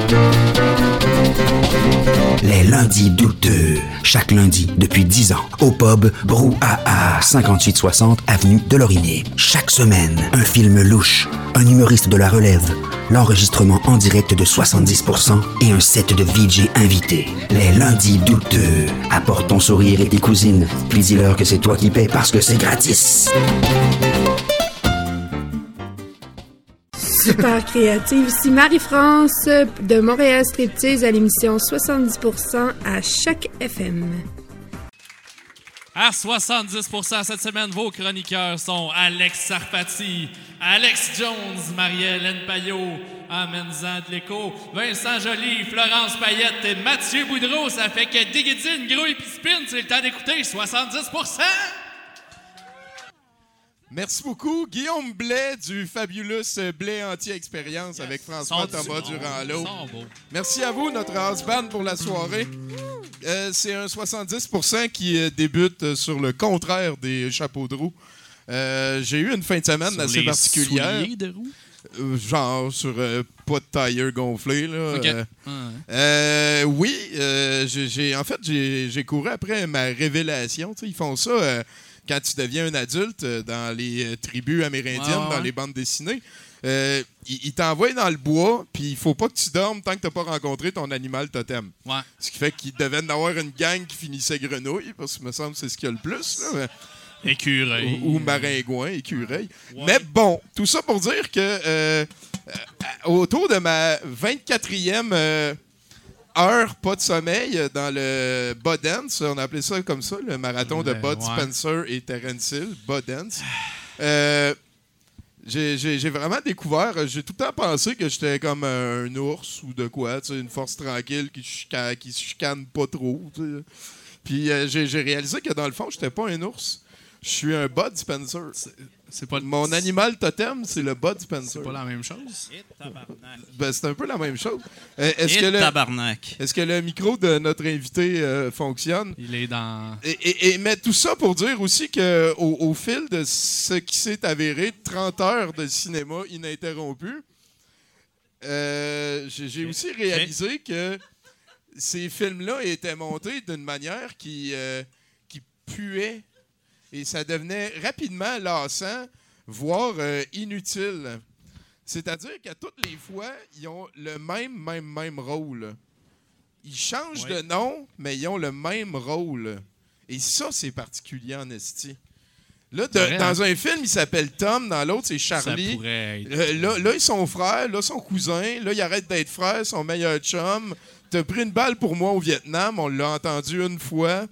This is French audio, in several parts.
Les lundis douteux. Chaque lundi, depuis 10 ans, au pub Brouhaha, 5860 avenue de Lorimier. Chaque semaine, un film louche, un humoriste de la relève, l'enregistrement en direct de 70% et un set de VJ invités. Les lundis douteux. Apporte ton sourire et tes cousines, puis dis-leur que c'est toi qui paies parce que c'est gratis. Super créative. Ici Marie-France de Montréal Striptease à l'émission 70% à chaque FM. À 70% cette semaine, vos chroniqueurs sont Alex Sarfati, Alex Jones, Marie-Hélène Payot, Amenza Dléco, Vincent Joly, Florence Payette et Mathieu Boudreau. Ça fait que Diggity, Grouille puis Spin, c'est le temps d'écouter 70%! Merci beaucoup, Guillaume Blais du Fabulous Blais Anti-Expérience avec François Thomas Durand-Lot. Merci à vous, notre house band, pour la soirée. C'est un 70% qui débute sur le contraire des chapeaux de roue. J'ai eu une fin de semaine sur assez particulière. Souliers de roue? Genre sur pas de tailleur gonflé. Là. Okay. Oui, j'ai couru après ma révélation. T'sais, ils font ça quand tu deviens un adulte dans les tribus amérindiennes, dans les bandes dessinées. Ils t'envoient dans le bois, puis il faut pas que tu dormes tant que tu n'as pas rencontré ton animal totem. Ouais. Ce qui fait qu'ils devaient en avoir une gang qui finissait grenouille, parce que me semble que c'est ce qu'il y a le plus. Là. Écureuil. Ou maringouin, écureuil. Ouais. Mais bon, tout ça pour dire que autour de ma 24e heure, pas de sommeil, dans le Bodens, on appelait ça comme ça, le marathon de Bud Spencer et Terence Hill, Bodens. J'ai vraiment découvert, j'ai tout le temps pensé que j'étais comme un ours ou de quoi, une force tranquille qui se chicane pas trop. T'sais. Puis j'ai réalisé que dans le fond, j'étais pas un ours. Je suis un Bud Spencer. C'est pas mon animal totem, c'est le Bud Spencer. C'est pas la même chose? Ben, c'est un peu la même chose. Tabarnak. Est-ce que le micro de notre invité fonctionne? Il est dans... Mais tout ça pour dire aussi qu'au fil de ce qui s'est avéré, 30 heures de cinéma ininterrompu, j'ai aussi réalisé que ces films-là étaient montés d'une manière qui puait. Et ça devenait rapidement lassant, voire inutile. C'est-à-dire qu'à toutes les fois, ils ont le même rôle. Ils changent de nom, mais ils ont le même rôle. Et ça, c'est particulier en esti. Là, dans un film, il s'appelle Tom, dans l'autre, c'est Charlie. Ça pourrait être... là, ils sont frères, là, son cousin. Là, ils arrêtent d'être frères, son meilleur chum. T'as pris une balle pour moi au Vietnam, on l'a entendu une fois.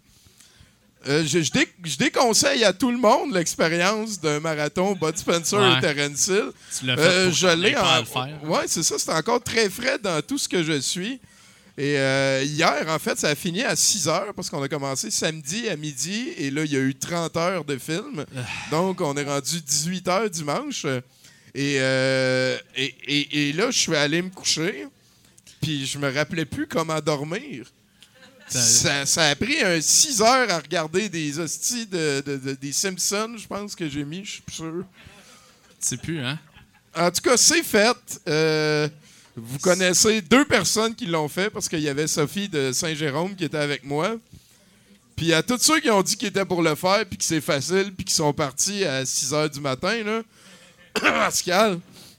Je déconseille à tout le monde l'expérience d'un marathon Bud Spencer et Terence Hill. Tu l'as fait pour je l'ai pas le faire. Oui, c'est ça. C'est encore très frais dans tout ce que je suis. Et hier, en fait, ça a fini à 6 heures parce qu'on a commencé samedi à midi. Et là, il y a eu 30 heures de film. Donc, on est rendu 18 heures dimanche. Et là, je suis allé me coucher. Puis, je me rappelais plus comment dormir. Ça a pris 6 heures à regarder des hosties des Simpsons, je pense que j'ai mis, je suis plus sûr. Tu sais plus, hein? En tout cas, c'est fait. Vous connaissez 2 personnes qui l'ont fait parce qu'il y avait Sophie de Saint-Jérôme qui était avec moi. Puis à tous ceux qui ont dit qu'ils étaient pour le faire, puis que c'est facile, puis qui sont partis à 6 heures du matin, là. Pascal,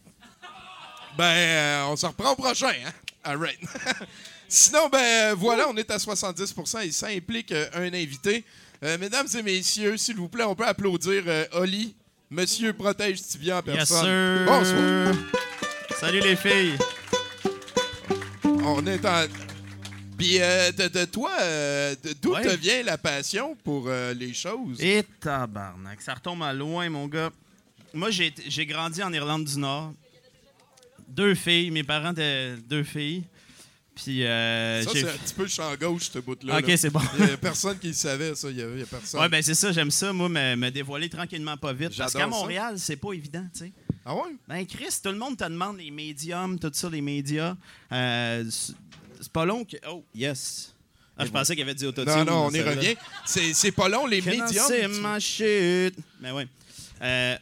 on se reprend au prochain, hein? All right. Sinon, voilà, on est à 70% et ça implique un invité. Mesdames et messieurs, s'il vous plaît, on peut applaudir Oli, Monsieur Protège Tibia en personne. Yes, sir. Bonsoir. Salut les filles. On est en... Puis, toi, d'où te vient la passion pour les choses? Et tabarnak, ça retombe à loin, mon gars. Moi, j'ai grandi en Irlande du Nord. 2 filles, mes parents étaient 2 filles. Puis, ça, c'est un petit peu le champ gauche, ce bout-là. OK, là. c'est bon. Il n'y a personne qui le savait, ça. Il y a personne. Ouais, c'est ça, j'aime ça, moi, me dévoiler tranquillement pas vite. J'adore parce qu'à Montréal, c'est pas évident, tu sais. Ah ouais? Ben, Chris, tout le monde te demande les médiums, tout ça, les médias. C'est pas long que... Oh, yes. Je pensais qu'il y avait du autotune. Non, on y revient. C'est pas long, les médiums. C'est ma chute. Mais ouais.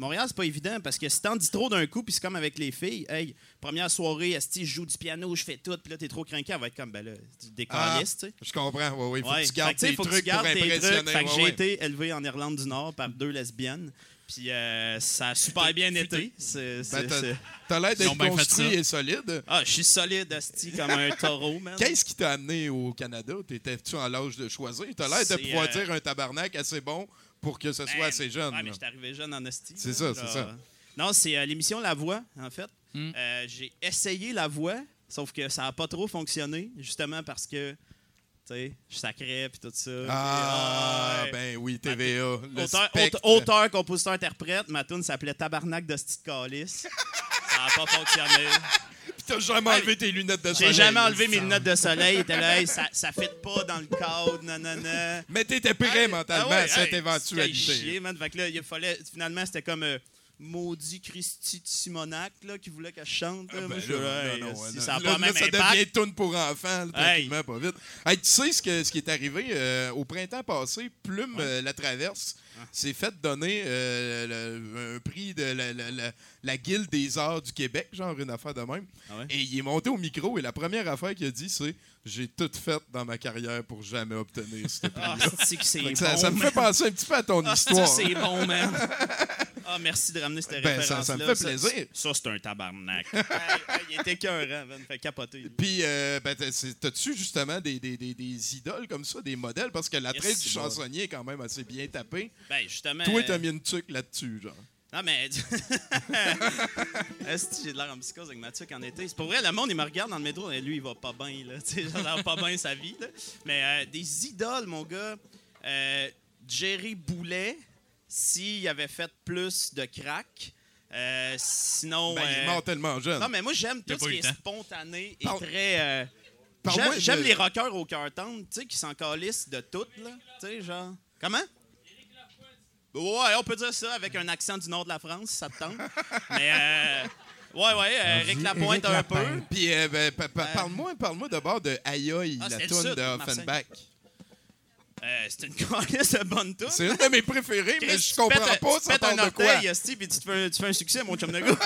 Montréal, c'est pas évident parce que si t'en dis trop d'un coup, puis c'est comme avec les filles, hey, première soirée, esti, je joue du piano, je fais tout, puis là, t'es trop craqué, elle va être comme, ben là, tu décalistes, tu sais. Je comprends, oui. Faut que tu gardes Fait que, tes faut que trucs tu gardes pour tes impressionner. trucs. Fait que ouais, j'ai ouais. été élevé en Irlande du Nord par 2 lesbiennes. Puis ça a super bien été. T'as l'air Ils d'être ont bien fait construit ça. et solide. Ah, je suis solide, asti, comme un taureau, man. Qu'est-ce qui t'a amené au Canada? T'étais-tu en l'âge de choisir? T'as l'air de C'est, pouvoir dire un tabarnak assez bon pour que ce soit assez jeune. Ouais, mais là. j'étais arrivé jeune en asti. C'est là, ça, genre. c'est ça. Non, c'est l'émission La Voix, en fait. J'ai essayé La Voix, sauf que ça n'a pas trop fonctionné, justement parce que, tu sais, je sacrais puis tout ça. Ah, Puis, ben oui, TVA. Le auteur, spectre. auteur, compositeur, interprète, ma tune s'appelait Tabarnak de Sti de Calice. Ça n'a pas fonctionné. Puis t'as jamais enlevé tes lunettes de soleil. J'ai jamais enlevé là, mes ça. lunettes de soleil. Était là, hey, ça fit pas dans le cadre, nanana. Mais t'étais prêt mentalement Ah ouais, à cette hey, éventualité. c'était chier, man. Fait que là, il fallait. Finalement, c'était comme Maudit Christy de Simonac là, qui voulait que je chante. Là. Ah, Moi, ben je suis là, là, hey, non, si non, ça n'a là, pas le même ça impact. devient tourne pour enfants, là, tranquillement, pas vite. Hey, tu sais ce qui est arrivé au printemps passé, Plume La Traverse s'est fait donner un prix de la Guilde des Arts du Québec, genre une affaire de même. Ah ouais? Et il est monté au micro et la première affaire qu'il a dit, c'est « J'ai tout fait dans ma carrière pour jamais obtenir ce prix. Ah, c'est que c'est Fait bon. que ça me man. fait penser un petit peu à ton Ah, histoire. ça, c'est bon, man. Ah, merci de ramener cette Ben, référence-là. ça me fait plaisir. Ça, c'est un tabarnak. Hey, il était écœurant, man. Fait capoter. Puis, ben, t'as-tu justement des idoles comme ça, des modèles? Parce que la traite Yes, du bon. chansonnier est quand même assez bien tapée. Ben, justement. Toi, t'as mis une tuque là-dessus, genre. Non, mais. Est-ce que j'ai de l'air en psychose avec Mathieu en été? C'est pour vrai, le monde, il me regarde dans le métro et lui, il va pas bien, là. Tu sais, genre, il va pas bien sa vie, là. Mais des idoles, mon gars. Jerry Boulet, s'il avait fait plus de crack. Sinon. Ben, il est mort tellement jeune. Non, mais moi, j'aime Il a tout pas ce eu qui le est temps. spontané et Parle- très. Parle-moi J'aime de- les rockers au cœur tendre, tu sais, qui s'en calissent de tout, là. Tu sais, genre. Comment? Ouais, on peut dire ça avec un accent du nord de la France, si ça te tente. Mais, Éric Lapointe un peu. Puis, parle-moi d'abord de Aïe Aïe, Ah, la c'était le toune sud, de Marseille. Offenbach. C'est une calisse de bonne toune. C'est une de mes préférées, mais Chris, je tu comprends pètes pas tu ça pètes parle un de quoi. orteil, esti, puis tu fais un succès, mon chum de gars.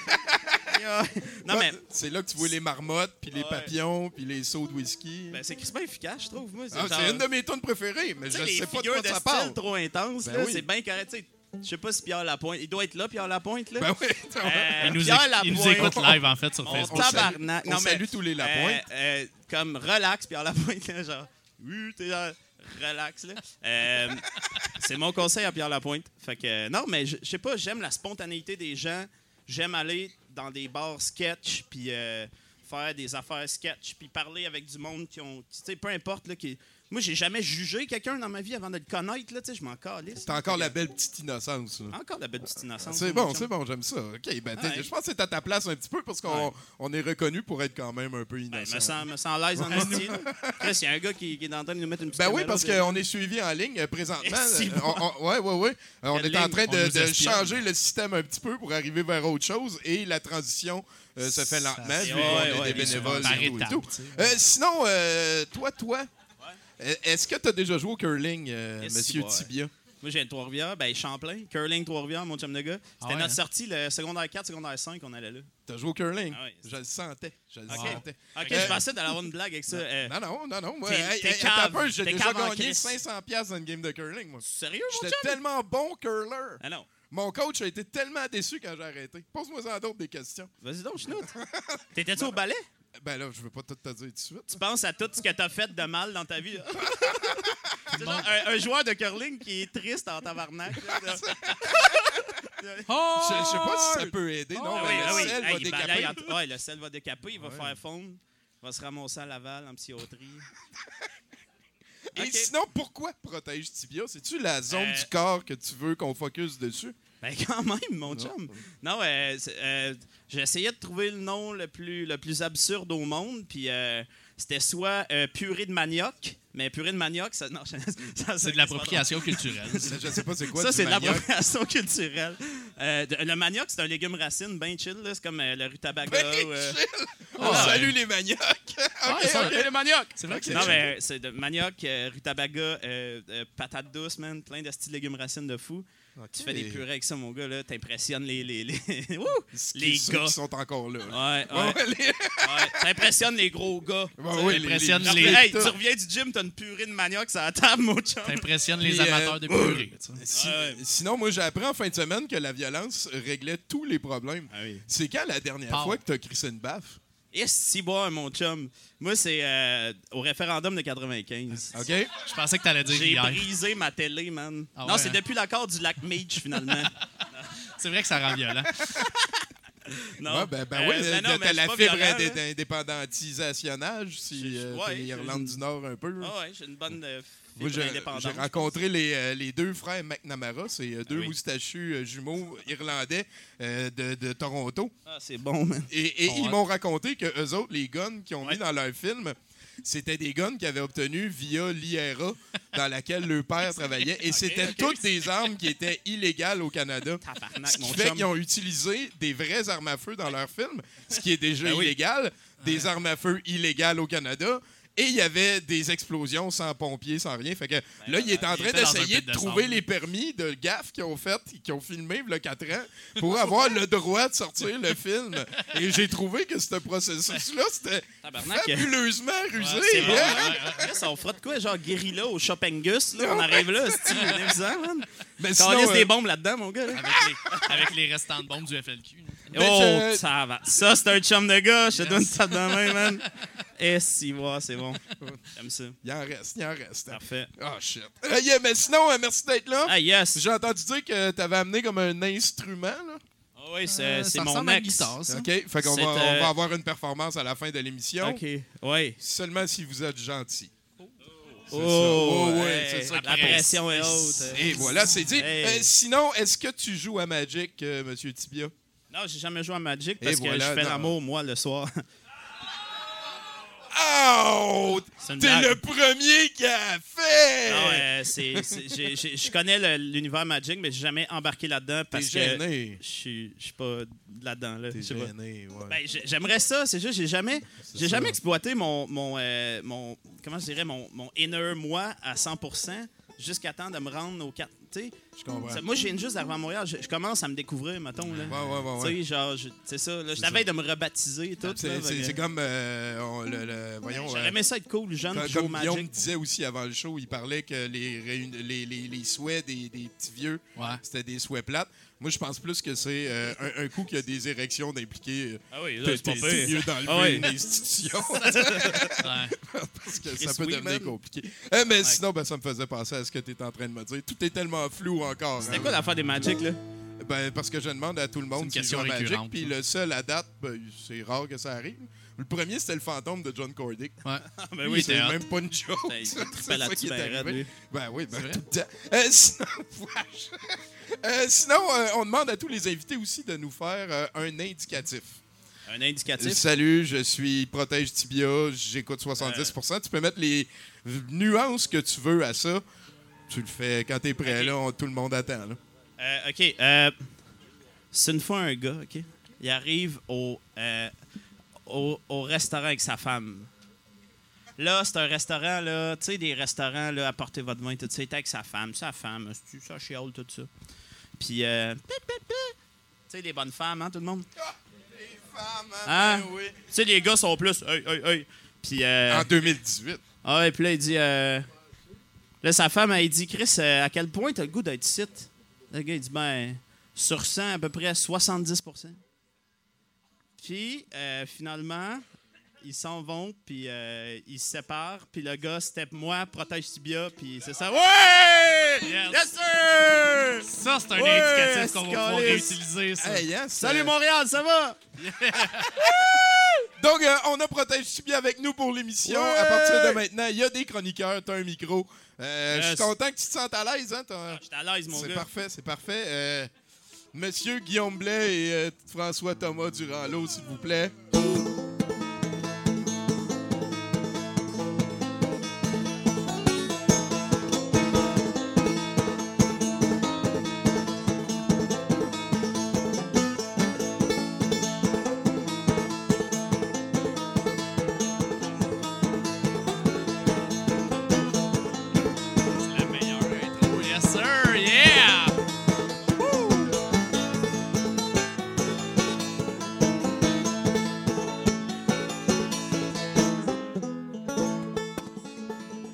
Non, mais C'est là que tu vois les marmottes, puis les Ouais. papillons, puis les seaux de whisky. ben, c'est crispement efficace, je trouve. Moi, Ah, c'est une de mes tunes préférées, mais Tu je sais, les sais pas de figures quoi de ça style parle. trop intenses, Ben là, oui. c'est bien correct. Tu sais, je sais pas si Pierre Lapointe... Il doit être là, Pierre Lapointe, là. Ben oui. Il nous, Pierre il nous Lapointe. écoute live, en fait, sur On Facebook. tabarnak. on salue tous les Lapointe. Comme relax, Pierre Lapointe, là, genre... Oui, t'es genre... Relax, là. C'est mon conseil à Pierre Lapointe. Fait que, non, mais je sais pas, j'aime la spontanéité des gens. J'aime aller dans des bars sketch, puis faire des affaires sketch, puis parler avec du monde qui ont... Tu sais, peu importe, là, qui... Moi, j'ai jamais jugé quelqu'un dans ma vie avant de le connaître, là, tu sais, je m'en calisse. T'as encore la belle petite innocence. là. Encore la belle petite innocence. C'est mon bon, chum. c'est bon, j'aime ça. OK, ben, Ouais. je pense que c'est à ta place un petit peu parce qu'on Ouais. on est reconnu pour être quand même un peu Ben, innocent. me sens à l'aise en esti. Chris, il y a un gars qui est en train de nous mettre une petite Ben oui, caméra parce derrière. qu'on est suivi en ligne présentement. Merci, Oui. On Quelle est en ligne? train On nous de espionne. changer le système un petit peu pour arriver vers autre chose et la transition se fait lentement se vu fait. qu'on Ouais, est des bien sûr. bénévoles Par et tout et étapes, tout. tu sais. Sinon, toi, est-ce que tu as déjà joué au curling, Yes, Monsieur boy. Tibia? Moi, j'ai de Trois-Rivières, ben Champlain, Curling Trois-Rivières, mon chum de gars. C'était ouais, notre hein? sortie, le secondaire 4, secondaire 5, on allait là. T'as joué au curling? Ah ouais. Je le sentais. Je le OK, sentais. OK, je pensais d'aller avoir une blague avec ça. Non. Moi, T'es attends un cave. peu, j'ai T'es déjà cave en gagné Christ. 500$ dans une game de curling, moi. Sérieux, mon J'étais chum? tellement bon curler. Ah non. Mon coach a été tellement déçu quand j'ai arrêté. Pose-moi en d'autres des questions. Vas-y donc, chenoute. T'étais-tu au ballet? Ben là, je veux pas tout te dire tout de suite. Tu penses à tout ce que t'as fait de mal dans ta vie, là? C'est genre un joueur de curling qui est triste en tabarnak. Là. Oh! Je sais pas si ça peut aider, non? Ah mais oui, le sel va il balaye décaper. ouais, le sel va décaper, il va faire fondre, il va se ramasser à Laval en psychiatrie. Et Ok. sinon, pourquoi protège tibia? C'est-tu la zone Euh, du corps que tu veux qu'on focus dessus? Ben quand même, mon chum. Non, j'ai essayé de trouver le nom le plus absurde au monde, puis c'était soit purée de manioc, mais purée de manioc, ça, non, C'est de l'appropriation culturelle. Je sais pas c'est quoi Ça, du c'est de manioc. l'appropriation culturelle. Le manioc, c'est un légume racine bien chill, là. C'est comme le rutabaga. Ben, chill! On salue les maniocs! OK, ça, OK. Le manioc! C'est vrai que Non, mais c'est de manioc, rutabaga, patates douces, man, plein de styles légumes racines de fou. Tu fais des purées avec ça, mon gars, là. T'impressionnes les Wouh! Les Ceux gars. qui sont encore là. Ouais. Ouais, t'impressionnes les gros gars. Oui, T'impressionnes Après, les... hey, tu reviens du gym, t'as une purée de manioc sur la table, mon chum. T'impressionnes les Puis, amateurs de purée. tu sais. Sinon, moi, j'ai appris en fin de semaine que la violence réglait tous les problèmes. Ah oui. C'est quand la dernière Pow. fois que t'as crissé une baffe? Et si bon, mon chum. Moi, c'est au référendum de 95. OK? Je pensais que t'allais dire J'ai hier. brisé ma télé, man. Ah non, ouais, c'est hein? depuis l'accord du lac Meech, finalement. C'est vrai que ça rend violent. Non. Ouais, ben Euh, oui, ben non, mais t'as c'est la pas fibre violent, là. d'indépendantisationnage, si Ouais, t'es j'ai Irlande une- du Nord un peu. Ah ouais, j'ai une bonne Moi, fibre j'ai indépendante. rencontré les deux frères McNamara, c'est deux oui. moustachus jumeaux irlandais de Toronto. Ah, c'est bon, man. Et Bon, ils ouais. m'ont raconté que eux autres, les guns qu'ils ont mis dans leur film, c'était des guns qu'ils avaient obtenus via l'IRA dans laquelle leur père travaillait. Et c'était toutes des armes qui étaient illégales au Canada. Tabarnak, Ce mon qui fait chum. qu'ils ont utilisé des vraies armes à feu dans leur film, ce qui est déjà Ben oui. illégal, des armes à feu illégales au Canada. Et il y avait des explosions sans pompiers, sans rien. Fait que là, il est en il train était dans un d'essayer pit de de trouver sable. les permis de gaffe qu'ils ont fait, qui ont filmé il y a 4 ans, pour avoir le droit de sortir le film. Et j'ai trouvé que ce processus-là, c'était Tabarnak. fabuleusement rusé. C'est bon, hein? hein? Chris, on fera de quoi, genre guérilla au Shoppingus, là? On arrive là, c'est amusant, man. Mais On sinon, laisse des bombes là-dedans, mon gars, là. Avec les restants de bombes du FLQ. là. Oh, je- ça va. Ça, c'est un chum de gars. Je te donne ça de main, man. Et si, ouais, c'est bon. J'aime ça. il en reste. Parfait. Ah, shit. Yeah, mais sinon, merci d'être là. Ah, yes. J'ai entendu dire que tu avais amené comme un instrument, là. Ah oui, c'est Ça mon ressemble à une ex. guitare, ça. OK? Fait qu'on C'est, va, on va avoir une performance à la fin de l'émission. OK. Oui. Seulement si vous êtes gentil. C'est Oh, ça. Oh, ouais. ouais, c'est ça. La pression est haute. Et voilà, c'est dit. Hey. Sinon, est-ce que tu joues à Magic, Monsieur Tibia? Non, j'ai jamais joué à Magic parce que voilà, je fais non. l'amour, moi, le soir. Oh! C'est une T'es blague. le premier qui a fait! Non, je connais l'univers Magic, mais j'ai jamais embarqué là-dedans T'es parce que gêné. je suis pas là-dedans. Là. T'es Je sais pas. gêné, ouais. Ben, j'aimerais ça, c'est juste j'ai jamais ça. exploité mon comment je dirais mon inner moi à 100% jusqu'à temps de me rendre aux 4. Je comprends. Moi, je viens juste d'arriver à Montréal, je commence à me découvrir, mettons. Là. Ouais. Tu sais, genre, c'est ça. Là, je ça. t'avais de me rebaptiser et tout. C'est là, fait que- c'est comme voyons. J'aurais aimé ça être cool, jeune, Comme puis jouer au Guillaume Magic. disait aussi avant le show, il parlait que les souhaits des petits vieux, Ouais. c'était des souhaits plates. Moi, je pense plus que c'est un coup qu'il y a des érections d'impliquer. Ah oui, là, T'es c'est pas t'es pire. mieux d'enlever Ah oui. une institution Ouais. parce que Chris ça peut devenir Weedman. compliqué. Mais sinon, ça me faisait penser à ce que tu es en train de me dire. Tout est tellement flou encore. C'était hein. quoi l'affaire des Magic, là? Ben, parce que je demande à tout le C'est monde une s'ils question jouent à Magic, récurrente, puis ça. le seul à date, ben, c'est rare que ça arrive. Le premier, c'était le fantôme de John Cordick. Ouais. Ben Lui, oui, c'est hot. même pas une joke. Il ça. trippait C'est ça là-dessus, qui est ben raide, arrivé. lui. Ben oui, ben vrai? tout le temps. Sinon, on demande à tous les invités aussi de nous faire un indicatif. Un indicatif. Salut, je suis Protège Tibia, j'écoute 70%. Tu peux mettre les nuances que tu veux à ça. Tu le fais quand t'es prêt, Ok. là, tout le monde attend. Là. OK. C'est une fois un gars, OK? Il arrive au restaurant avec sa femme. Là, c'est un restaurant, là, tu sais, des restaurants, là, apportez votre vin, tout ça. Il était avec sa femme, ça chiale, tout ça. Puis, tu sais, les bonnes femmes, hein, tout le monde? Les femmes, Hein? ben oui. Tu sais, les gars sont plus, hey. Puis, En 2018. ah ouais, puis là, il dit... là, sa femme, elle dit, Chris, à quel point t'as le goût d'être ici? Le gars, il dit, ben, sur 100, à peu près 70%. Puis, finalement, ils s'en vont, puis ils se séparent. Puis le gars, step moi, protège Tibia, puis c'est ça. Ouais! Yes. Yes, sir! Ça, c'est un Ouais, indicatif qu'on va pouvoir Scalise. réutiliser. Ça. Hey, yes, Salut Montréal, ça va? Donc, on a Protège Tibia avec nous pour l'émission. Ouais! À partir de maintenant, il y a des chroniqueurs, t'as un micro. Je suis Yes. content que tu te sentes à l'aise. Hein, J'étais à l'aise, mon c'est gars. parfait, c'est parfait. Monsieur Guillaume Blais et François Thomas Durand-Lot, s'il vous plaît.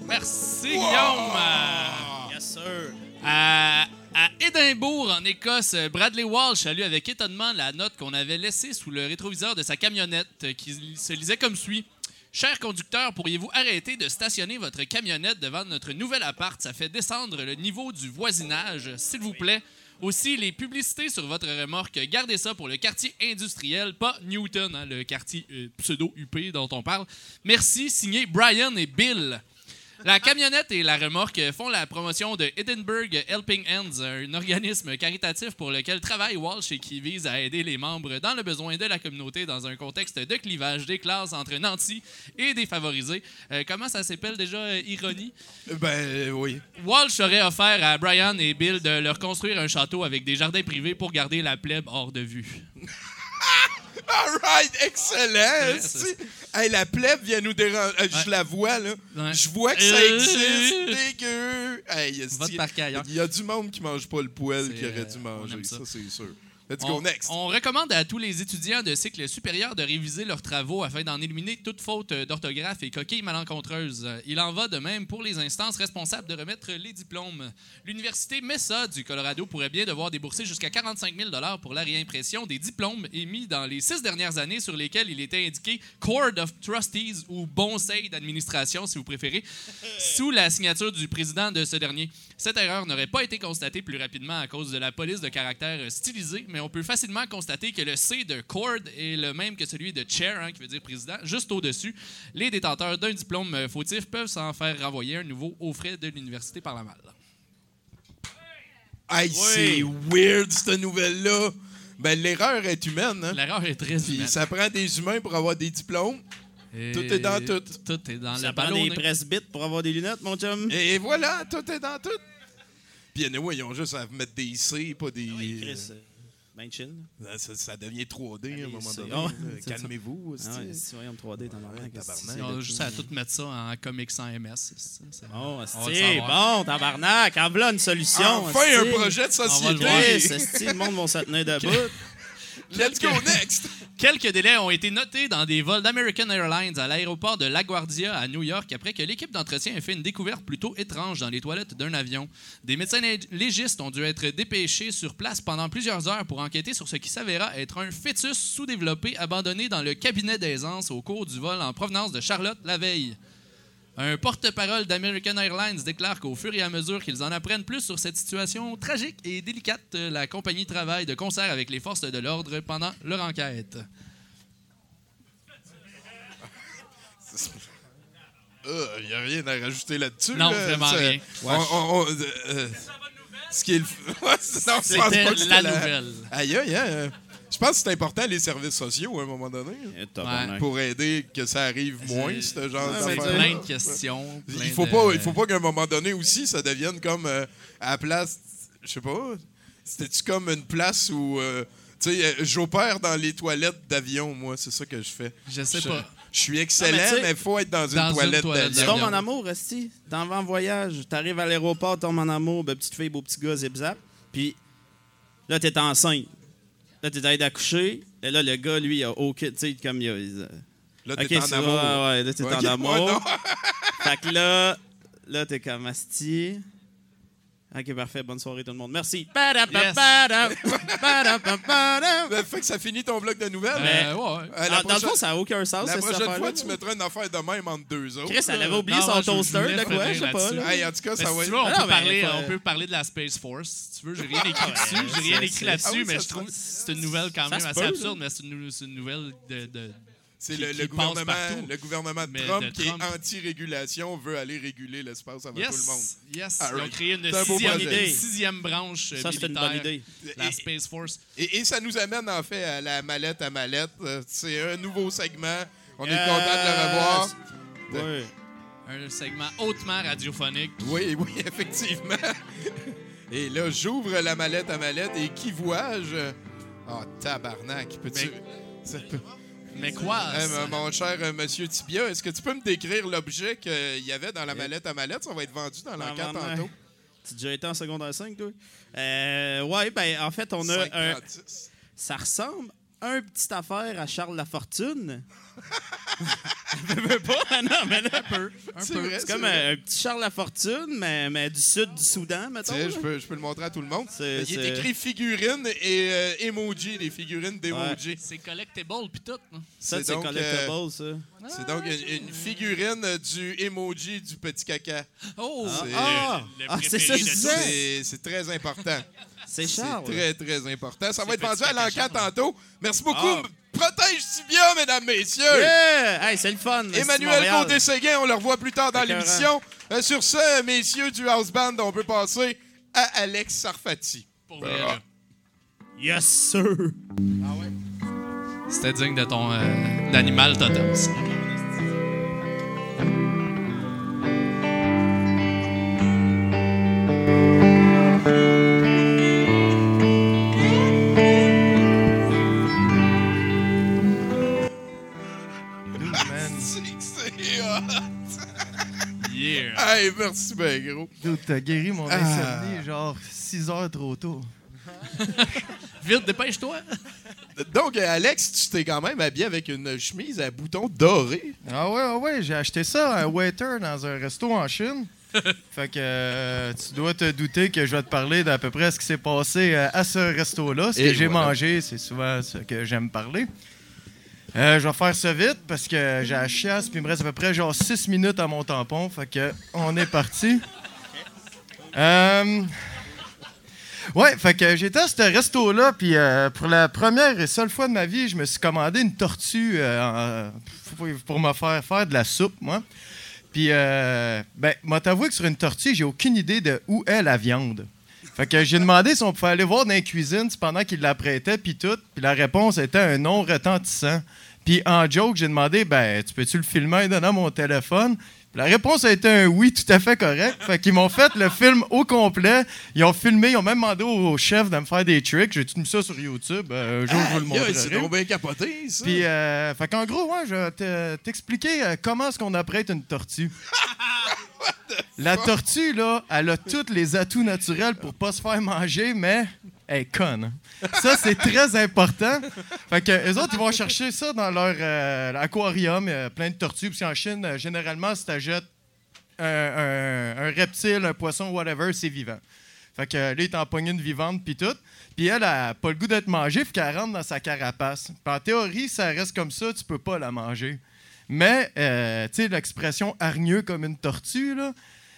Merci, Guillaume. Yes, sir. À Édimbourg, en Écosse, Bradley Walsh a lu avec étonnement la note qu'on avait laissée sous le rétroviseur de sa camionnette, qui se lisait comme suit. « Cher conducteur, pourriez-vous arrêter de stationner votre camionnette devant notre nouvel appart? Ça fait descendre le niveau du voisinage, s'il vous plaît. Aussi, les publicités sur votre remorque, gardez ça pour le quartier industriel, pas Newton, hein, le quartier pseudo-UP dont on parle. Merci, signé Brian et Bill. » La camionnette et la remorque font la promotion de Edinburgh Helping Hands, un organisme caritatif pour lequel travaille Walsh et qui vise à aider les membres dans le besoin de la communauté dans un contexte de clivage des classes entre nantis et défavorisés. Comment ça s'appelle déjà, ironie? Ben oui. Walsh aurait offert à Brian et Bill de leur construire un château avec des jardins privés pour garder la plèbe hors de vue. All right, excellent. c'est Hey, la plèbe vient nous déranger. Je la vois, là. Ouais. Je vois que ça existe. Dégueu. Hey, Va te parquer ailleurs. il y a du monde qui mange pas le poêle C'est, qui aurait dû on manger. aime ça. Ça, c'est sûr. Let's go next. On recommande à tous les étudiants de cycle supérieur de réviser leurs travaux afin d'en éliminer toute faute d'orthographe et coquille malencontreuse. Il en va de même pour les instances responsables de remettre les diplômes. L'Université Mesa du Colorado pourrait bien devoir débourser jusqu'à 45 000 $ pour la réimpression des diplômes émis dans les 6 dernières années sur lesquels il était indiqué « Court of Trustees » ou « Conseil d'administration » si vous préférez, sous la signature du président de ce dernier. Cette erreur n'aurait pas été constatée plus rapidement à cause de la police de caractère stylisée, mais on peut facilement constater que le C de Cord est le même que celui de Chair, hein, qui veut dire président, juste au-dessus. Les détenteurs d'un diplôme fautif peuvent s'en faire renvoyer un nouveau aux frais de l'université par la malle. Hey, c'est weird, cette nouvelle-là. Ben, l'erreur est humaine, hein? L'erreur est très Puis humaine. ça prend des humains pour avoir des diplômes. Et Tout est dans tout. Tout est dans Ça le prend ballon. des presse-bites pour avoir des lunettes, mon chum. Et voilà, tout est dans tout. Puis, anyway, ils ont juste à mettre des C, pas des... Oui, Chris, ben chill. Ça devient 3D à un moment c'est- donné. oh, là. c'est ça. Calmez-vous. Ah ouais, hostie. si voyons 3D, t'en as rien. tabarnak. On a juste à tout mettre ça en comics sans MS. C'est- Oh, On va le c'est savoir. bon, tabarnak. En voilà une solution. Enfin, un hostie. projet de On va le société. voir. Chris, hostie, le monde va se tenir debout. Let's go next. Quelques délais ont été notés dans des vols d'American Airlines à l'aéroport de LaGuardia à New York après que l'équipe d'entretien ait fait une découverte plutôt étrange dans les toilettes d'un avion. Des médecins légistes ont dû être dépêchés sur place pendant plusieurs heures pour enquêter sur ce qui s'avéra être un fœtus sous-développé abandonné dans le cabinet d'aisance au cours du vol en provenance de Charlotte la veille. Un porte-parole d'American Airlines déclare qu'au fur et à mesure qu'ils en apprennent plus sur cette situation tragique et délicate, la compagnie travaille de concert avec les forces de l'ordre pendant leur enquête. Il n'y a rien à rajouter là-dessus. Non, là. vraiment C'est- rien. Ce qui est le... Ouais, non, je pense C'était pas que la nouvelle. Aïe, aïe, hein. Je pense que c'est important, les services sociaux, à un moment donné, Eh, tabarnak. pour aider que ça arrive moins, ce genre mais d'affaires. Plein de questions. Il faut pas qu'à un moment donné aussi, ça devienne comme à la place, je sais pas, c'était-tu comme une place où, tu sais, j'opère dans les toilettes d'avion, moi, c'est ça que je fais. Je sais pas. Je suis excellent, Ah, mais tu sais, mais il faut être dans dans une une toilette toilette Tu d'avion. tombes en amour, Resti. T'en vas en voyage. T'arrives à l'aéroport, tu tombes en amour. Ben, petite fille, beau petit gars, zip-zap. Puis là, t'es enceinte. Là, t'es allé d'accoucher. Et là, le gars, lui, il a aucun... Tu sais, comme il a... Là, OK, t'es en c'est amour. ouais, là, t'es Ok, en ouais, amour. non. Fait que là, t'es comme asti. OK, parfait. Bonne soirée, tout le monde. Merci. Ben, fait que ça finit ton bloc de nouvelles. Mais- Ouais. La Dans le prochaine- fond, ça n'a aucun sens, La cette prochaine affaire-là. fois, tu mettras une affaire de même entre deux autres. Chris, elle avait oublié Non, son je toaster, voulais de quoi, je sais finir pas. Là. Hey, en tout cas, Mais ça si va tu être... veux, on, Ah, peut non, parler, mais, on peut parler de la Space Force. Si tu veux, j'ai rien écrit dessus. J'ai rien écrit c'est- là-dessus, oui, mais ça je trouve que se c'est une nouvelle quand Ça même se assez peut, absurde, mais c'est une nouvelle de C'est qui- le qui passe gouvernement, partout. le gouvernement de Mais Trump de qui Trump. est anti-régulation veut aller réguler l'espace avant tout le monde. Yes. Ah, Ils ont right. créé une C'est un beau projet. sixième branche Ça, c'est une militaire, bonne idée. la Et- Space Force. Et ça nous amène en fait à la mallette à mallette. C'est un nouveau segment. On est content de le revoir. Oui. Un segment hautement radiophonique. Oui, oui, effectivement. Et là, j'ouvre la mallette à mallette et qui vois-je? Ah, tabarnak. Peux-tu... Ça peut- Mais quoi? Mon cher monsieur Tibia, est-ce que tu peux me décrire l'objet qu'il y avait dans la mallette à mallette? Ça va être vendu dans l'enquête tantôt. Tu as déjà été en secondaire 5, toi? Ouais, ben, en fait, on a un... 5,36. Ça ressemble à une petite affaire à Charles Lafortune. veux pas? Non, mais là, Un peu. c'est comme un petit Charles Lafortune, mais du sud du Soudan, mettons. Tu sais, je peux le montrer à tout le monde. C'est- Il est c'est- écrit figurines et emoji, les figurines d'emoji. C'est collectible pis tout. Hein. Ça, c'est c'est donc, collectible, ça. C'est donc une figurine du emoji du petit caca. Oh! C'est ça que je disais. C'est très important. C'est C'est Charles. très, très important. Ça va être petit vendu à caca l'encan Charles. tantôt. Merci beaucoup. Ah. Protège Tibia, mesdames, messieurs. Yeah! Hey, c'est le fun. Emmanuel Montréal. Côté-Séguin, on le revoit plus tard dans Écœurant. l'émission. Sur ce, messieurs du House Band, on peut passer à Alex Sarfati. Pour vrai, là. Yes, sir. C'était digne de ton d'animal totem. ça. C'est que c'est hot. Yeah! Hey, merci bien, gros. Dude, t'as guéri mon insomnie, genre 6 heures trop tôt. Vite, dépêche-toi! Donc, Alex, tu t'es quand même habillé avec une chemise à boutons dorés. Ah ouais, j'ai acheté ça à un waiter dans un resto en Chine. Fait que tu dois te douter que je vais te parler d'à peu près ce qui s'est passé à ce resto-là. Ce Et que j'ai voilà. mangé, c'est souvent ce que j'aime parler. Je vais faire ça vite parce que j'ai la chiasse puis il me reste à peu près genre 6 minutes à mon tampon. Fait que on est parti. Ouais, fait que j'étais à ce resto-là, puis pour la première et seule fois de ma vie, je me suis commandé une tortue pour me faire de la soupe, moi. Puis, moi, t'avouer que sur une tortue, j'ai aucune idée de où est la viande. Fait que j'ai demandé si on pouvait aller voir dans la cuisine pendant qu'il l'apprêtait, puis tout. Puis la réponse était un non retentissant. Puis en joke, j'ai demandé, tu peux-tu le filmer en donnant mon téléphone? Puis la réponse a été un oui tout à fait correct. Fait qu'ils m'ont fait le film au complet. Ils ont filmé, ils ont même demandé au chef de me faire des tricks. J'ai tout mis ça sur YouTube. Un jour, je vous le montrerai. C'est donc bien capoté, ça. Puis, fait qu'en gros, ouais, je vais t'expliquer comment est-ce qu'on apprête une tortue. La tortue, là, elle a tous les atouts naturels pour pas se faire manger, mais elle est conne. Ça, c'est très important. Fait que eux autres, ils vont chercher ça dans leur aquarium, plein de tortues. Puis en Chine, généralement, si t'achètes un reptile, un poisson, whatever, c'est vivant. Fait que là, il t'en pogne une vivante, puis tout. Puis elle a pas le goût d'être mangée, puis qu'elle rentre dans sa carapace. Puis en théorie, ça reste comme ça, tu peux pas la manger. Mais, tu sais, l'expression hargneux comme une tortue, là,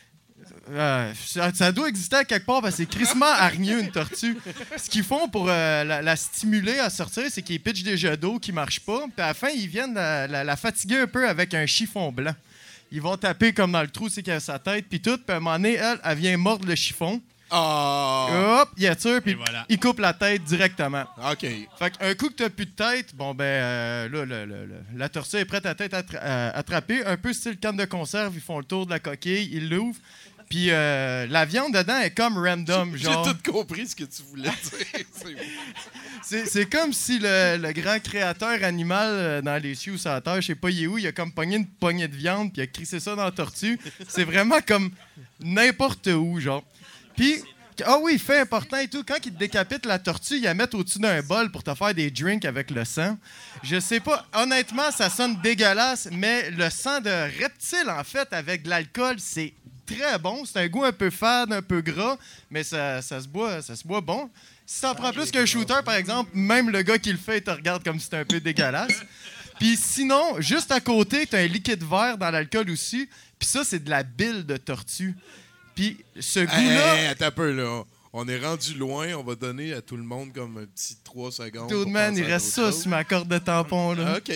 ça doit exister à quelque part parce que c'est crissement hargneux, une tortue. Ce qu'ils font pour la stimuler à sortir, c'est qu'ils pitchent des jets d'eau qui marchent pas. Puis à la fin, ils viennent la fatiguer un peu avec un chiffon blanc. Ils vont taper comme dans le trou, c'est qu'il a sa tête, puis tout. Puis à un moment donné, elle vient mordre le chiffon. Ah! Hop, il attire, puis Et voilà. il coupe la tête directement. OK. Fait qu'un coup que t'as plus de tête, bon là, la tortue est prête à tête attrapée. Un peu style canne de conserve, ils font le tour de la coquille, ils l'ouvrent. Puis la viande dedans est comme random, genre. J'ai tout compris ce que tu voulais dire. C'est comme si le grand créateur animal dans les cieux ou sur la terre, je sais pas il est où, il a comme pogné une poignée de viande puis il a crissé ça dans la tortue. C'est vraiment comme n'importe où, genre. Puis, oui, fait important et tout, quand ils te décapitent la tortue, ils la mettent au-dessus d'un bol pour te faire des drinks avec le sang. Je sais pas, honnêtement, ça sonne dégueulasse, mais le sang de reptile, en fait, avec de l'alcool, c'est très bon. C'est un goût un peu fade, un peu gras, mais ça se boit bon. Si t'en prends plus qu'un shooter, par exemple, même le gars qui le fait, il te regarde comme si c'était un peu dégueulasse. Puis sinon, juste à côté, t'as un liquide vert dans l'alcool aussi, puis ça, c'est de la bile de tortue. Puis ce goût-là... Hey, attends un peu, là. On est rendu loin. On va donner à tout le monde comme un petit 3 secondes. Dude, man, il reste ça sur ma corde de tampon, là. OK.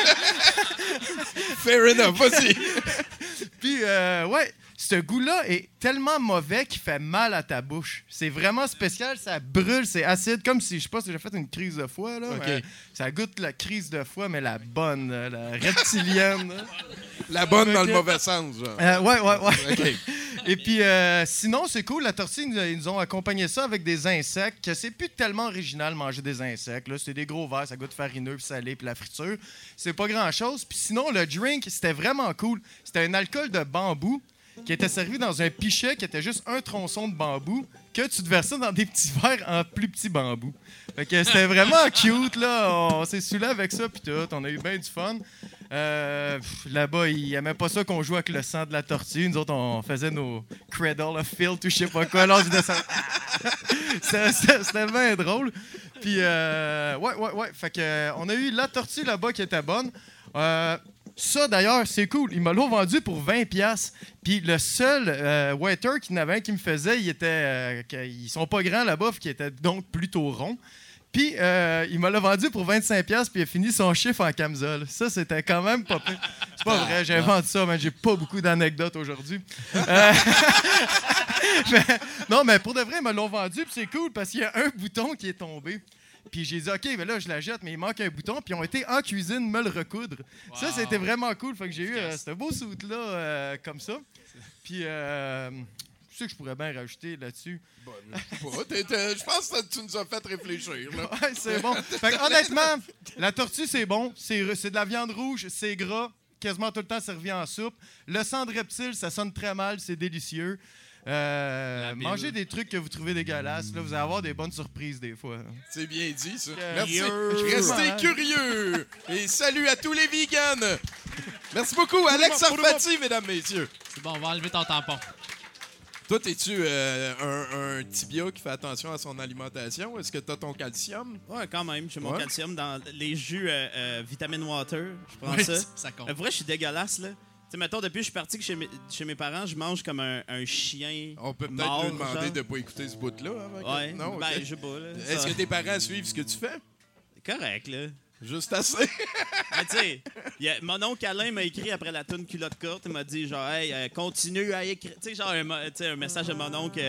Fair enough, vas-y. Puis, ouais, ce goût-là est tellement mauvais qu'il fait mal à ta bouche. C'est vraiment spécial, ça brûle, c'est acide, comme si, je sais pas si j'ai fait une crise de foie, là. OK. Ça goûte la crise de foie, mais la bonne, la reptilienne. Là. La bonne dans le mauvais sens, genre. Ouais. OK. Et puis, sinon, c'est cool. La tortue, ils nous ont accompagné ça avec des insectes. Que c'est plus tellement original manger des insectes. Là, c'est des gros verres, ça goûte farineux, puis salé, puis la friture. C'est pas grand-chose. Puis sinon, le drink, c'était vraiment cool. C'était un alcool de bambou qui était servi dans un pichet qui était juste un tronçon de bambou que tu te versais dans des petits verres en plus petits bambous. Fait que c'était vraiment cute, là. On s'est saoulé avec ça, puis tout. On a eu bien du fun. Là-bas, ils aimaient pas ça qu'on joue avec le sang de la tortue. Nous autres, on faisait nos Cradle of Filth ou je sais pas quoi. Là, je descends. C'était bien drôle. Puis, ouais. Fait que, on a eu la tortue là-bas qui était bonne. Ça, d'ailleurs, c'est cool. Ils me l'ont vendu pour 20$. Puis le seul waiter qui n'avait un qui me faisait, ils sont pas grands là-bas, qui était donc plutôt rond. Puis il me l'a vendu pour 25$, puis il a fini son chiffre en camisole. Ça, c'était quand même pas pire. C'est pas vrai, j'ai inventé ça, mais j'ai pas beaucoup d'anecdotes aujourd'hui. Mais pour de vrai, ils me l'ont vendu, puis c'est cool, parce qu'il y a un bouton qui est tombé. Puis j'ai dit, OK, mais là, je la jette, mais il manque un bouton. Puis ils ont été en cuisine me le recoudre. Wow. Ça, c'était vraiment cool. Fait que j'ai eu ce beau suit-là comme ça. Puis, je sais que je pourrais bien rajouter là-dessus. Bon, je pense que tu nous as fait réfléchir. Là. Ouais, c'est bon. Fait que, honnêtement, la tortue, c'est bon. C'est de la viande rouge, c'est gras. Quasiment tout le temps servi en soupe. Le sang de reptile, ça sonne très mal. C'est délicieux. Mangez des trucs que vous trouvez dégueulasses. Là, vous allez avoir des bonnes surprises des fois. C'est bien dit, ça. Merci. Restez curieux. Et salut à tous les vegans. Merci beaucoup, Alex Sarfati, mesdames, messieurs. C'est bon, on va enlever ton tampon. Toi, es-tu un tibia qui fait attention à son alimentation? Est-ce que tu as ton calcium? Ouais, quand même. J'ai mon calcium dans les jus Vitamin Water. Je prends ça. Compte. Vrai, je suis dégueulasse, là. Tu sais, mettons, depuis que je suis parti chez mes parents, je mange comme un chien. On peut peut-être lui demander de ne pas écouter ce bout-là. Ouais, non, ben, je sais pas. Là, est-ce que tes parents suivent ce que tu fais? C'est correct, là. Juste assez. Mais tu sais, mon oncle Alain m'a écrit après la toune culotte courte. Il m'a dit, genre, hey, continue à écrire. Tu sais, genre, un message de mon oncle.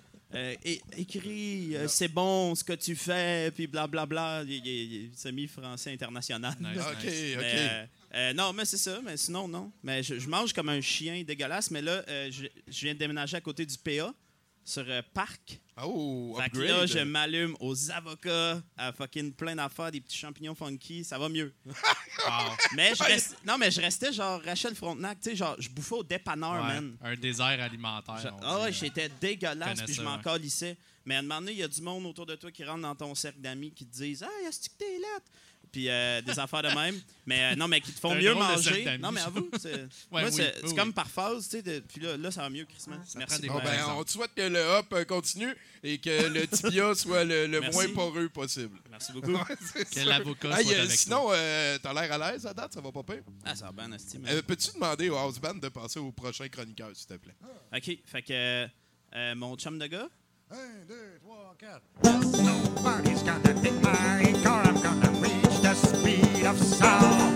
Écris, c'est bon ce que tu fais, puis blablabla. Il est semi-français international. Nice, OK. Non, mais c'est ça. Mais sinon, non. Mais je mange comme un chien dégueulasse. Mais là, je viens de déménager à côté du PA, sur Parc. Oh, fait upgrade. que là, je m'allume aux avocats, à fucking plein d'affaires, des petits champignons funky. Ça va mieux. Wow. Mais je restais genre Rachel Frontenac. Tu sais, genre, je bouffais au dépanneur, man. Un désert alimentaire. J'étais dégueulasse, puis je m'en ouais. calissais. Mais à un moment donné, il y a du monde autour de toi qui rentre dans ton cercle d'amis qui te disent « Hey, est-ce que t'es là? » Puis des affaires de même. Mais non, mais qui te font mieux manger. Non, mais avoue, c'est comme par phase, tu sais. Puis là, ça va mieux, Christmas. Merci. On te souhaite que le hop continue et que le tibia soit le moins poreux possible. Merci beaucoup. Que l'avocat soit avec sinon, t'as l'air à l'aise à date, ça va pas pire? Ah, ça va bien, estime. Peux-tu demander au house band de passer au prochain chroniqueur, s'il te plaît? OK, fait que mon chum de gars... 1, 2, 3, 4. Nobody's gonna take my car. I'm gonna reach the speed of sound.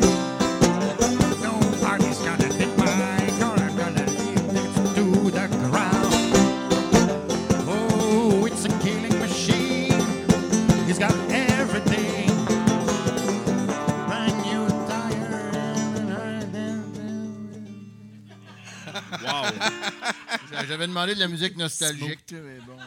Nobody's gonna take my car. I'm gonna leave it to the ground. Oh, it's a killing machine. He's got everything. Brand new tire. Wow! J'avais demandé de la musique nostalgique, mais bon.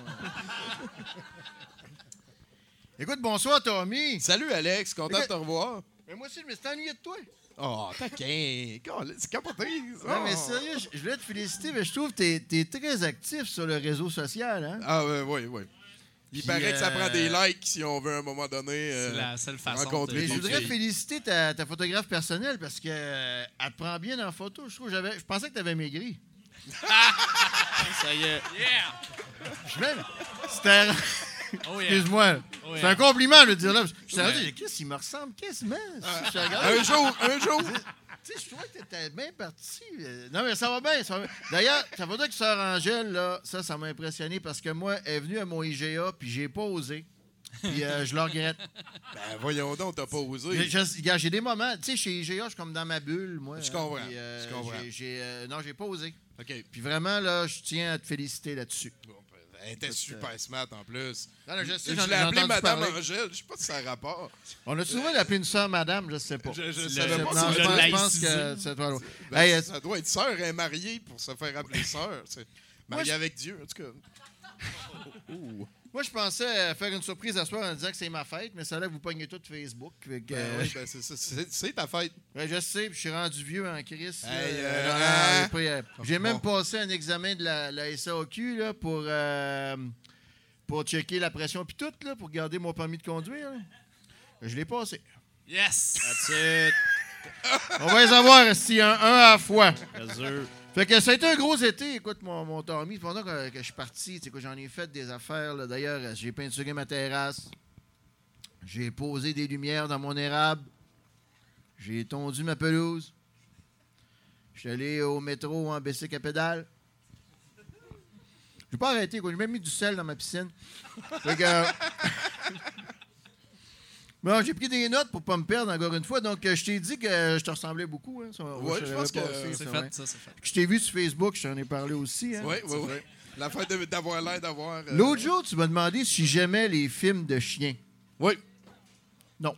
Écoute, bonsoir, Tommy. Salut, Alex. Content de te revoir. Mais moi aussi, je me suis ennuyé de toi. Oh, taquin. C'est capoté. Non, mais sérieux, je voulais te féliciter, mais je trouve que t'es très actif sur le réseau social, hein? Ah, oui. Il paraît que ça prend des likes si on veut à un moment donné c'est la seule façon rencontrer. Mais je voudrais féliciter ta photographe personnelle parce qu'elle te prend bien en photo. Je pensais que t'avais maigri. Ça y est. Yeah! C'était... Oh yeah. Excuse-moi. Oh yeah. C'est un compliment de le dire là. Je t'ai dit, Chris, il me ressemble quasiment. Un jour. Tu sais, je trouvais que t'étais bien parti. Non, mais ça va bien. D'ailleurs, ta photo qui sort en gel, là, ça m'a impressionné parce que moi, elle est venue à mon IGA, puis j'ai pas osé. Puis je le regrette. Ben, voyons donc, t'as pas osé. J'ai des moments, tu sais, chez IGA, je suis comme dans ma bulle, moi. Je comprends. Puis, je comprends. Non, j'ai pas osé. OK. Puis vraiment, là, je tiens à te féliciter là-dessus. Bon, elle était super smart en plus. Non, je sais, je l'ai appelée Madame Angèle. Je sais pas si ça a rapport. On a souvent appelé une sœur Madame, je sais pas. Je savais pas. Non, je pense que c'est toi. Hey, ça doit être sœur. Elle est mariée pour se faire appeler sœur. Mariée avec Dieu, en tout cas. Moi, je pensais faire une surprise à soir en disant que c'est ma fête, mais ça là, vous pognez tout Facebook. C'est ta fête. Ouais, je sais, puis je suis rendu vieux en crise. Hey, j'ai même passé un examen de la SAQ là, pour pour checker la pression puis tout, là, pour garder mon permis de conduire. Là. Je l'ai passé. Yes! That's it. On va les avoir si un à la fois. Bien sûr. Fait que ça a été un gros été, écoute, mon Tommy. Pendant que je suis parti, j'en ai fait des affaires. Là. D'ailleurs, j'ai peinturé ma terrasse. J'ai posé des lumières dans mon érable. J'ai tondu ma pelouse. Je suis allé au métro en bicycle à pédale. J'ai pas arrêté, quoi. J'ai même mis du sel dans ma piscine. Fait que... Bon, j'ai pris des notes pour pas me perdre encore une fois. Donc, je t'ai dit que je te ressemblais beaucoup. Hein, Oui, je pense que C'est fait, ça, c'est fait. Je t'ai vu sur Facebook, je t'en ai parlé aussi. Hein? Oui. L'affaire d'avoir l'air d'avoir... L'autre jour, tu m'as demandé si j'aimais les films de chiens. Oui. Non.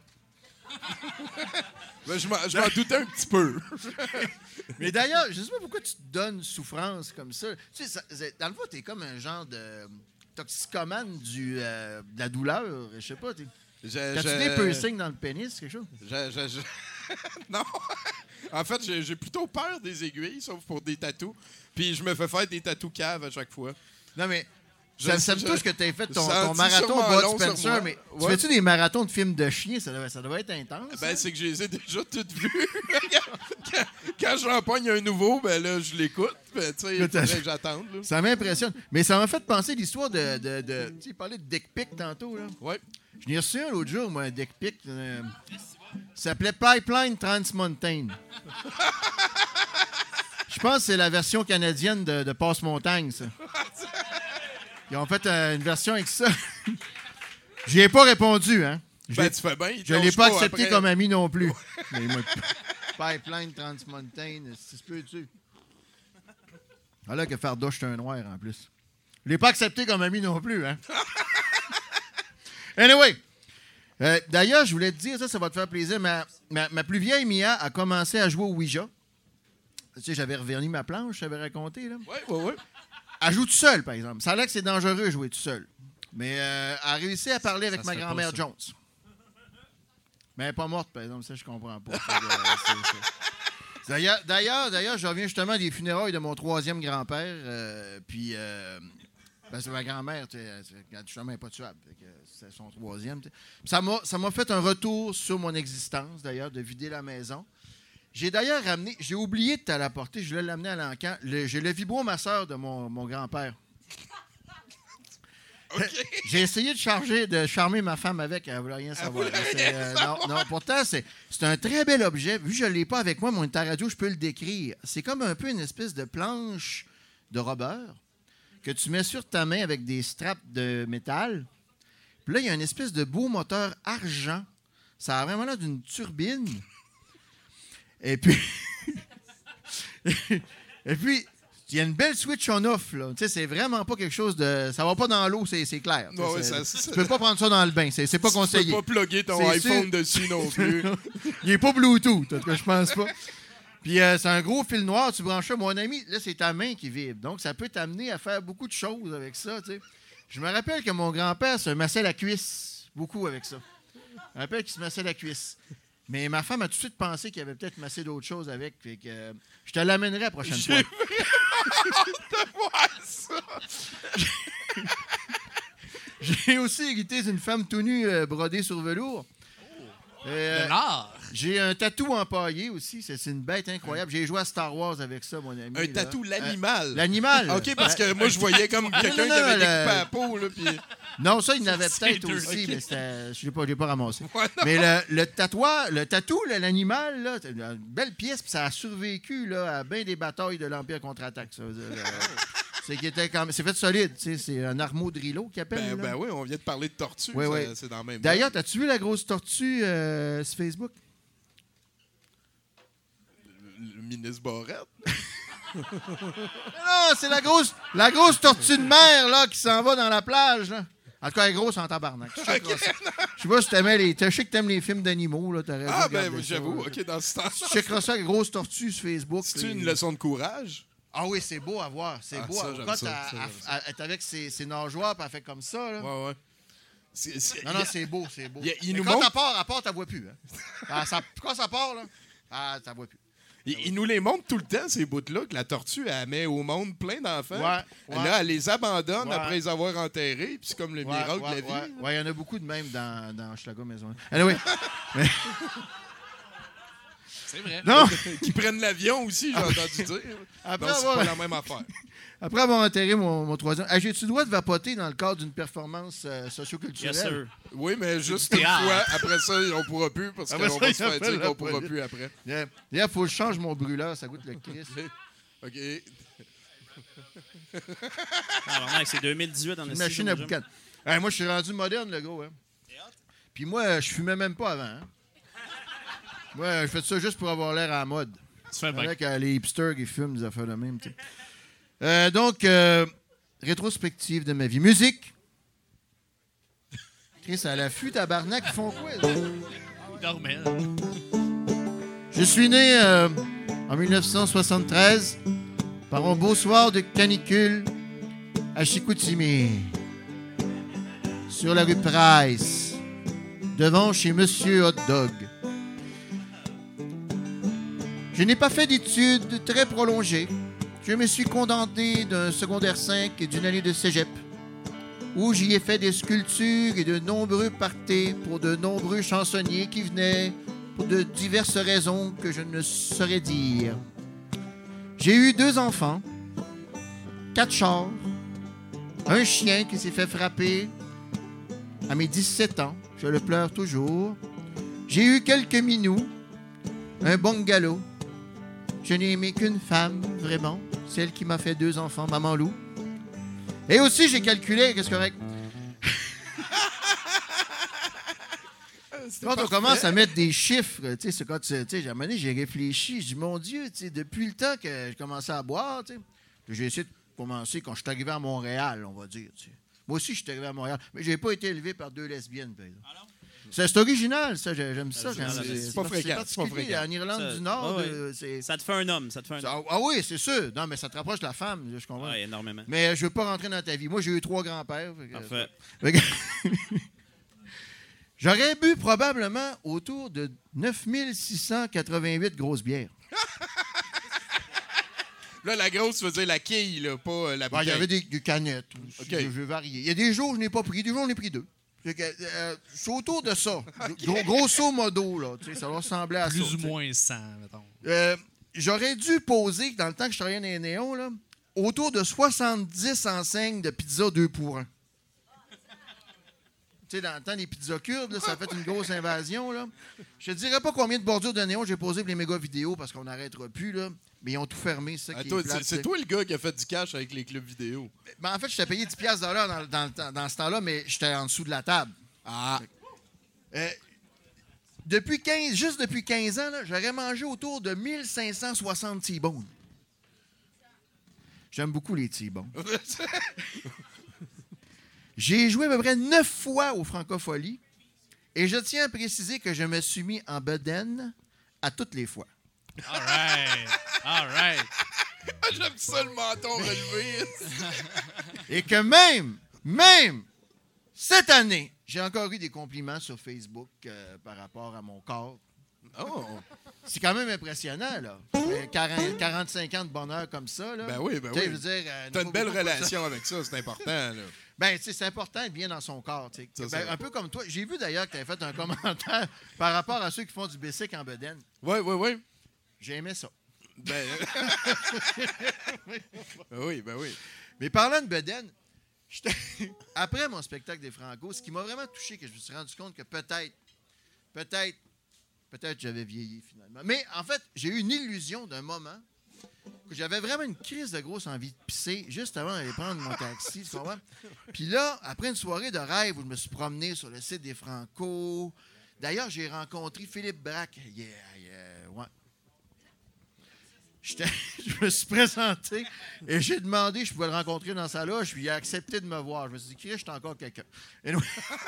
Ben, je m'en doutais un petit peu. Mais d'ailleurs, je sais pas pourquoi tu te donnes souffrance comme ça. Tu sais, dans le fond, t'es comme un genre de toxicomane de la douleur. Je sais pas. T'as-tu des piercings dans le pénis, quelque chose? Non. En fait, j'ai plutôt peur des aiguilles, sauf pour des tatous. Puis je me fais faire des tatous caves à chaque fois. Non, mais ça me touche que tu aies fait ton marathon sûrement Bud Spencer, mais tu fais-tu des marathons de films de chiens? Ça devait être intense. Ben, hein? c'est que je les ai déjà toutes vues. quand j'en pogne un nouveau, ben là, je l'écoute. Ben, tu sais, il faudrait que j'attende. Là. Ça m'impressionne. Mais ça m'a fait penser l'histoire de tu sais, il parlait de dick pic tantôt, là. Ouais. Je n'ai reçu un l'autre jour, moi, un dick pic. Ça s'appelait Pipeline Trans Mountain. Je pense que c'est la version canadienne de Passe-Montagne, ça. Ils ont fait une version avec ça. J'y ai pas répondu, hein. Ben, tu fais bien. Je ne l'ai pas accepté après. comme ami non plus. Mais moi, Pipeline Trans Mountain, si tu peux-tu. Alors que Fardoche, c'est un noir en plus. Je ne l'ai pas accepté comme ami non plus, hein. Anyway. D'ailleurs, je voulais te dire, ça va te faire plaisir. Ma plus vieille Mia a commencé à jouer au Ouija. Tu sais, j'avais reverni ma planche, je t'avais raconté, là. Oui. Elle joue tout seul, par exemple. Ça a l'air que c'est dangereux de jouer tout seul. Mais elle a réussi à parler avec ma grand-mère Jones. Mais elle n'est pas morte, par exemple. Ça, je comprends pas. D'ailleurs, je reviens justement des funérailles de mon troisième grand-père. Parce que ma grand-mère, justement, elle n'est pas tuable. C'est son troisième. Ça m'a fait un retour sur mon existence, d'ailleurs, de vider la maison. J'ai d'ailleurs ramené, j'ai oublié de te l'apporter, je voulais l'amener à l'encan. J'ai le vibromasseur de mon grand-père. Okay. J'ai essayé de charmer ma femme avec, elle ne voulait rien savoir. Non, pourtant, c'est un très bel objet. Vu que je ne l'ai pas avec moi, mon radio, je peux le décrire. C'est comme un peu une espèce de planche de rubber que tu mets sur ta main avec des straps de métal. Puis là, il y a une espèce de beau moteur argent. Ça a vraiment l'air d'une turbine. Et puis, il y a une belle switch on-off. Tu sais, c'est vraiment pas quelque chose de... Ça va pas dans l'eau, c'est clair. Non, tu peux pas prendre ça dans le bain, c'est pas conseillé. Tu peux pas plugger ton iPhone dessus non plus. Il est pas Bluetooth, en tout cas, je pense pas. Puis c'est un gros fil noir, tu branches ça. Mon ami, là, c'est ta main qui vibre. Donc, ça peut t'amener à faire beaucoup de choses avec ça, tu sais. Je me rappelle que mon grand-père se massait la cuisse beaucoup avec ça. Je me rappelle qu'il se massait la cuisse. Mais ma femme a tout de suite pensé qu'il y avait peut-être massé d'autres choses avec. Fait que je te l'amènerai la prochaine fois. De voir ça. J'ai aussi hérité d'une femme tout nue brodée sur velours. De l'art. J'ai un tatou empaillé aussi. C'est une bête incroyable. J'ai joué à Star Wars avec ça, mon ami. Un tatou, l'animal. L'animal. OK, parce que moi, je voyais comme quelqu'un qui avait découpé la peau. Là, puis... Non, ça, il en avait peut-être aussi, okay. mais je l'ai pas ramassé. Ouais, mais le tatou, l'animal, là, c'est une belle pièce, puis ça a survécu là, à bien des batailles de l'Empire contre-attaque. Ça veut dire, c'est fait solide. C'est un armeau de Rilo qui appelle. Ben oui, on vient de parler de tortue. Oui, oui. C'est dans le même. D'ailleurs, t'as-tu vu la grosse tortue sur Facebook? Le ministre Barrette. Non, c'est la grosse tortue de mer là, qui s'en va dans la plage. Là. En tout cas, elle est grosse en tabarnak. Je sais pas si t'aimais je sais que t'aimes les films d'animaux. Là, ah, ben j'avoue. OK, dans ce temps. Tu checkeras ça, grosse tortue sur Facebook. C'est-tu une leçon de courage? Ah oui, c'est beau à voir. C'est beau à voir. Elle est avec ses nageoires, puis elle fait comme ça. Là. Ouais. Non, c'est beau, c'est beau. Il nous quand montre... elle part, t'as vois plus. Hein. Quand ça part, là, t'as vois plus. Il nous les montre tout le temps, ces bouts-là, que la tortue, elle met au monde plein d'enfants. Ouais. Là, elle les abandonne Ouais. après les avoir enterrés, puis c'est comme le miracle de la vie. Ouais, il y en a beaucoup de même dans Schlager Maison. Anyway. Mais- C'est vrai. Non! Qui prennent l'avion aussi, j'ai entendu dire. Après Non, c'est avoir- pas la même affaire. Après avoir enterré mon troisième... Hey, j'ai-tu le droit de vapoter dans le cadre d'une performance socioculturelle? Yes, sir. Oui, mais juste une théâtre. fois. Après ça, on pourra plus, parce Après qu'on ça, va se faire il appelle dire la qu'on pourra police. plus après. Il faut que je change mon brûleur, ça goûte le Christ. OK. Ah, vraiment, c'est 2018 dans le Une machine à boucan. Hey, moi, je suis rendu moderne, le gros. Hein. Puis moi, je fumais même pas avant. Hein. Moi, je fais ça juste pour avoir l'air à la mode. Tu fais bien. Avec les hipsters qui fument des affaires de même. Tu sais. Donc, rétrospective de ma vie. Musique. Chris, à l'affût, tabarnak, ils font quoi? là? Il dormait. Je suis né en 1973 par un beau soir de canicule à Chicoutimi, sur la rue Price, devant chez Monsieur Hot Dog. Je n'ai pas fait d'études très prolongées. Je me suis contenté d'un secondaire 5 et d'une année de cégep, où j'y ai fait des sculptures et de nombreux parties pour de nombreux chansonniers qui venaient pour de diverses raisons que je ne saurais dire. J'ai eu 2 enfants, 4 chars, un chien qui s'est fait frapper à mes 17 ans. Je le pleure toujours. J'ai eu quelques minous, un bungalow. Je n'ai aimé qu'une femme, vraiment, celle qui m'a fait 2 enfants, Maman Lou. Et aussi, j'ai calculé, qu'est-ce correct? Quand on commence à mettre des chiffres, tu sais, c'est quand tu sais, à un moment donné, j'ai réfléchi, je dis, mon Dieu, tu sais, depuis le temps que j'ai commencé à boire, tu sais, j'ai essayé de commencer quand je suis arrivé à Montréal, on va dire, tu sais. Moi aussi, je suis arrivé à Montréal, mais j'ai pas été élevé par 2 lesbiennes, par exemple. C'est original, ça, j'aime ça. C'est pas fréquent, c'est pas particulier. fréquent. En Irlande Ça- du Nord, ouais, ouais. c'est... Ça te fait un homme, ça te fait un homme. Ah oui, c'est sûr. Non, mais ça te rapproche de la femme, je comprends. Ouais, énormément. Mais je veux pas rentrer dans ta vie. Moi, j'ai eu 3 grands-pères. Parfait. Fait que- J'aurais bu probablement autour de 9688 grosses bières. Là, la grosse, tu veux dire la quille, là, pas la Ben, bouteille. il y avait des canettes. OK. Je veux varier. Il y a des jours où je n'ai pas pris, des jours où j'en ai pris 2. Fait que, je suis autour de ça. Grosso modo, là. Tu sais, ça va ressembler à ça. Plus ou tu sais. moins 100, mettons. J'aurais dû poser, dans le temps que je travaillais dans les néons, là, autour de 70 enseignes de pizza 2 pour 1. Tu sais, dans le temps des pizzas kurdes, là, ça a fait une grosse invasion. Là. Je te dirais pas combien de bordures de néon j'ai posé pour les méga vidéos parce qu'on n'arrêtera plus, là. Mais ils ont tout fermé, c'est ça Ah, qui toi, est plate, c'est toi le gars qui a fait du cash avec les clubs vidéo. Ben, en fait, je t'ai payé 10$ dans ce temps-là, mais j'étais en dessous de la table. Ah. Juste depuis 15 ans, là, j'aurais mangé autour de 1560 T-bones. J'aime beaucoup les T-bones. J'ai joué à peu près 9 fois au Francophonie et je tiens à préciser que je me suis mis en bedaine à toutes les fois. All right. All right. J'aime ça le menton relevé. Et que même cette année, j'ai encore eu des compliments sur Facebook par rapport à mon corps. Oh. C'est quand même impressionnant, là. 45 ans de bonheur comme ça, là. Ben oui, ben Tu sais, oui. je veux dire, T'as une belle beaucoup comme ça. relation avec ça, c'est important, là. Ben, tu sais, c'est important d'être bien dans son corps, tu sais. Ça, Ben, c'est un peu comme toi. J'ai vu d'ailleurs que tu avais fait un commentaire par rapport à ceux qui font du bicycle en bedaine. Oui. J'ai aimé ça. Ben... oui. Mais parlant de bedaine, après mon spectacle des Franco, ce qui m'a vraiment touché, que je me suis rendu compte que peut-être j'avais vieilli finalement. Mais en fait, j'ai eu une illusion d'un moment que j'avais vraiment une crise de grosse envie de pisser juste avant d'aller prendre mon taxi, tu comprends? Puis là, après une soirée de rêve où je me suis promené sur le site des Franco, d'ailleurs, j'ai rencontré Philippe Braque. Ouais. Je me suis présenté et j'ai demandé si je pouvais le rencontrer dans sa loge, puis il a accepté de me voir. Je me suis dit, Chris, je suis encore quelqu'un. Anyway.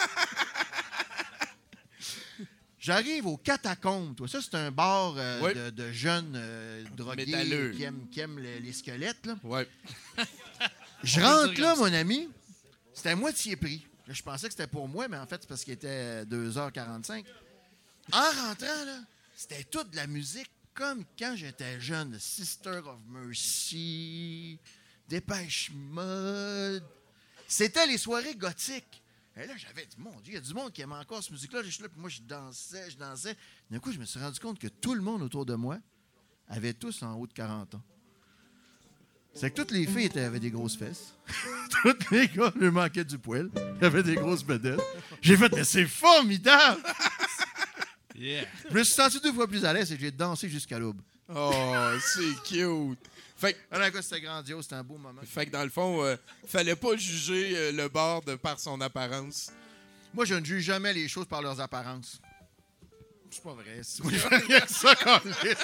J'arrive aux Catacombes. Toi. Ça, c'est un bar Oui. de jeunes drogués Métalleux. qui aiment les squelettes. Là. Ouais. Je rentre là, mon ami. C'était à moitié prix. Là, je pensais que c'était pour moi, mais en fait, c'est parce qu'il était 2h45. En rentrant, là, c'était toute de la musique comme quand j'étais jeune, Sister of Mercy, Dépêche Mode. C'était les soirées gothiques. Et là, j'avais dit, mon Dieu, il y a du monde qui aime encore cette musique-là. Je suis là, puis moi, je dansais. D'un coup, je me suis rendu compte que tout le monde autour de moi avait tous en haut de 40 ans. C'est que toutes les filles avaient des grosses fesses. Toutes les gars, lui manquait du poil. Ils avaient des grosses bedettes. J'ai fait, mais c'est formidable! Yeah. Je me suis senti 2 fois plus à l'aise et j'ai dansé jusqu'à l'aube. Oh, c'est cute. Fait que, Alors, écoute, c'était grandiose, c'était un beau moment. fait que dans le fond, fallait pas juger le bar par son apparence. Moi, je ne juge jamais les choses par leurs apparences. C'est pas vrai. C'est rien que ça qu'on laisse.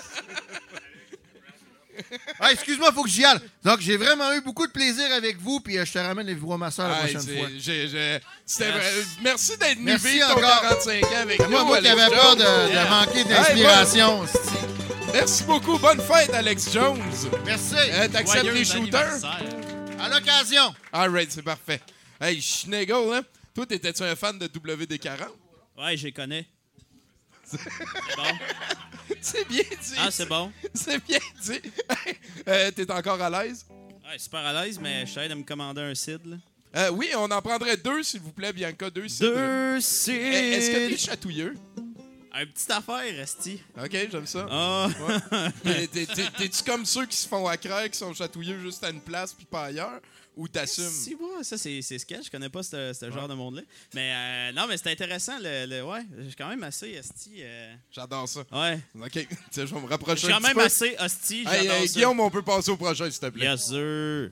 Ah, excuse-moi, il faut que j'y aille. Donc, j'ai vraiment eu beaucoup de plaisir avec vous, puis je te ramène les voir ma soeur la prochaine fois. Merci d'être venu Merci vivre ton encore. 45 ans avec nous. Moi qui Alex avais peur Jones. de manquer d'inspiration. Merci beaucoup. Bonne fête, Alex Jones. Merci. T'acceptes Joyeux les shooters? anniversaire. À l'occasion. All right, c'est parfait. Hey, Schnegel, hein? Toi, t'étais-tu un fan de WD-40? Ouais, je les connais. C'est bon. C'est bien dit. Ah, c'est bon. C'est bien dit. T'es encore à l'aise? Ouais, super à l'aise, mais je suis de me commander un cidre. Là. Oui, on en prendrait 2, s'il vous plaît, Bianca. 2 cidres. 2 cidres. Est-ce que t'es chatouilleux? Un petite affaire, Esti. OK, j'aime ça. Ah. Ouais. T'es-tu comme ceux qui se font accraire, qui sont chatouilleux juste à une place puis pas ailleurs? Ou t'assumes? Si, ouais, ça, c'est sketch. Je connais pas ce genre de monde-là. Mais non, mais c'était intéressant. Ouais, j'ai quand même assez Esti. J'adore ça. Ouais. OK, tu sais, je vais me Je rapprocher suis un quand petit même peu. assez hostie. Hey, J'adore ça. Guillaume, on peut passer au prochain, s'il te plaît. Yes, sir.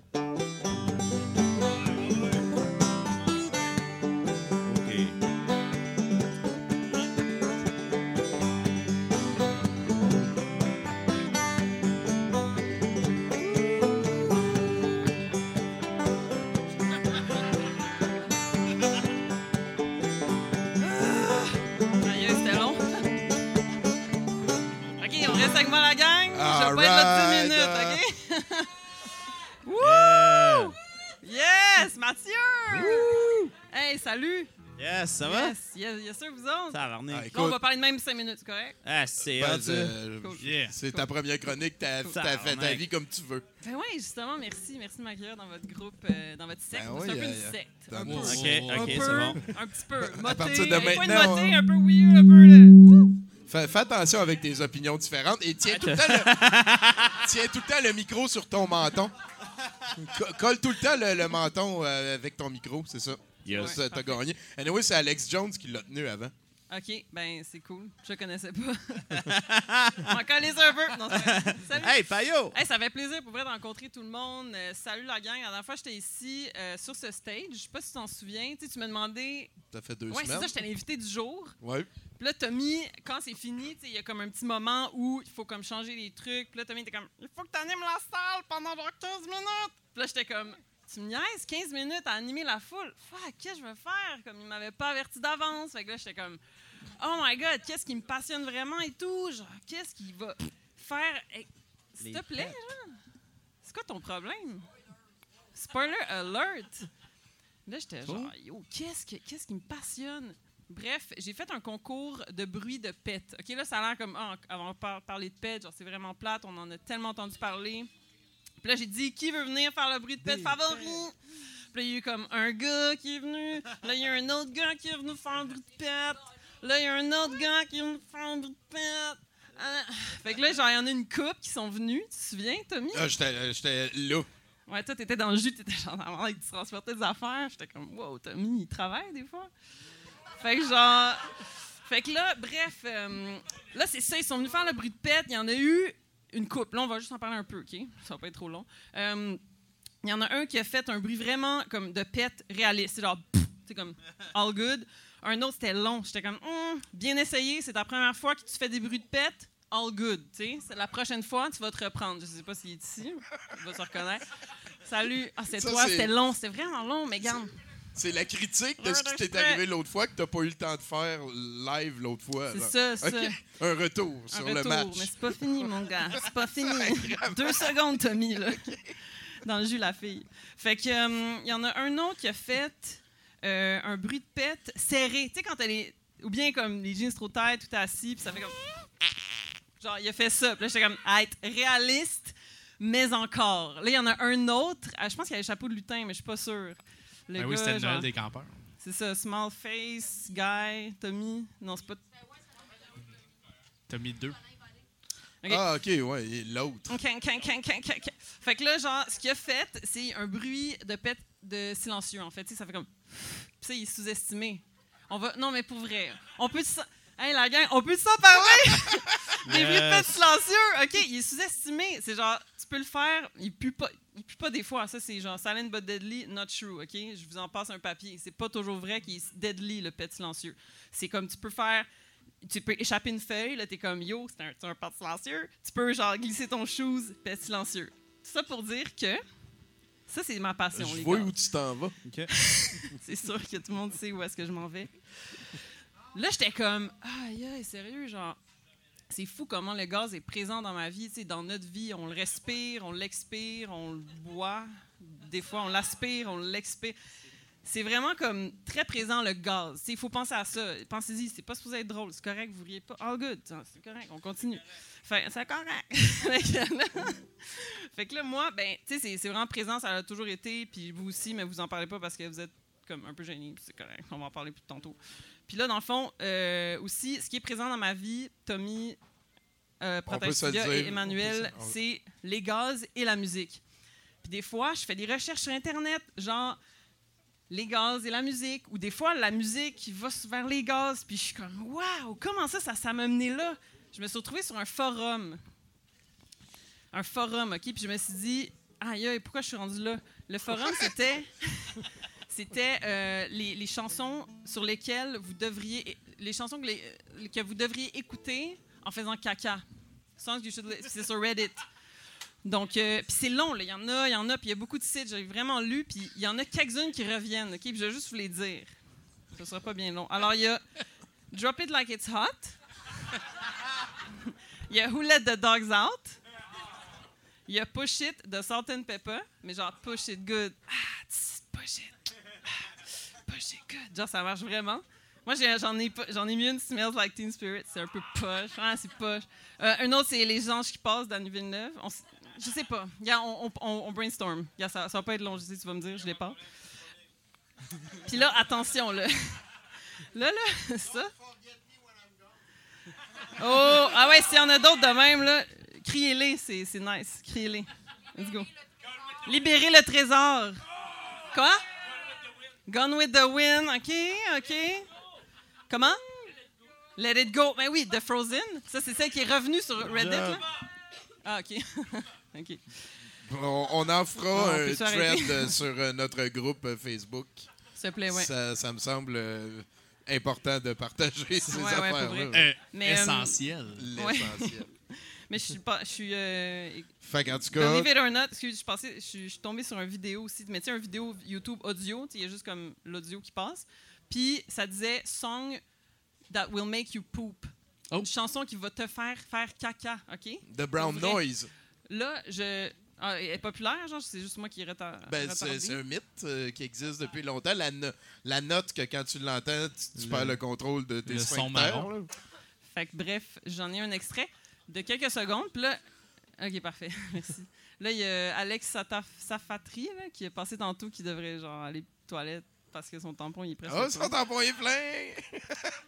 OK. Aïe, c'était long. OK, on reste avec moi, la gang. Je vais pas être Alright. là 10 minutes, OK? Wouh! Yes, Mathieu! Hey, salut! Yes, ça va? Yes, sûr, vous autres? Ça va venir. Ah, Là, on écoute, va parler de même 5 minutes, c'est correct? Ah, c'est ben, hot, ça. Cool. Yeah. c'est ta première chronique, t'as fait ta vie comme tu veux. Ben oui, justement, merci. Merci de m'accueillir dans votre groupe, dans votre secte. Ben oui, c'est un peu une secte. dans Un peu. notre OK, secte. OK, Un c'est peu, bon. un petit peu. Moté, partir de pas une maintenant, moté, hein. un peu weird, un peu... Ouh! Fais attention avec tes opinions différentes et tiens tout le temps le micro sur ton menton. Colle tout le temps le menton avec ton micro, c'est ça. Yes. Ça, t'as gagné. Anyway, c'est Alex Jones qui l'a tenu avant. OK, ben c'est cool. Je le connaissais pas. On encore les un peu. Non, c'est vrai. Salut. Hey, Payot! Hey, ça fait plaisir pour vrai de rencontrer tout le monde. Salut la gang. La dernière fois, j'étais ici sur ce stage. Je sais pas si tu t'en souviens. Tu m'as demandé. Ça fait 2 Ouais, c'est semaines. ça, j'étais l'invité du jour. Ouais. Puis là, Tommy, quand c'est fini, il y a comme un petit moment où il faut comme changer les trucs. Puis là, Tommy était comme, il faut que tu animes la salle pendant genre 15 minutes. Puis là, j'étais comme, tu me niaises 15 minutes à animer la foule. Fuck, qu'est-ce que je veux faire? Comme il m'avait pas averti d'avance. Fait que là, j'étais comme, oh my God, qu'est-ce qui me passionne vraiment et tout? Genre, qu'est-ce qu'il va faire? Hey, s'il te plaît, genre, c'est quoi ton problème? Spoiler alert! Là, j'étais genre, yo, qu'est-ce qui me passionne? Bref, j'ai fait un concours de bruit de pet. OK, là, ça a l'air comme, avant de parler de pet, genre, c'est vraiment plate, on en a tellement entendu parler. Puis là, j'ai dit, qui veut venir faire le bruit de pet favori? Puis là, il y a eu comme un gars qui est venu. Là, il y a un autre gars qui est venu faire un bruit de pet. Là, il y a un autre gars qui est venu faire un bruit de pet. Fait que là, genre, il y en a une couple qui sont venus. Tu te souviens, Tommy? Ah, j'étais là. Ouais, toi, t'étais dans le jus, t'étais genre dans il te transportait des affaires. J'étais comme, wow, Tommy, il travaille des fois. Fait que genre. Fait que là, bref, là, c'est ça, ils sont venus faire le bruit de pet. Il y en a eu une couple. Là, on va juste en parler un peu, OK? Ça va pas être trop long. Il y en a un qui a fait un bruit vraiment comme de pet réaliste. C'est genre, c'est comme all good. Un autre, c'était long. J'étais comme, bien essayé, c'est ta première fois que tu fais des bruits de pet. All good, tu sais. C'est la prochaine fois, tu vas te reprendre. Je sais pas s'il est ici. Il va se reconnaître. Salut. Ah, c'est Ça, toi, c'est- c'était long. C'était vraiment long, mais garde. C'est la critique de ce qui t'est Exprès. arrivé l'autre fois que t'as pas eu le temps de faire live l'autre fois. C'est là. ça, ça. OK. Un retour Un sur retour, le match. mais c'est pas fini, mon gars. C'est pas fini. 2 secondes, Tommy, là. Dans le jus, la fille. Fait que, il y en a un autre qui a fait un bruit de pet serré. Tu sais, quand elle est... Ou bien comme les jeans trop têtes, tout assis, puis ça fait comme... Genre, il a fait ça. Puis là, j'étais comme, à être réaliste, mais encore. Là, il y en a un autre. Je pense qu'il a le chapeau de lutin, mais je suis pas sûre. Le oui, gars, c'était le genre, Noël des campeurs. c'est ça, small face, guy, Tommy. Non, c'est pas... T'as mis 2. OK. Ah, OK, ouais, et l'autre. OK. Fait que là, genre, ce qu'il a fait, c'est un bruit de pète de silencieux, en fait. Tu sais, ça fait comme... Puis ça, il est sous-estimé. Non, mais pour vrai, on peut... Hey, la gang, on peut s'en parler? Des bruits de pète silencieux. OK, il est sous-estimé. C'est genre, tu peux le faire, il pue pas des fois. Ça, c'est genre silent but deadly, not true, OK? Je vous en passe un papier. C'est pas toujours vrai qu'il est deadly, le pète silencieux. C'est comme, tu peux échapper une feuille, là, t'es comme, yo, c'est un pète silencieux. Tu peux, genre, glisser ton shoes, pète silencieux. Tout ça pour dire que ça, c'est ma passion, Je les vois gars. où tu t'en vas. C'est sûr que tout le monde sait où est-ce que je m'en vais. Là, j'étais comme, aïe, sérieux, genre, c'est fou comment le gaz est présent dans ma vie. Tu sais, dans notre vie, on le respire, on l'expire, on le boit. Des fois, on l'aspire, on l'expire. C'est vraiment comme très présent, le gaz. Il faut penser à ça. Pensez-y, c'est pas supposé être drôle. C'est correct, vous riez pas. All good, c'est correct, on continue. Fait, c'est correct. Fait que là, moi, ben, tu sais, c'est vraiment présent, ça a toujours été. Puis vous aussi, mais vous en parlez pas parce que vous êtes comme un peu gênés. C'est correct, on va en parler plus tantôt. Puis là, dans le fond, aussi, ce qui est présent dans ma vie, Tommy, Protexia et Emmanuel, c'est les gaz et la musique. Puis des fois, je fais des recherches sur Internet, genre les gaz et la musique, ou des fois, la musique va vers les gaz, puis je suis comme, waouh, comment ça m'a mené là? Je me suis retrouvée sur un forum, OK? Puis je me suis dit, aïe, pourquoi je suis rendue là? Le forum, c'était les chansons sur lesquelles vous devriez... Les chansons que vous devriez écouter en faisant caca. Songs you should listen. C'est sur Reddit. Donc, puis c'est long, là. Il y en a, puis il y a beaucoup de sites. J'ai vraiment lu, puis il y en a quelques-unes qui reviennent, OK? Puis je vais juste vous les dire. Ce sera pas bien long. Alors, il y a Drop It Like It's Hot. Il y a Who Let the Dogs Out. Il y a Push It de Salt and Pepper, mais genre Push It Good. Push It. Push It Good. Genre, ça marche vraiment. Moi, j'en ai mis une Smells Like Teen Spirit. C'est un peu poche. C'est poche. Un autre, c'est Les Anges qui passent d'Anne Villeneuve. Je sais pas. On brainstorm. Ça va pas être long, je sais, tu vas me dire, je l'ai pas. Puis là, attention, là. Là, ça. Oh, ah ouais, s'il y en a d'autres de même, là, criez-les, c'est nice. Criez-les. Let's go. Libérez le trésor. Quoi? Gone with the Wind. OK. Comment? Let It Go. Ben oui, The Frozen. Ça, c'est celle qui est revenue sur Reddit, là. Ah, OK. OK. On en fera un thread sur notre groupe Facebook. S'il te plaît, ouais. Ça me semble important de partager ces affaires-là. Essentiel. L'essentiel. Mais je suis fait qu'en tout cas... Believe it or not, je suis tombée sur une vidéo aussi. Mais tu sais, une vidéo YouTube audio. Il y a juste comme l'audio qui passe. Puis ça disait « Song that will make you poop ». Une chanson qui va te faire caca, OK? The Brown Noise. Là, elle est populaire, genre, c'est juste moi qui retardé. C'est un mythe qui existe depuis longtemps. La note que quand tu l'entends, tu perds le contrôle de tes sphincters. Fait que bref, j'en ai un extrait de quelques secondes. Puis là, OK, parfait, merci. Là, il y a Alex Safatri là, qui est passé tantôt qui devrait genre aller aux toilettes parce que son tampon il est presque... Oh, son tampon est plein!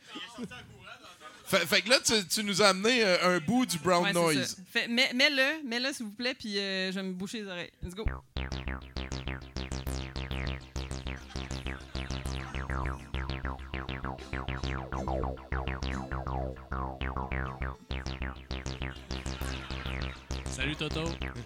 Fait que là, tu nous as amené un bout du Brown Noise. Mets-le, s'il vous plaît, puis je vais me boucher les oreilles. Let's go! Salut, Toto.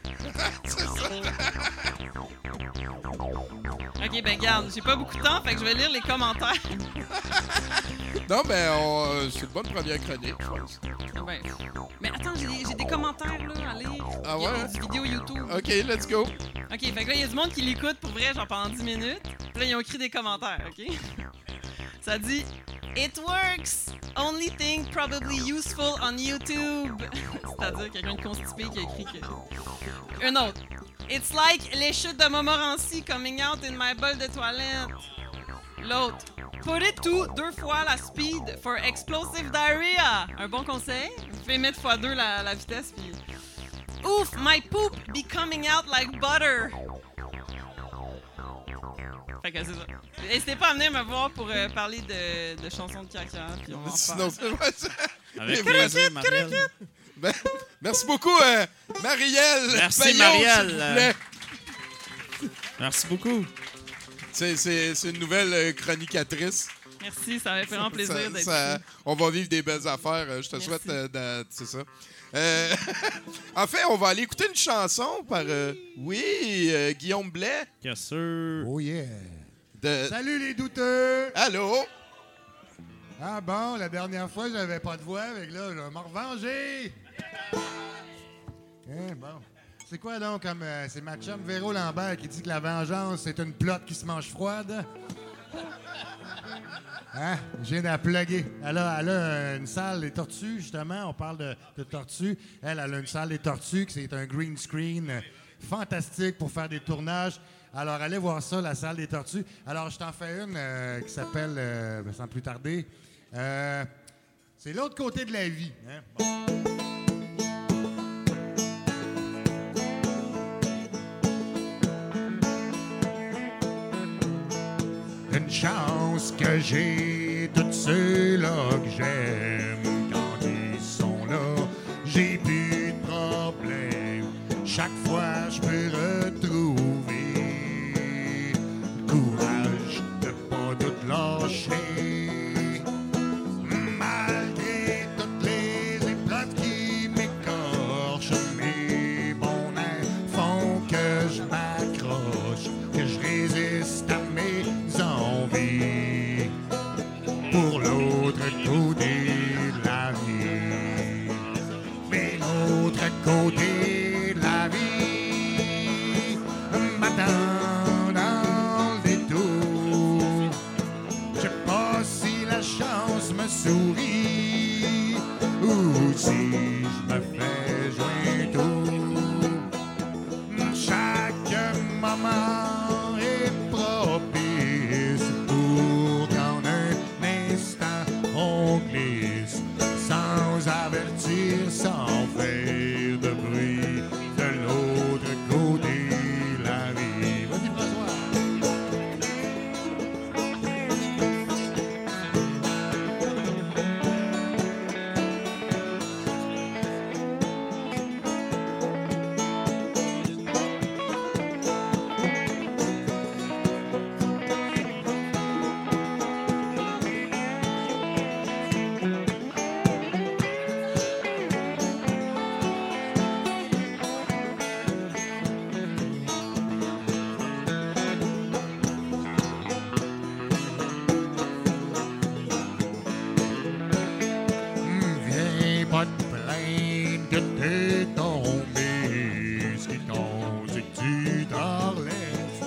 OK, ben garde, j'ai pas beaucoup de temps, fait que je vais lire les commentaires. Non, ben, c'est une bonne première chronique, je pense. Ben, mais attends, j'ai des commentaires là, à lire. Ah ouais? Il y a des vidéos YouTube. OK, let's go. OK, fait que là, il y a du monde qui l'écoute pour vrai, genre pendant 10 minutes. Puis là, ils ont écrit des commentaires, OK? Ça dit « It works! Only thing probably useful on YouTube! » C'est-à-dire quelqu'un de constipé qui a écrit que... Un autre. « It's like les chutes de Montmorency coming out in my bol de toilette. » L'autre. Put it to 2 fois la speed for explosive diarrhea. Un bon conseil. Vous pouvez mettre x2 la vitesse. Puis... Ouf, my poop be coming out like butter. Fait que c'est ça. N'hésitez pas à venir me voir pour parler de chansons de caca. Puis on va en Sinon, reparler. Avec plaisir, Marielle. Ben, merci beaucoup, Marielle. Merci, Payon, Marielle. s'il vous plaît. Merci beaucoup. C'est une nouvelle chronicatrice. Merci, ça m'a fait vraiment plaisir d'être ici. On va vivre des belles affaires. Je te souhaite c'est ça. En fait, on va aller écouter une chanson par Guillaume Blais. Bien sûr. Oh yeah. De... Salut les douteux! Allô? Ah bon, la dernière fois, j'avais pas de voix, avec là, je vais m'en revenger! Hein, bon. C'est quoi donc comme... c'est ma chum Véro Lambert qui dit que la vengeance, c'est une plotte qui se mange froide? Hein? Je viens de la plugger. Elle a une salle des tortues, justement. On parle de tortues. Elle a une salle des tortues, qui c'est un green screen fantastique pour faire des tournages. Alors, allez voir ça, la salle des tortues. Alors, je t'en fais une qui s'appelle, sans plus tarder, c'est l'autre côté de la vie. Hein? Bon. Une chance que j'ai, tous ceux-là que j'aime, quand ils sont là, j'ai plus de problème. Chaque fois, je peux retrouver le courage de pas tout lâcher. Malgré toutes les épreuves qui m'écorchent, mes bons nerfs font que je m'accroche, que je résiste à mes envies pour l'autre côté de la vie. Mais l'autre côté de la vie m'attend dans le détour. Je sais pas si la chance me sourit ou si je me fais joindre. Chaque moment est propice pour qu'en un instant on glisse sans avertir, sans faire de bruit de l'autre côté de la vie. Vas-y, François. Viens pas te plaindre que t'es tombé. Ce qui compte, c'est que tu t'en relèves.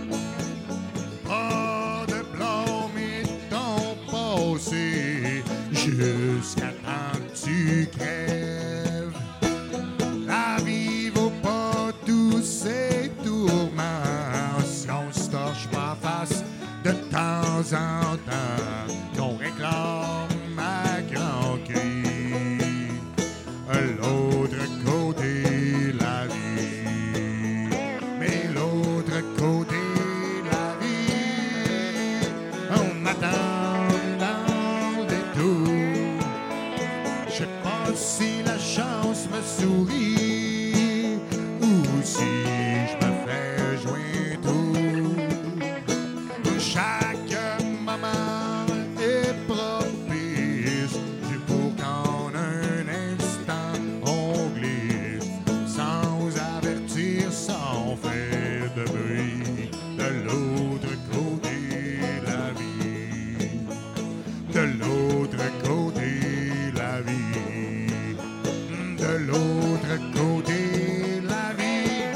Pas de blâmer ton passé jusqu'à temps que tu crèves. La vie vaut pas tous ces tourments si on se torche pas face de temps en temps, qu'on réclame à grands cris l'autre côté de la vie. Mais l'autre côté de la vie, on m'attend dans le détour. Je sais pas si la chance me sourit ou si je me fais joindre. Chaque moment est propice pour qu'en un instant on glisse sans avertir, sans faire de bruit de l'autre côté de la vie. De l'autre côté de la vie. De l'autre côté de la vie.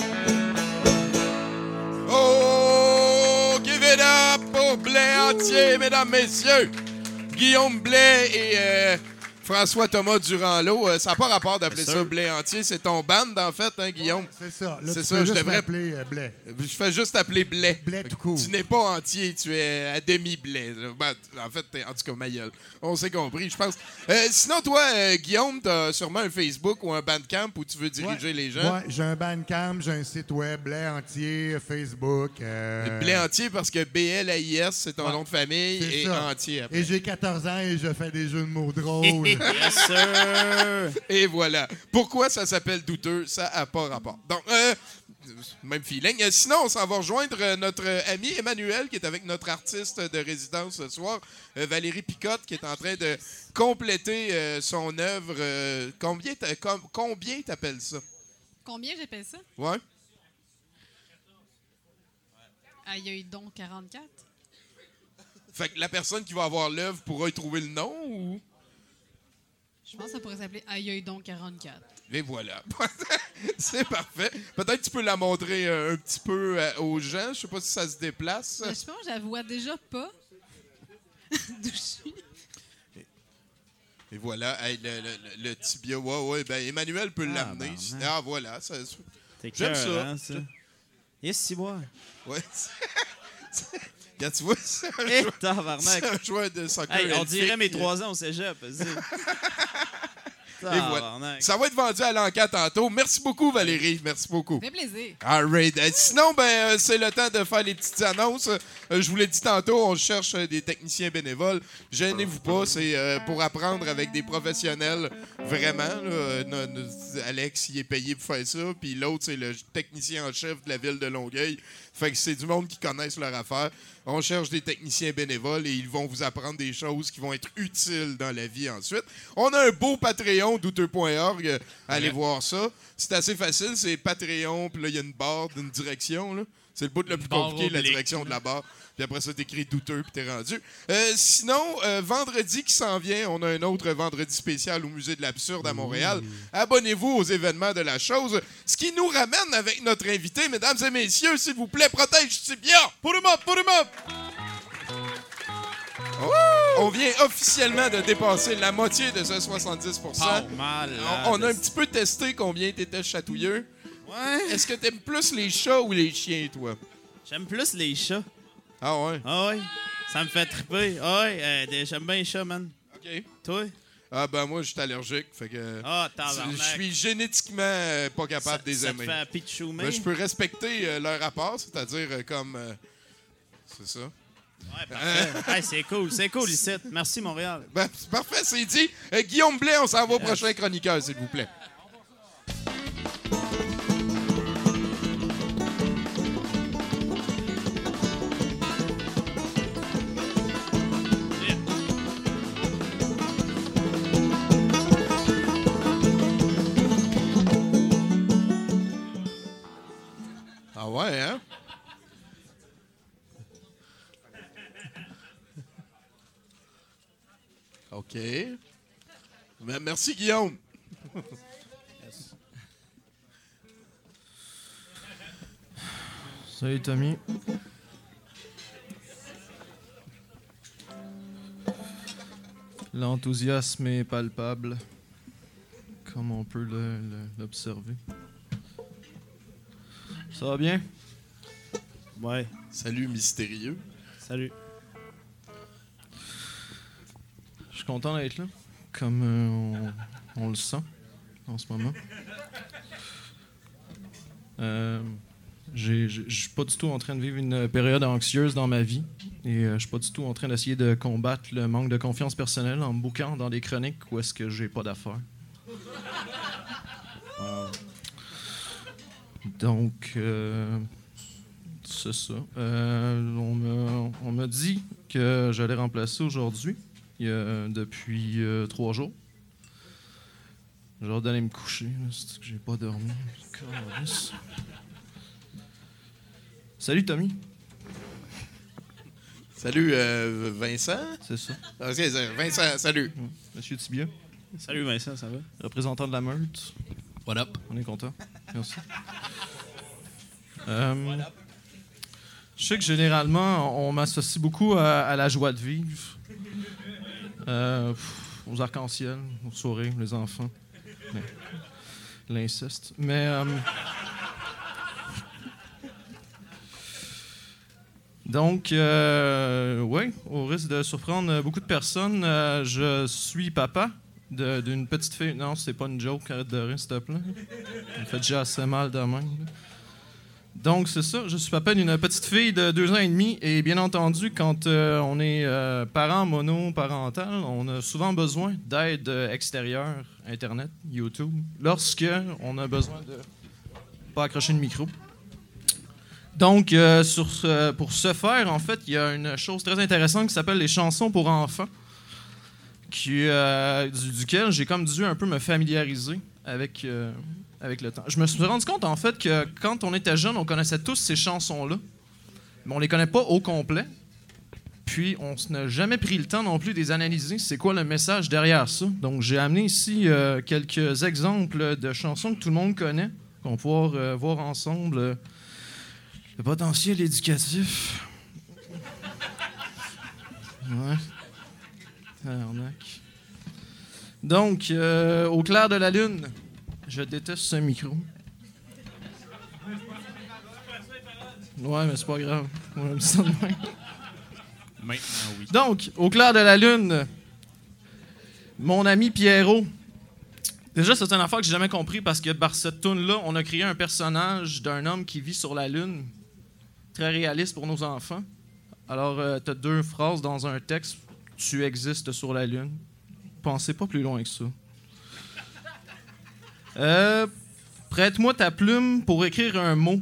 Oh, give it up pour Blais entier, mesdames, messieurs. Guillaume Blais et François Thomas Durand-Lot, ça n'a pas rapport d'appeler Bien ça sûr. blé entier. C'est ton band, en fait, hein, Guillaume? C'est ça. Là, C'est tu ça, peux je juste devrais- m'appeler Blais. Je fais juste appeler blé. Blais tout court. Tu n'es pas entier, tu es à demi-blé. Ben, en fait, en tout cas, ma gueule. On s'est compris, je pense. Sinon, toi, Guillaume, t'as sûrement un Facebook ou un Bandcamp où tu veux diriger les gens. Ouais, j'ai un Bandcamp, j'ai un site web, Blais entier, Facebook. Blé entier parce que BLAIS, c'est ton Ouais. nom de famille, C'est et ça. entier après. Et j'ai 14 ans et je fais des jeux de mots drôles. Yes, sir! Et voilà. Pourquoi ça s'appelle douteux? Ça n'a pas rapport. Donc, même feeling. Sinon, on s'en va rejoindre notre ami Emmanuel, qui est avec notre artiste de résidence ce soir, Valérie Picotte, qui est en train de compléter son œuvre. Combien t'appelles ça? Combien j'appelle ça? Ouais? Aïe, aïe, donc 44. Fait que la personne qui va avoir l'œuvre pourra y trouver le nom ou... Je pense que ça pourrait s'appeler Aïe, aïe, donc 44. Et voilà. C'est parfait. Peut-être que tu peux la montrer un petit peu aux gens. Je sais pas si ça se déplace. Mais je pense que je la vois déjà pas. D'où je suis. Et voilà. Hey, le tibia. Ouais. Ben, Emmanuel peut l'amener. barnak. Ah, voilà. T'es J'aime cœur, ça. hein, ça. Yes, si boire. Ouais. Quand tu vois, c'est un, Eh, joueur, c'est tabarnak. un joueur de soccer. Hey, on elfique. dirait mes 3 ans au cégep. vas-y. Et voilà. Ça va être vendu à l'enquête tantôt. Merci beaucoup, Valérie. Merci beaucoup. Ça fait plaisir. All right. Sinon, c'est le temps de faire les petites annonces. Je vous l'ai dit tantôt, on cherche des techniciens bénévoles. Gênez-vous pas, c'est pour apprendre avec des professionnels, vraiment. Là. Alex, il est payé pour faire ça. Puis l'autre, c'est le technicien en chef de la ville de Longueuil. Fait que c'est du monde qui connaissent leur affaire. On cherche des techniciens bénévoles et ils vont vous apprendre des choses qui vont être utiles dans la vie ensuite. On a un beau Patreon, douteux.org. Allez voir ça. C'est assez facile. C'est Patreon, puis là, il y a une barre d'une direction. Là. C'est le bout le plus barre compliqué, la oblique, direction de la barre. Puis après ça, t'écris douteux, puis t'es rendu. Sinon, vendredi qui s'en vient, on a un autre vendredi spécial au Musée de l'Absurde à Montréal. Abonnez-vous aux événements de la chose. Ce qui nous ramène avec notre invité, mesdames et messieurs, s'il vous plaît, protège Tibia. Put him up. On vient officiellement de dépasser la moitié de ce 70%. On a un petit peu testé combien t'étais chatouilleux. Ouais. Est-ce que t'aimes plus les chats ou les chiens, toi? J'aime plus les chats. Ah ouais? Ah ouais. Ça me fait triper. Ah ouais. J'aime bien les chats, man. OK. Toi? Ah ben moi, je suis allergique, fait que... Ah, tabarnak. je suis génétiquement pas capable de les Ça te aimer. fait pitchoumer? Ben, je peux respecter leur rapport, c'est-à-dire comme... c'est ça. Ouais, parfait. Hey, c'est cool ici. Merci, Montréal. Ben, c'est parfait, c'est dit. Guillaume Blais, on s'en va au prochain chroniqueur, s'il vous plaît. Ah ouais, hein? OK. Merci, Guillaume. Salut, Tommy. L'enthousiasme est palpable, comme on peut l'observer. Ça va bien? Ouais. Salut, mystérieux. Salut. Je suis content d'être là, comme on le sent en ce moment. Je suis pas du tout en train de vivre une période anxieuse dans ma vie et je suis pas du tout en train d'essayer de combattre le manque de confiance personnelle en me bouquant dans des chroniques où est-ce que j'ai pas d'affaires. Donc, c'est ça. On m'a dit que j'allais remplacer aujourd'hui, depuis 3 jours. J'ai hâte d'aller me coucher, là, c'est que j'ai pas dormi. Calisse. Salut, Tommy. Salut, Vincent. C'est ça. OK, Vincent, salut. Monsieur Tibia. Salut, Vincent, ça va? Représentant de la meute. What up? On est content. Merci. Je sais que généralement, on m'associe beaucoup à la joie de vivre. aux arcs-en-ciel, aux sourires, les enfants. Mais, l'inceste. Mais... Donc, oui, au risque de surprendre beaucoup de personnes, je suis papa d'une petite fille. Non, c'est pas une joke, arrête de rire, s'il te plaît. Ça me fait déjà assez mal de même. Là. Donc, c'est ça, je suis papa d'une petite fille de 2 ans et demi. Et bien entendu, quand on est parent monoparental, on a souvent besoin d'aide extérieure, Internet, YouTube, lorsque on a besoin de pas accrocher le micro. Donc, pour ce faire, en fait, il y a une chose très intéressante qui s'appelle les chansons pour enfants, duquel j'ai comme dû un peu me familiariser avec le temps. Je me suis rendu compte, en fait, que quand on était jeune, on connaissait tous ces chansons-là, mais on les connaît pas au complet. Puis, on n'a jamais pris le temps non plus de les analyser. C'est quoi le message derrière ça? Donc, j'ai amené ici quelques exemples de chansons que tout le monde connaît, qu'on va pouvoir voir ensemble. Le potentiel éducatif. Ouais. Arnaque. Donc, au clair de la lune, je déteste ce micro. Ouais, mais c'est pas grave. On va ça de même. Maintenant, oui. Donc, au clair de la lune, mon ami Pierrot. Déjà, c'est une affaire que j'ai jamais compris parce que par cette toune-là, on a créé un personnage d'un homme qui vit sur la lune. Très réaliste pour nos enfants. Alors, tu as 2 phrases dans un texte. Tu existes sur la Lune. Pensez pas plus loin que ça. Prête-moi ta plume pour écrire un mot.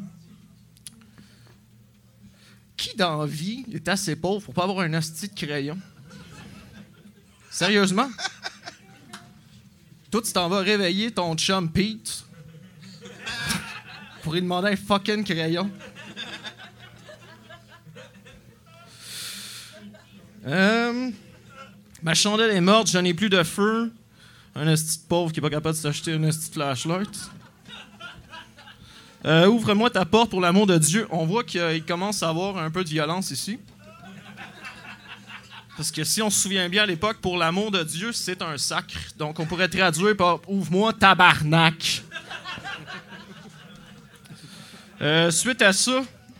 Qui dans la vie est assez pauvre pour pas avoir un hostie de crayon? Sérieusement? Toi, tu t'en vas réveiller ton chum Pete pour lui demander un fucking crayon. Ma chandelle est morte, j'en ai plus de feu. Un esti de pauvre qui est pas capable de s'acheter un esti de flashlight. Ouvre-moi ta porte pour l'amour de Dieu. On voit qu'il commence à avoir un peu de violence ici. Parce que si on se souvient bien à l'époque, pour l'amour de Dieu, c'est un sacre. Donc on pourrait traduire par « Ouvre-moi tabarnak ». Suite à ça,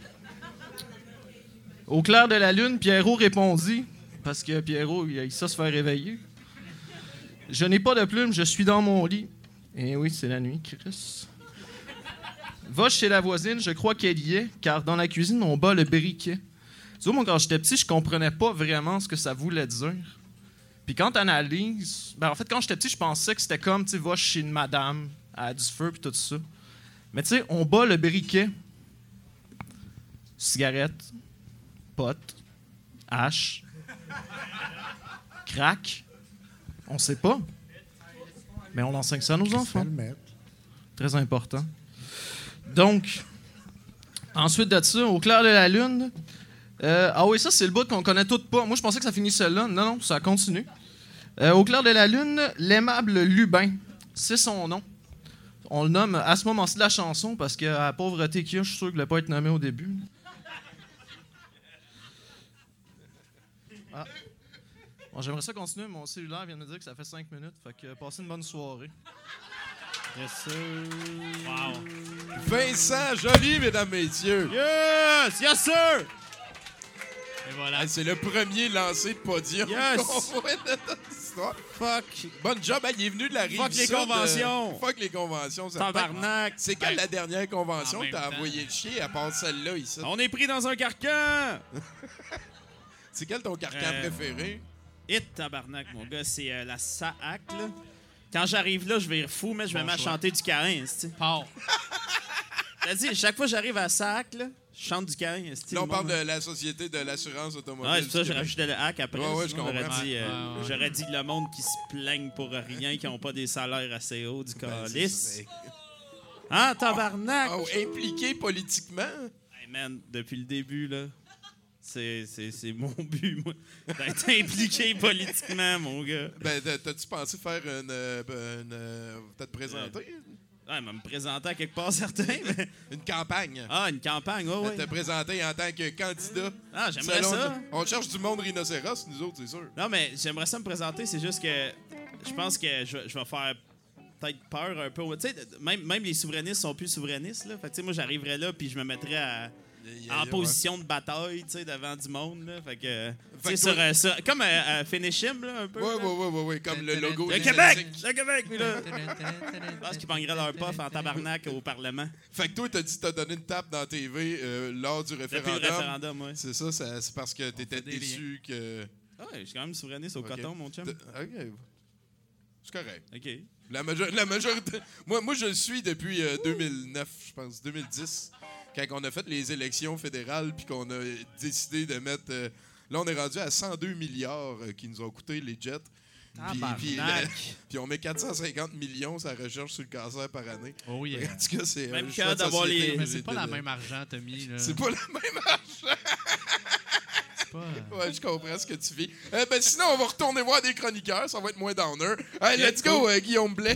au clair de la lune, Pierrot répondit, parce que Pierrot, il a ça se faire réveiller. « Je n'ai pas de plume, je suis dans mon lit. » Eh oui, c'est la nuit, Chris. « Va chez la voisine, je crois qu'elle y est, car dans la cuisine, on bat le briquet. » Tu vois, moi, quand j'étais petit, je comprenais pas vraiment ce que ça voulait dire. Puis quand t'analyses... Ben, en fait, quand j'étais petit, je pensais que c'était comme, tu sais, va chez une madame, elle a du feu, puis tout ça. Mais tu sais, on bat le briquet. Cigarette, pot, hache, crack. On sait pas. Mais on enseigne ça à nos enfants. Très important. Donc, ensuite de ça, au clair de la lune... ah oui, ça, c'est le bout qu'on connaît toutes pas. Moi, je pensais que ça finissait là. Non, non, ça continue. Au clair de la lune, l'aimable Lubin. C'est son nom. On le nomme à ce moment-ci de la chanson parce que la pauvreté qu'il y a, je suis sûr qu'il ne voulait pas être nommé au début. Ah. Bon, j'aimerais ça continuer. Mon cellulaire vient de me dire que ça fait 5 minutes. Fait que passez une bonne soirée. Yes, sir. Wow. Vincent Joly, mesdames, messieurs. Yes! Yes, sir! Et voilà. Ah, c'est le premier lancé de podium qu'on voit de notre histoire. Fuck. Bonne job. Il est venu de la rive Fuck les sud, conventions. Fuck les conventions. Tabarnak. C'est quand la dernière convention que t'as envoyé le chien à part celle-là ici? On est pris dans un carcan. C'est quel ton carcan préféré? Hit tabarnak, mon gars. C'est la SAAC, là. Quand j'arrive là, je vais être fou, mais je vais chanter du Caïn, tu sais. T'as dit, chaque fois que j'arrive à SAAC, là, je chante du Caïn. Là, on parle de la Société de l'assurance automobile. Ouais, c'est ça, j'ai rajouté le hack après. Ouais, je comprends. J'aurais dit le monde qui se plaigne pour rien, qui n'ont pas des salaires assez hauts du calice. Hein, tabarnak? Oh, impliqué politiquement? Hey man, depuis le début, là, c'est mon but, moi, d'être impliqué politiquement, mon gars. Ben, t'as-tu pensé faire une te présenter? Ouais, il m'a me présenté à quelque part, certains. Mais... Une campagne. Ah, une campagne, oui. Elle t'a présenté en tant que candidat. Ah, j'aimerais ça. On cherche du monde rhinocéros, nous autres, c'est sûr. Non, mais j'aimerais ça me présenter, c'est juste que je pense que je vais faire peut-être peur un peu. Tu sais, même les souverainistes sont plus souverainistes, là. Fait que, tu sais, moi, j'arriverais là, puis je me mettrais en position de bataille, tu sais, devant du monde, là. Fait que tu sais, comme Finish Him, là, un peu. Oui, comme le logo. Le Québec! Le Québec! Puis là, je pense qu'ils pognerait leur puff en tabarnak au Parlement. Fait que toi, t'as dit que t'as donné une tape dans la TV lors du référendum. Depuis le référendum, oui. C'est ça, c'est parce que t'étais déçu que... Ah ouais, je suis quand même souverainiste au coton, mon chum. OK. C'est correct. OK. La majorité... Moi, je le suis depuis 2009, je pense, 2010. Quand on a fait les élections fédérales puis qu'on a décidé de mettre... là, on est rendu à 102 milliards qui nous ont coûté les jets. Puis on met 450 millions sur la recherche sur le cancer par année. Oh yeah. En tout cas, c'est même cas d'avoir les... Mais c'est pas la même argent, Tommy. Là. C'est pas le même argent. Ouais, je comprends ce que tu vis. Ben sinon, on va retourner voir des chroniqueurs. Ça va être moins downer. Hey, let's go, Guillaume Blais.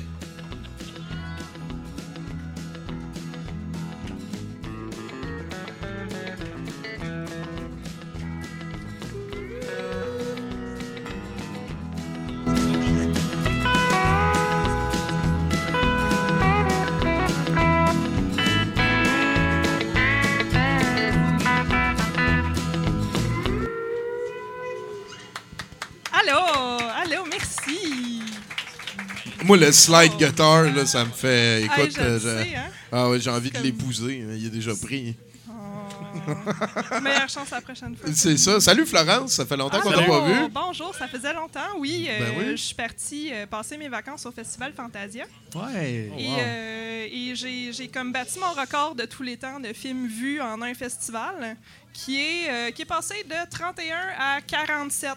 Allô, merci. Moi, le slide guitar, là, ça me fait... Écoute, hein? Ouais, j'ai envie de l'épouser. Il est déjà pris. Meilleure chance la prochaine fois. C'est ça. Salut Florence, ça fait longtemps qu'on t'a pas vu. Bonjour, ça faisait longtemps, oui. Oui. Je suis partie passer mes vacances au Festival Fantasia. Ouais. Et j'ai comme battu mon record de tous les temps de films vus en un festival, qui est passé de 31 à 47.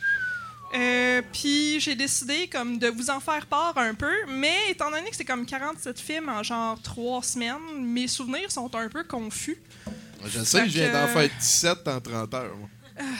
Puis j'ai décidé comme de vous en faire part un peu, mais étant donné que c'est comme 47 films en genre 3 semaines, mes souvenirs sont un peu confus. Je sais, je viens d'en faire 17 en 30 heures. Moi.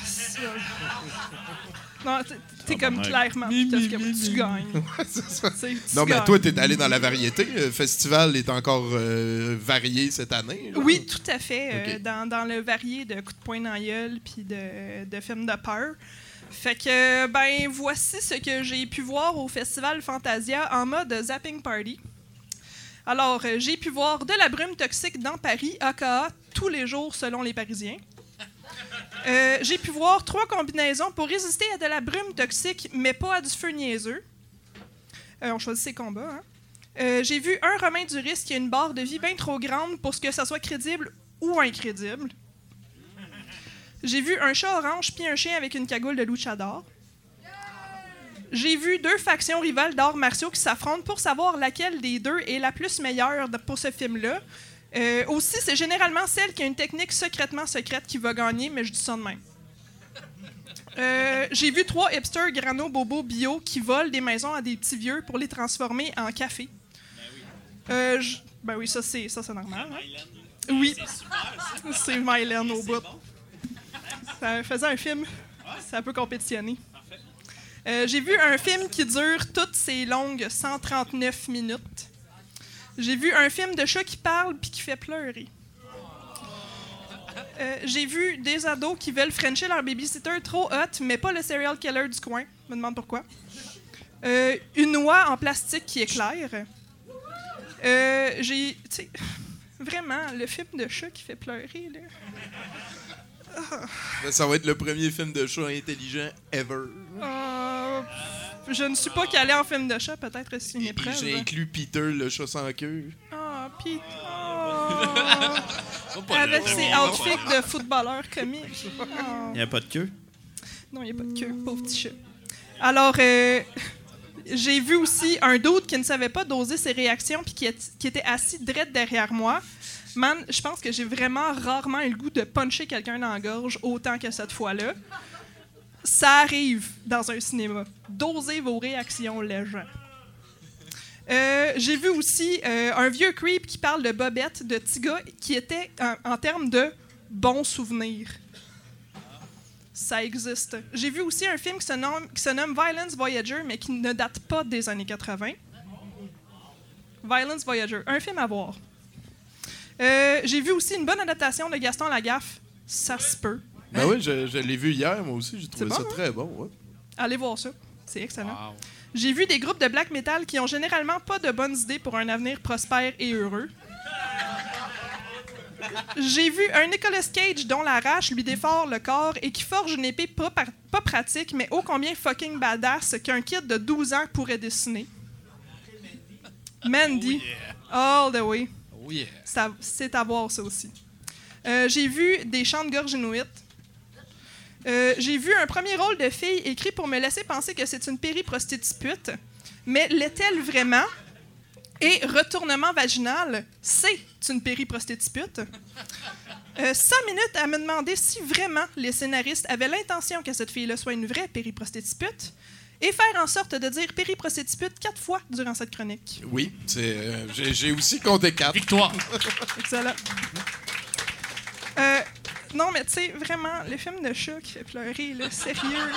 Non, t'es comme clairement tu gagnes. Non, mais toi, t'es allé dans la variété. Le festival est encore varié cette année. Genre. Oui, tout à fait. Okay. Dans le varié de coups de poing dans la gueule puis de films de peur. Fait que, ben, voici ce que j'ai pu voir au Festival Fantasia en mode zapping party. Alors, j'ai pu voir de la brume toxique dans Paris, aka tous les jours selon les Parisiens. J'ai pu voir 3 combinaisons pour résister à de la brume toxique, mais pas à du feu niaiseux. On choisit ses combats, hein. J'ai vu un Romain Duris qui a une barre de vie bien trop grande pour que ça soit crédible ou incrédible. J'ai vu un chat orange puis un chien avec une cagoule de luchador. J'ai vu 2 factions rivales d'arts martiaux qui s'affrontent pour savoir laquelle des 2 est la plus meilleure pour ce film-là. Aussi, c'est généralement celle qui a une technique secrètement secrète qui va gagner, mais je dis ça de même. J'ai vu 3 hipsters grano bobo bio qui volent des maisons à des petits vieux pour les transformer en café. Ben oui, ça c'est normal. Hein? Oui, c'est Mylène au bout. Ça faisait un film, ça peut compétitionner. J'ai vu un film qui dure toutes ses longues 139 minutes. J'ai vu un film de chat qui parle puis qui fait pleurer. J'ai vu des ados qui veulent frencher leur babysitter trop hot, mais pas le serial killer du coin. Je me demande pourquoi. Une noix en plastique qui éclaire. Tu sais, vraiment, le film de chat qui fait pleurer, là. Ça va être le premier film de chat intelligent ever. Je ne suis pas calé en film de chat, peut-être c'est une épreuve. J'ai inclus Peter, le chat sans queue. Peter. Avec ses outfits de footballeur comique. Il n'y a pas de queue? Non, il n'y a pas de queue, pauvre petit chat. Alors, j'ai vu aussi un dude qui ne savait pas doser ses réactions puis qui était assis direct derrière moi. Man, je pense que j'ai vraiment rarement eu le goût de puncher quelqu'un dans la gorge autant que cette fois-là. Ça arrive dans un cinéma. Dosez vos réactions, les gens. J'ai vu aussi un vieux creep qui parle de bobette de petit gars qui était, en termes de bons souvenirs. Ça existe. J'ai vu aussi un film qui se nomme Violence Voyager, mais qui ne date pas des années 80. Violence Voyager, un film à voir. J'ai vu aussi une bonne adaptation de Gaston Lagaffe. Ça se peut. Ben oui, je l'ai vu hier, moi aussi. J'ai trouvé bon, ça hein? très bon. Ouais. Allez voir ça. C'est excellent. Wow. J'ai vu des groupes de black metal qui ont généralement pas de bonnes idées pour un avenir prospère et heureux. J'ai vu un Nicolas Cage dont la rage lui défore le corps et qui forge une épée pas pratique, mais ô combien fucking badass qu'un kid de 12 ans pourrait dessiner. Mandy. All the way. Oh yeah. C'est à voir, ça aussi. J'ai vu des chants de gorge inuits. J'ai vu un premier rôle de fille écrit pour me laisser penser que c'est une péri-prostitute, mais l'est-elle vraiment? Et retournement vaginal, c'est une péri-prostitute. 100 minutes à me demander si vraiment les scénaristes avaient l'intention que cette fille-là soit une vraie péri-prostitute et faire en sorte de dire péri-prostitute 4 fois durant cette chronique. Oui, j'ai aussi compté 4. Victoire. Excellent. Non, mais tu sais, vraiment, le film de chat qui fait pleurer, là, sérieux.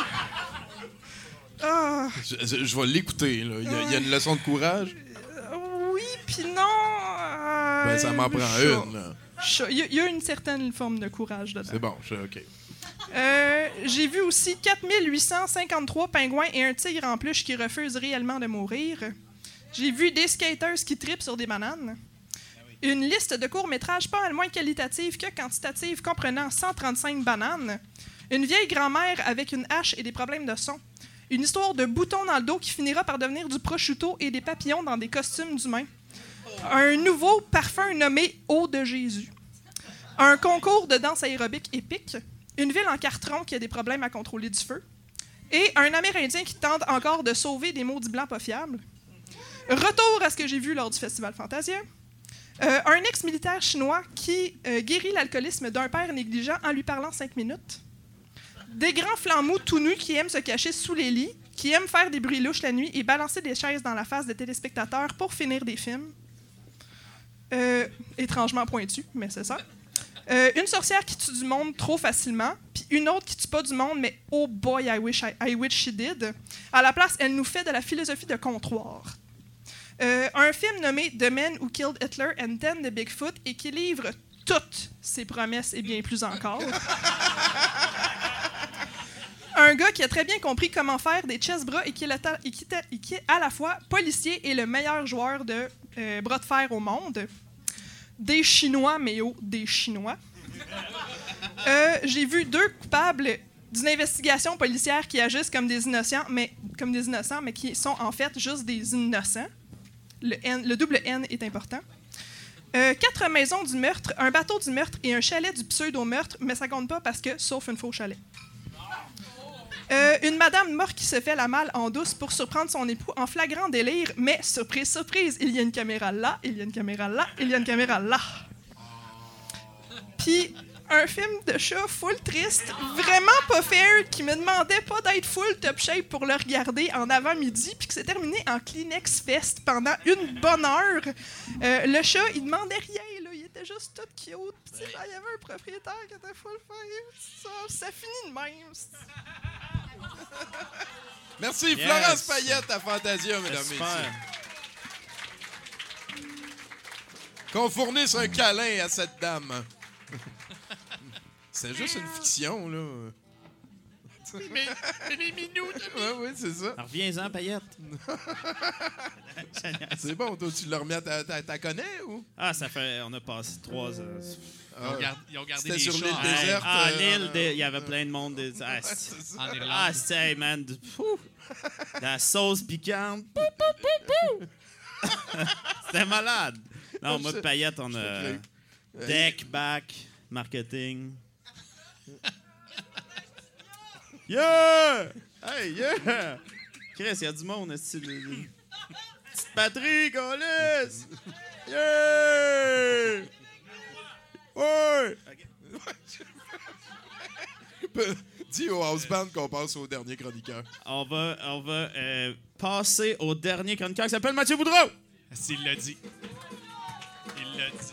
Oh. Je vais l'écouter. Là. Il y a une leçon de courage. Oui, puis non. Ben, ça m'en prend une. Là. Il y a une certaine forme de courage dedans. C'est bon, OK. J'ai vu aussi 4853 pingouins et un tigre en peluche qui refusent réellement de mourir. J'ai vu des skaters qui tripent sur des bananes. Une liste de courts-métrages pas mal moins qualitative que quantitative, comprenant 135 bananes. Une vieille grand-mère avec une hache et des problèmes de son. Une histoire de boutons dans le dos qui finira par devenir du prosciutto et des papillons dans des costumes d'humains. Un nouveau parfum nommé Eau de Jésus. Un concours de danse aérobique épique. Une ville en carton qui a des problèmes à contrôler du feu. Et un Amérindien qui tente encore de sauver des maudits blancs pas fiables. Retour à ce que j'ai vu lors du Festival Fantasia. Un ex-militaire chinois qui guérit l'alcoolisme d'un père négligent en lui parlant 5 minutes. Des grands flammous tout nus qui aiment se cacher sous les lits, qui aiment faire des bruits louches la nuit et balancer des chaises dans la face des téléspectateurs pour finir des films. Étrangement pointu, mais c'est ça. Une sorcière qui tue du monde trop facilement, puis une autre qui tue pas du monde, mais oh boy, I wish she did. À la place, elle nous fait de la philosophie de comptoir. Un film nommé The Man Who Killed Hitler and Then the Bigfoot et qui livre toutes ses promesses et bien plus encore. Un gars qui a très bien compris comment faire des chess-bras et qui est à la fois policier et le meilleur joueur de bras de fer au monde. Des Chinois, mais oh, des Chinois. J'ai vu 2 coupables d'une investigation policière qui agissent comme des innocents, mais qui sont en fait juste des innocents. Le double N est important. 4 maisons du meurtre, un bateau du meurtre et un chalet du pseudo-meurtre, mais ça compte pas parce que, sauf une faux chalet. Une madame morte qui se fait la malle en douce pour surprendre son époux en flagrant délire, mais surprise, surprise, il y a une caméra là, il y a une caméra là, il y a une caméra là. Puis un film de chat full triste, vraiment pas fair, qui me demandait pas d'être full top shape pour le regarder en avant-midi, puis que c'est terminé en Kleenex Fest pendant une bonne heure. Le chat, il demandait rien, là, il était juste tout cute. Puis il y avait un propriétaire qui était full fair. Ça finit de même. Merci, Yes. Florence Payette à Fantasia, mesdames et Super. messieurs. Qu'on fournisse un câlin à cette dame. C'est juste une fiction, là. Mais les minous. Oui, c'est ça. Alors, reviens-en, Payette. C'est bon, toi, tu l'as remis à ta connais, ou? Ah, ça fait... On a passé 3 heures. Ils ont gardé C'était des sur chats l'île en- déserte. Ah, l'île, il y avait plein de monde. en Irlande. Ah, c'est, hey, man. La sauce piquante. C'était malade. Non, moi, Payette, on a deck, back, marketing. Yeah! Hey, yeah! Chris, il y a du monde, est-ce que petite patrie, Colis! Yeah! Ouais! Dis au house band qu'on passe au dernier chroniqueur. On va passer au dernier chroniqueur qui s'appelle Mathieu Boudreau! S'il l'a dit. Il l'a dit.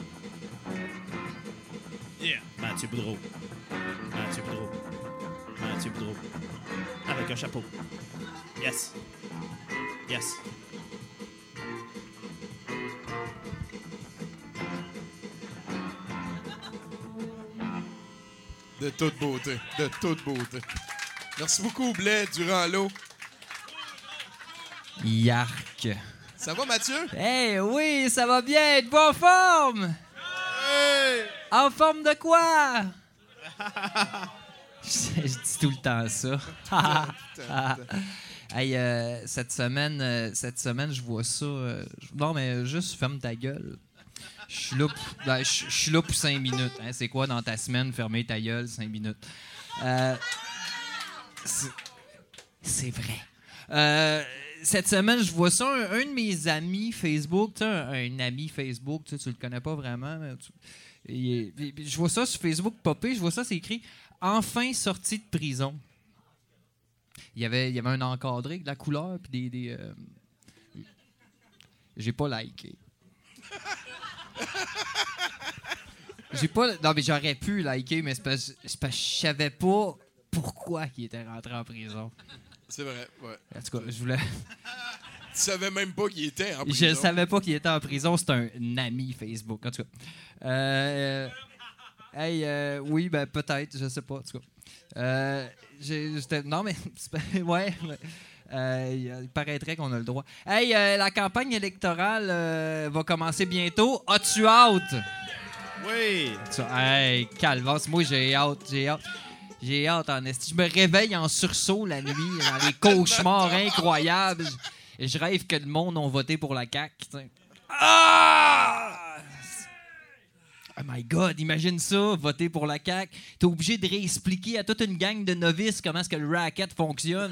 Yeah. Mathieu Boudreau. Mathieu Boudreau. Mathieu Boudreau. Avec un chapeau. Yes. Yes. De toute beauté. De toute beauté. Merci beaucoup, Blais, durant l'eau. Yark. Ça va, Mathieu? Eh oui, ça va bien. Êtes-vous en forme? Hey! En forme de quoi? Je dis tout le temps ça. Hey, cette semaine, je vois ça. Non, mais juste ferme ta gueule. Je suis là pour 5 minutes. Hein. C'est quoi dans ta semaine, fermer ta gueule 5 minutes? C'est vrai. Cette semaine, je vois ça. Un de mes amis Facebook, tu sais, un ami Facebook, tu le connais pas vraiment, mais je vois ça sur Facebook popper. Je vois ça, c'est écrit « Enfin sorti de prison ». Il y avait un encadré avec de la couleur puis des j'ai pas liké. Non, mais j'aurais pu liker, mais c'est parce que je savais pas pourquoi il était rentré en prison. C'est vrai, ouais. En tout cas, je voulais... Tu savais même pas qu'il était en prison. Je savais pas qu'il était en prison. C'est un ami Facebook, en tout cas. Oui, ben peut-être, je sais pas, en tout cas. Non, mais... ouais. Il paraîtrait qu'on a le droit. Hey, la campagne électorale va commencer bientôt. As-tu hâte? Oui. Hey, calvasse, moi j'ai hâte. J'ai hâte en esti. Je me réveille en sursaut la nuit, dans les cauchemars incroyables. Je rêve que le monde a voté pour la CAQ. T'sais. Ah! Oh my God, imagine ça, voter pour la CAQ. T'es obligé de réexpliquer à toute une gang de novices comment est-ce que le racket fonctionne.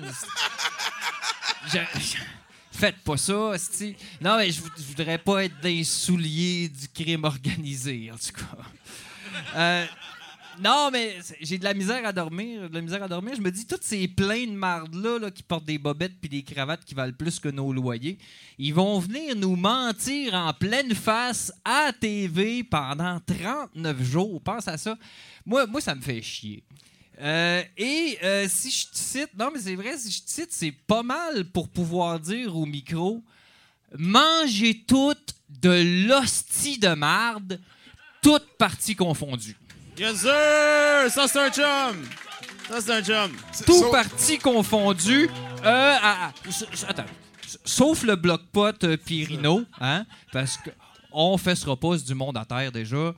Faites pas ça, esti. Non, mais je voudrais pas être des souliers du crime organisé, en tout cas. Non, mais j'ai de la misère à dormir. Je me dis, toutes ces pleins de marde-là là, qui portent des bobettes puis des cravates qui valent plus que nos loyers, ils vont venir nous mentir en pleine face à TV pendant 39 jours. Pense à ça. Moi ça me fait chier. Si je te cite, non mais c'est vrai, si je te cite, c'est pas mal pour pouvoir dire au micro, mangez toutes de l'hostie de marde, toutes parties confondues. Yes sir! Ça c'est un chum! Tout parties confondues, attends, sauf le bloc-pot puis Rino, hein, parce qu'on fessera pas du monde à terre déjà.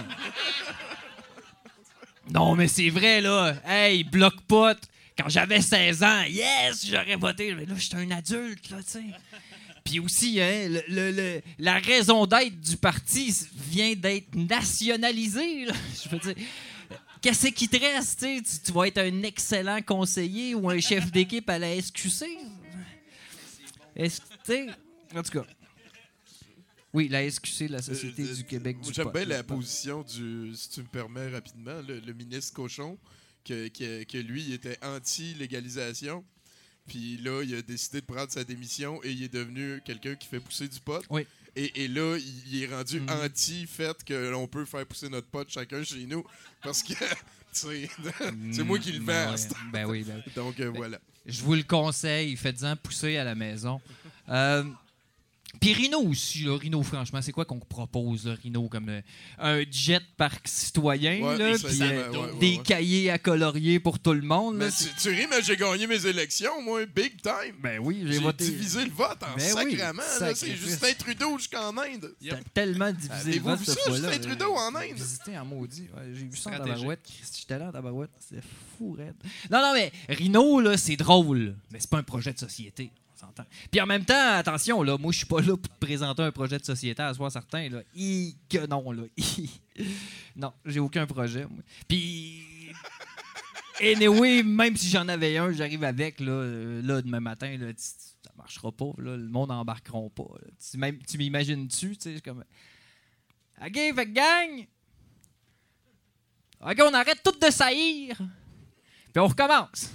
Non, mais c'est vrai, là. Hey, bloc-pot, quand j'avais 16 ans, yes, j'aurais voté. Mais là, j'étais un adulte, là, tu sais. Puis aussi, hein, la raison d'être du parti vient d'être nationalisée, là. Je veux dire, qu'est-ce qui te reste, tu sais? Tu vas être un excellent conseiller ou un chef d'équipe à la SQC? Est-ce que, tu sais, en tout cas... Oui, la SQC, la Société du Québec du J'aime pot. bien la position du, si tu me permets rapidement, le ministre Cochon, que lui, il était anti-légalisation. Puis là, il a décidé de prendre sa démission et il est devenu quelqu'un qui fait pousser du pot. Oui. Et là, il est rendu anti-fait que l'on peut faire pousser notre pot chacun chez nous. Parce que c'est moi qui le vends. Ouais. Ben oui. Donc, voilà. Je vous le conseille, faites-en pousser à la maison. Puis Rino aussi, là, Rino, franchement, c'est quoi qu'on propose, là, Rino, comme un jet parc citoyen, là, puis des cahiers à colorier pour tout le monde. Mais là, tu ris, mais j'ai gagné mes élections, moi, big time. Ben oui, j'ai voté. Divisé le vote en sacrament. Oui, c'est Justin Trudeau jusqu'en Inde. T'as tellement divisé le vote cette fois-là. Justin Trudeau en Inde? Visité en maudit. Ouais, j'ai vu ça en tabarouette. J'étais là en tabarouette. C'est fou, raide. Non, mais Rino, là, c'est drôle. Mais c'est pas un projet de société. Puis en même temps, attention, là, moi, je suis pas là pour te présenter un projet de société à soi certain. Là. Que non, là. Non, j'ai aucun projet. Moi. Puis, anyway, même si j'en avais un, j'arrive avec, là demain matin, là, ça marchera pas. Là, le monde n'embarqueront pas. Tu m'imagines-tu? Tu sais, comme... OK, fait que gang! OK, on arrête tout de saillir. Puis on recommence.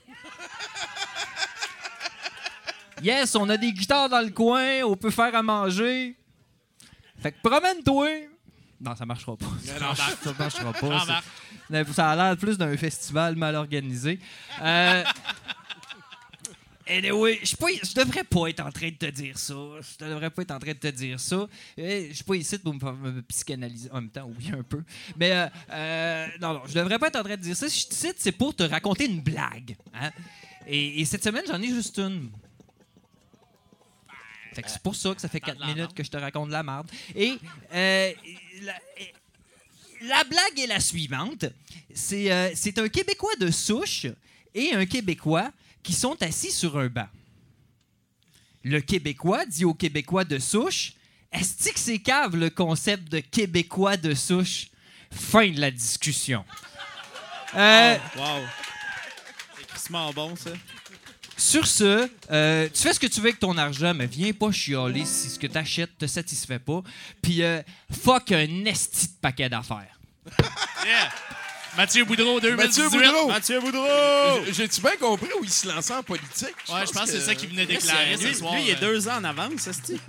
Yes, on a des guitares dans le coin, on peut faire à manger. Fait que promène-toi. Non, ça marchera pas. J'embarque. Ça marchera pas. J'embarque. Ça a l'air plus d'un festival mal organisé. Anyway, je devrais pas être en train de te dire ça. Je suis pas ici pour me psychanalyser. En même temps, oui, un peu. Mais non, je devrais pas être en train de dire ça. Si je te cite, c'est pour te raconter une blague. Hein? Et cette semaine, j'en ai juste une. Fait que c'est pour ça que ça fait 4 minutes que je te raconte de la merde. Et la blague est la suivante. C'est un Québécois de souche et un Québécois qui sont assis sur un banc. Le Québécois dit au Québécois de souche « Est-ce que c'est cave le concept de Québécois de souche? » Fin de la discussion. Wow. C'est crissement bon, ça. Sur ce, tu fais ce que tu veux avec ton argent, mais viens pas chialer si ce que t'achètes te satisfait pas. Puis fuck un esti de paquet d'affaires. Yeah! Mathieu Boudreau, 2018. Mathieu Boudreau! J'ai-tu bien compris où il se lançait en politique? Ouais, je pense que c'est ça qu'il venait déclarer ce soir. Lui, il est 2 ans en avance, esti.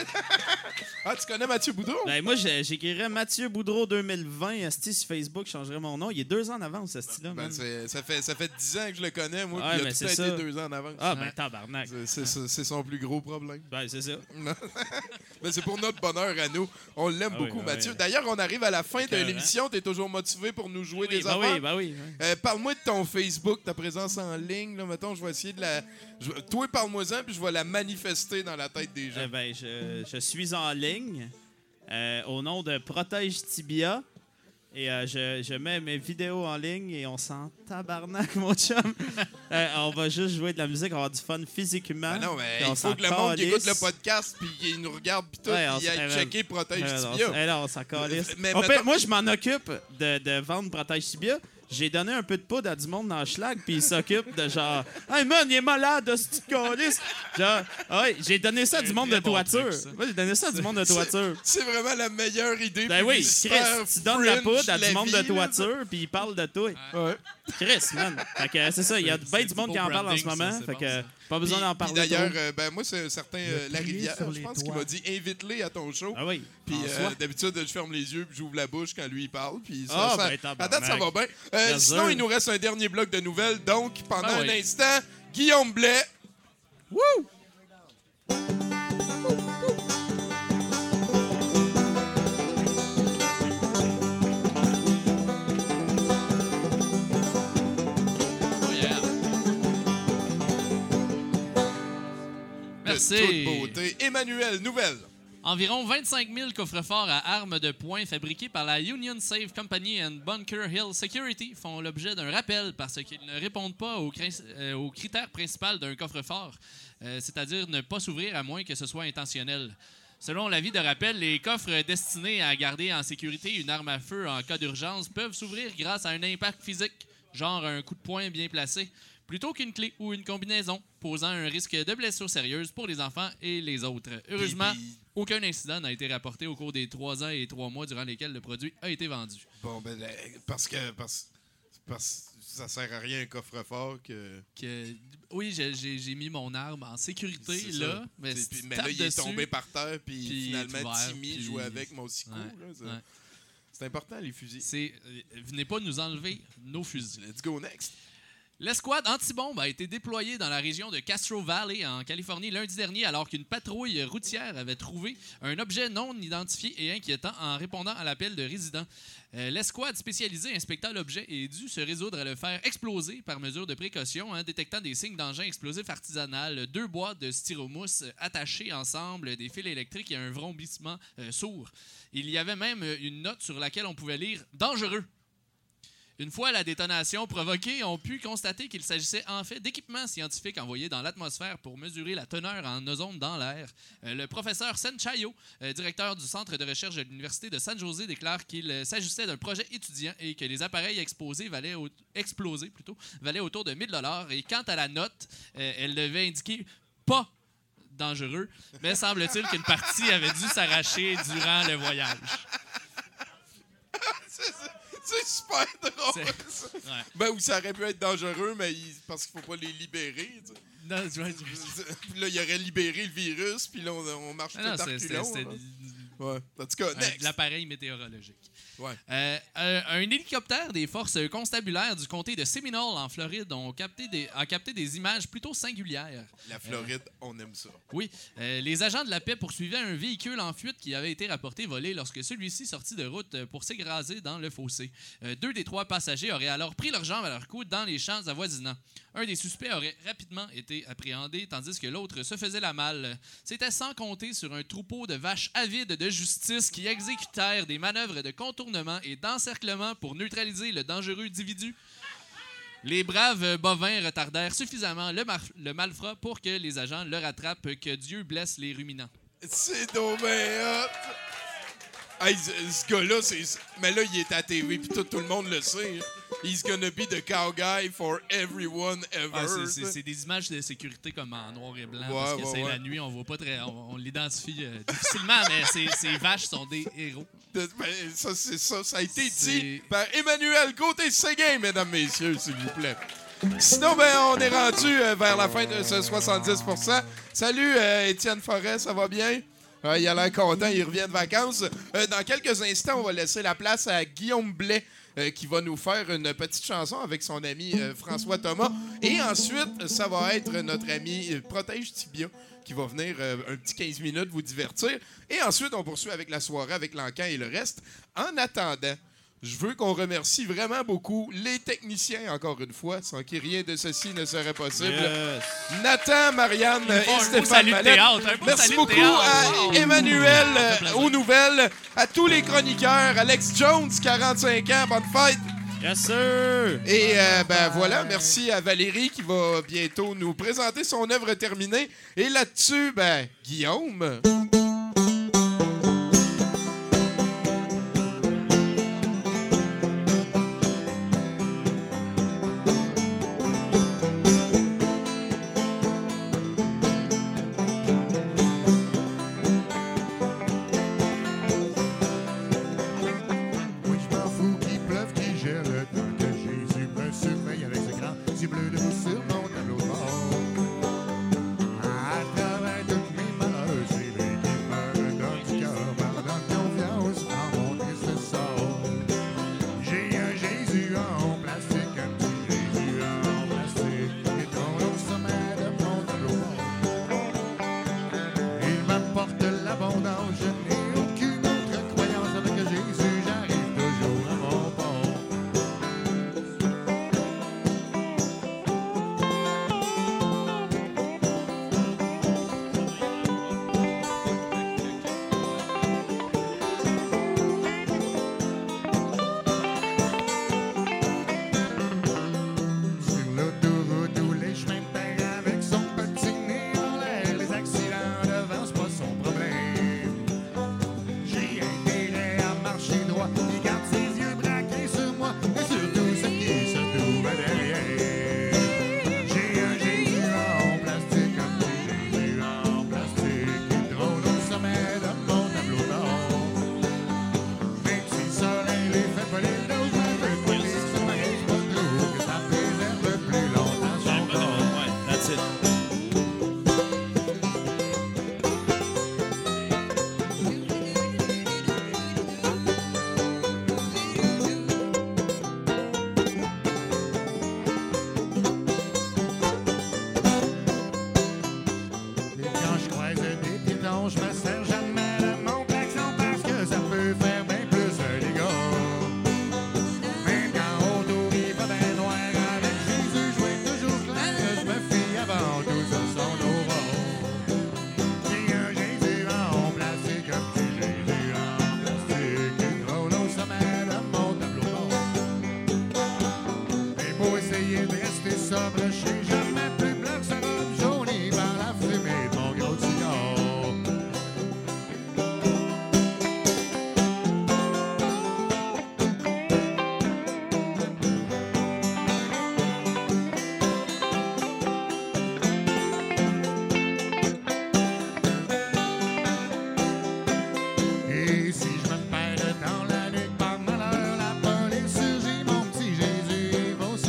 Ah, tu connais Mathieu Boudreau? Ben, moi, j'écrirais Mathieu Boudreau 2020, esti, sur Facebook, je changerais mon nom. Il est 2 ans en avance, esti, là. Ben, ça fait 10 ans que je le connais, moi, Ouais, puis il a tout c'est été ça. 2 ans en avance. Ah, ben, tabarnak. C'est son plus gros problème. Ben, c'est ça. Ben, c'est pour notre bonheur à nous. On l'aime beaucoup, Mathieu. D'ailleurs, on arrive à la fin de l'émission. Tu es toujours motivé pour nous jouer des affaires? Oui. Parle-moi de ton Facebook, ta présence en ligne. Là, mettons, je vais essayer de la... Toi, parle-moi-en, puis je vais la manifester dans la tête des gens. Ben, je suis en ligne au nom de Protège Tibia. Et je mets mes vidéos en ligne et on s'en tabarnak, mon chum. On va juste jouer de la musique, on va avoir du fun physiquement. Ben non, mais il faut que le monde qui écoute le podcast puis il nous regarde puis tout, puis il aille checker Protège Tibia. On s'en calisse. Mettons... Moi, je m'en occupe de vendre Protège Tibia. J'ai donné un peu de poudre à du monde dans le schlag, puis il s'occupe de genre « Hey man, il est malade, ce petit calice! » Genre, ouais, j'ai donné ça à du monde de toiture. Moi, j'ai donné ça à du monde de toiture. C'est vraiment la meilleure idée. Ben oui, Chris, tu donnes la poudre à du monde de toiture, puis il parle de toi. Ouais. Chris, man. Fait que c'est ça, il y a bien du monde qui en parle en ce moment. Fait que pas besoin d'en parler. D'ailleurs, ben moi, c'est un certain La Rivière, je pense qu'il m'a dit invite-les à ton show. Ah oui. Puis d'habitude, je ferme les yeux puis j'ouvre la bouche quand lui il parle. Puis à date, ça va bien. Sinon, il nous reste un dernier bloc de nouvelles. Donc, pendant un instant, Guillaume Blais. Wouh! Merci. Toute beauté. Emmanuel, nouvelle. Environ 25 000 coffres-forts à armes de poing fabriqués par la Union Safe Company and Bunker Hill Security font l'objet d'un rappel parce qu'ils ne répondent pas aux critères principaux d'un coffre-fort, c'est-à-dire ne pas s'ouvrir à moins que ce soit intentionnel. Selon l'avis de rappel, les coffres destinés à garder en sécurité une arme à feu en cas d'urgence peuvent s'ouvrir grâce à un impact physique, genre un coup de poing bien placé, plutôt qu'une clé ou une combinaison, posant un risque de blessure sérieuse pour les enfants et les autres. Heureusement, aucun incident n'a été rapporté au cours des 3 ans et 3 mois durant lesquels le produit a été vendu. Bon, ben, parce que ça sert à rien un coffre-fort que... Oui, j'ai mis mon arme en sécurité, là. Mais là, il est tombé par terre, puis finalement, Timmy jouait avec mon sicot. C'est important, les fusils. Venez pas nous enlever nos fusils. Let's go next. L'escouade antibombe a été déployée dans la région de Castro Valley, en Californie, lundi dernier, alors qu'une patrouille routière avait trouvé un objet non identifié et inquiétant en répondant à l'appel de résidents. L'escouade spécialisée inspectant l'objet et dut se résoudre à le faire exploser par mesure de précaution, détectant des signes d'engin explosif artisanal, 2 boîtes de styromousse attachées ensemble, des fils électriques et un vrombissement sourd. Il y avait même une note sur laquelle on pouvait lire « Dangereux ». Une fois la détonation provoquée, on put constater qu'il s'agissait en fait d'équipements scientifiques envoyés dans l'atmosphère pour mesurer la teneur en ozone dans l'air. Le professeur Sen Chayo, directeur du centre de recherche de l'Université de San José, déclare qu'il s'agissait d'un projet étudiant et que les appareils explosés valaient autour de 1 000 $. Et quant à la note, elle devait indiquer « pas dangereux », mais semble-t-il qu'une partie avait dû s'arracher durant le voyage. C'est super drôle. Ben, où ça aurait pu être dangereux, mais parce qu'il faut pas les libérer. Tu sais. Non, puis là, il aurait libéré le virus, puis là, on marche tout à reculons. Ouais. En tout cas, next. De l'appareil météorologique. Ouais. Un hélicoptère des forces constabulaires du comté de Seminole, en Floride, a capté des images plutôt singulières. La Floride, on aime ça. Oui. Les agents de la paix poursuivaient un véhicule en fuite qui avait été rapporté volé lorsque celui-ci sortit de route pour s'écraser dans le fossé. 2 des 3 passagers auraient alors pris leurs jambes à leur cou dans les champs avoisinants. Un des suspects aurait rapidement été appréhendé, tandis que l'autre se faisait la malle. C'était sans compter sur un troupeau de vaches avides de justice qui exécutèrent des manœuvres de contournement et d'encerclement pour neutraliser le dangereux individu. Les braves bovins retardèrent suffisamment le malfrat pour que les agents le rattrapent. Que Dieu blesse les ruminants. C'est donc bien hot! Hey, ce gars-là, mais là, il est à la TV, puis tout le monde le sait. He's gonna be the cow guy for everyone ever. Ah, c'est des images de sécurité comme en noir et blanc, parce que c'est la nuit, on voit pas très... On l'identifie difficilement, mais ces vaches sont des héros. Ça a été dit par Emmanuel Côté-Séguin, mesdames, messieurs, s'il vous plaît. Sinon, on est rendu vers la fin de ce 70%. Salut, Étienne Forêt, ça va bien? Il a l'air content, il revient de vacances. Dans quelques instants, on va laisser la place à Guillaume Blais, qui va nous faire une petite chanson avec son ami François Thomas. Et ensuite, ça va être notre ami Protège Tibia qui va venir un petit 15 minutes vous divertir. Et ensuite, on poursuit avec la soirée, avec l'encan et le reste. En attendant, je veux qu'on remercie vraiment beaucoup les techniciens, encore une fois, sans qui rien de ceci ne serait possible. Yes. Nathan, Marianne et Stéphane Mallette. Théâtre, merci beaucoup à Emmanuel aux nouvelles, à tous les chroniqueurs, Alex Jones, 45 ans, bonne fête. Yes, sir! Et voilà, merci à Valérie qui va bientôt nous présenter son œuvre terminée. Et là-dessus, Guillaume...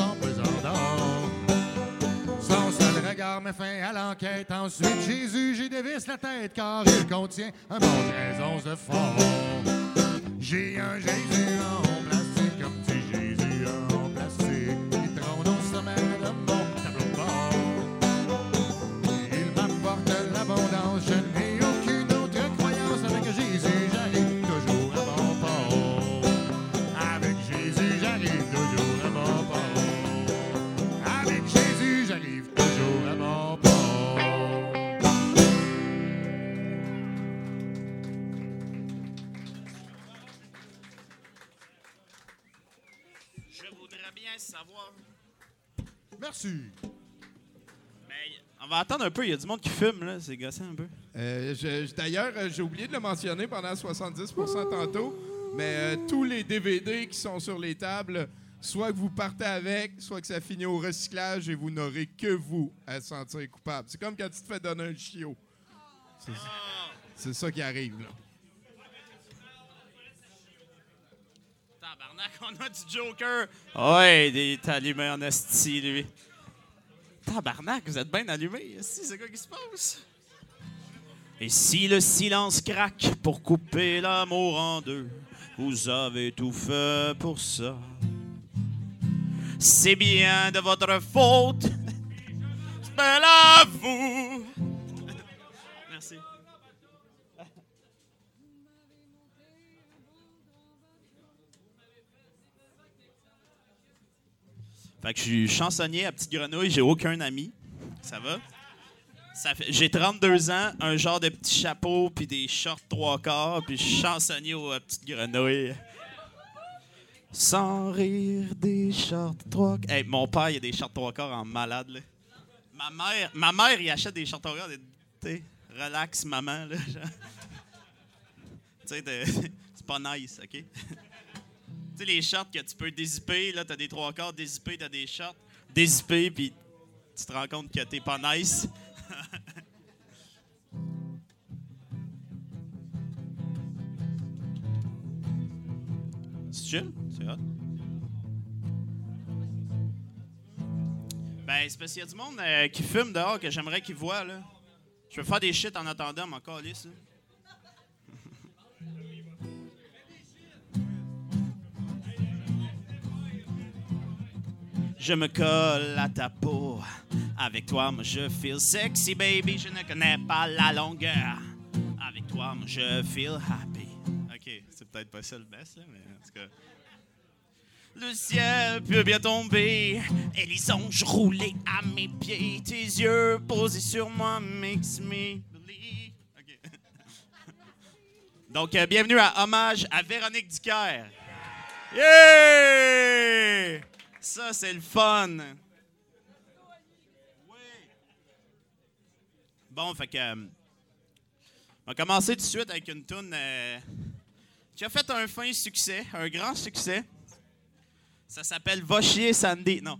Ensuite, Jésus, j'ai dévisse la tête car il contient un bon 13 onces de fond. J'ai un Jésus en plastique, un petit Jésus en plastique, qui trône au sommet de mon tableau de bord. Il m'apporte l'abondance, je n'ai aucune autre croyance. Avec Jésus, j'arrive toujours à mon port. Avec Jésus, j'arrive toujours à mon port. Avec Jésus, j'arrive toujours à mon port. Je voudrais bien savoir. Merci. Mais on va attendre un peu, il y a du monde qui fume, là. C'est gossant un peu. D'ailleurs, j'ai oublié de le mentionner pendant 70% tantôt, mais tous les DVD qui sont sur les tables, soit que vous partez avec, soit que ça finit au recyclage et vous n'aurez que vous à se sentir coupable. C'est comme quand tu te fais donner un chiot. C'est ça qui arrive, là. Tabarnak, on a du Joker. Ouais, il est allumé en asti, lui. Tabarnak, vous êtes bien allumé. C'est quoi qui se passe? Et si le silence craque pour couper l'amour en deux, vous avez tout fait pour ça. C'est bien de votre faute. C'est à vous. Merci. Fait que je suis chansonnier à Petite Grenouille, j'ai aucun ami. Ça va? J'ai 32 ans, un genre de petit chapeau, puis des shorts 3/4, puis je suis chansonnier aux Petites Grenouilles. Sans rire des shorts 3/4. Hey, mon père, il a des shorts 3/4 en malade, là. Ma mère, il achète des shorts 3/4. Tu sais, relax, maman, là. Tu sais, c'est pas nice, OK? Tu sais, les shorts que tu peux dézipper, là, t'as des 3/4 dézippés, t'as des shorts dézippés, puis tu te rends compte que t'es pas nice. C'est chill? C'est hot? Ben, c'est parce qu'il y a du monde qui fume dehors que j'aimerais qu'ils voient, là. Je peux faire des shit en attendant, mon calice, là. Je me colle à ta peau. Avec toi, moi, je feel sexy, baby. Je ne connais pas la longueur. Avec toi, moi, je feel happy. OK, c'est peut-être pas ça le best, là, mais en tout cas. Le ciel peut bien tomber et les anges rouler à mes pieds. Tes yeux posés sur moi makes me believe. OK. Donc, bienvenue à Hommage à Véronique Dicker. Yeah! Ça, c'est le fun. Bon, fait que... on va commencer tout de suite avec une toune qui a fait un fin succès, un grand succès. Ça s'appelle « Va chier Sandy ». Non.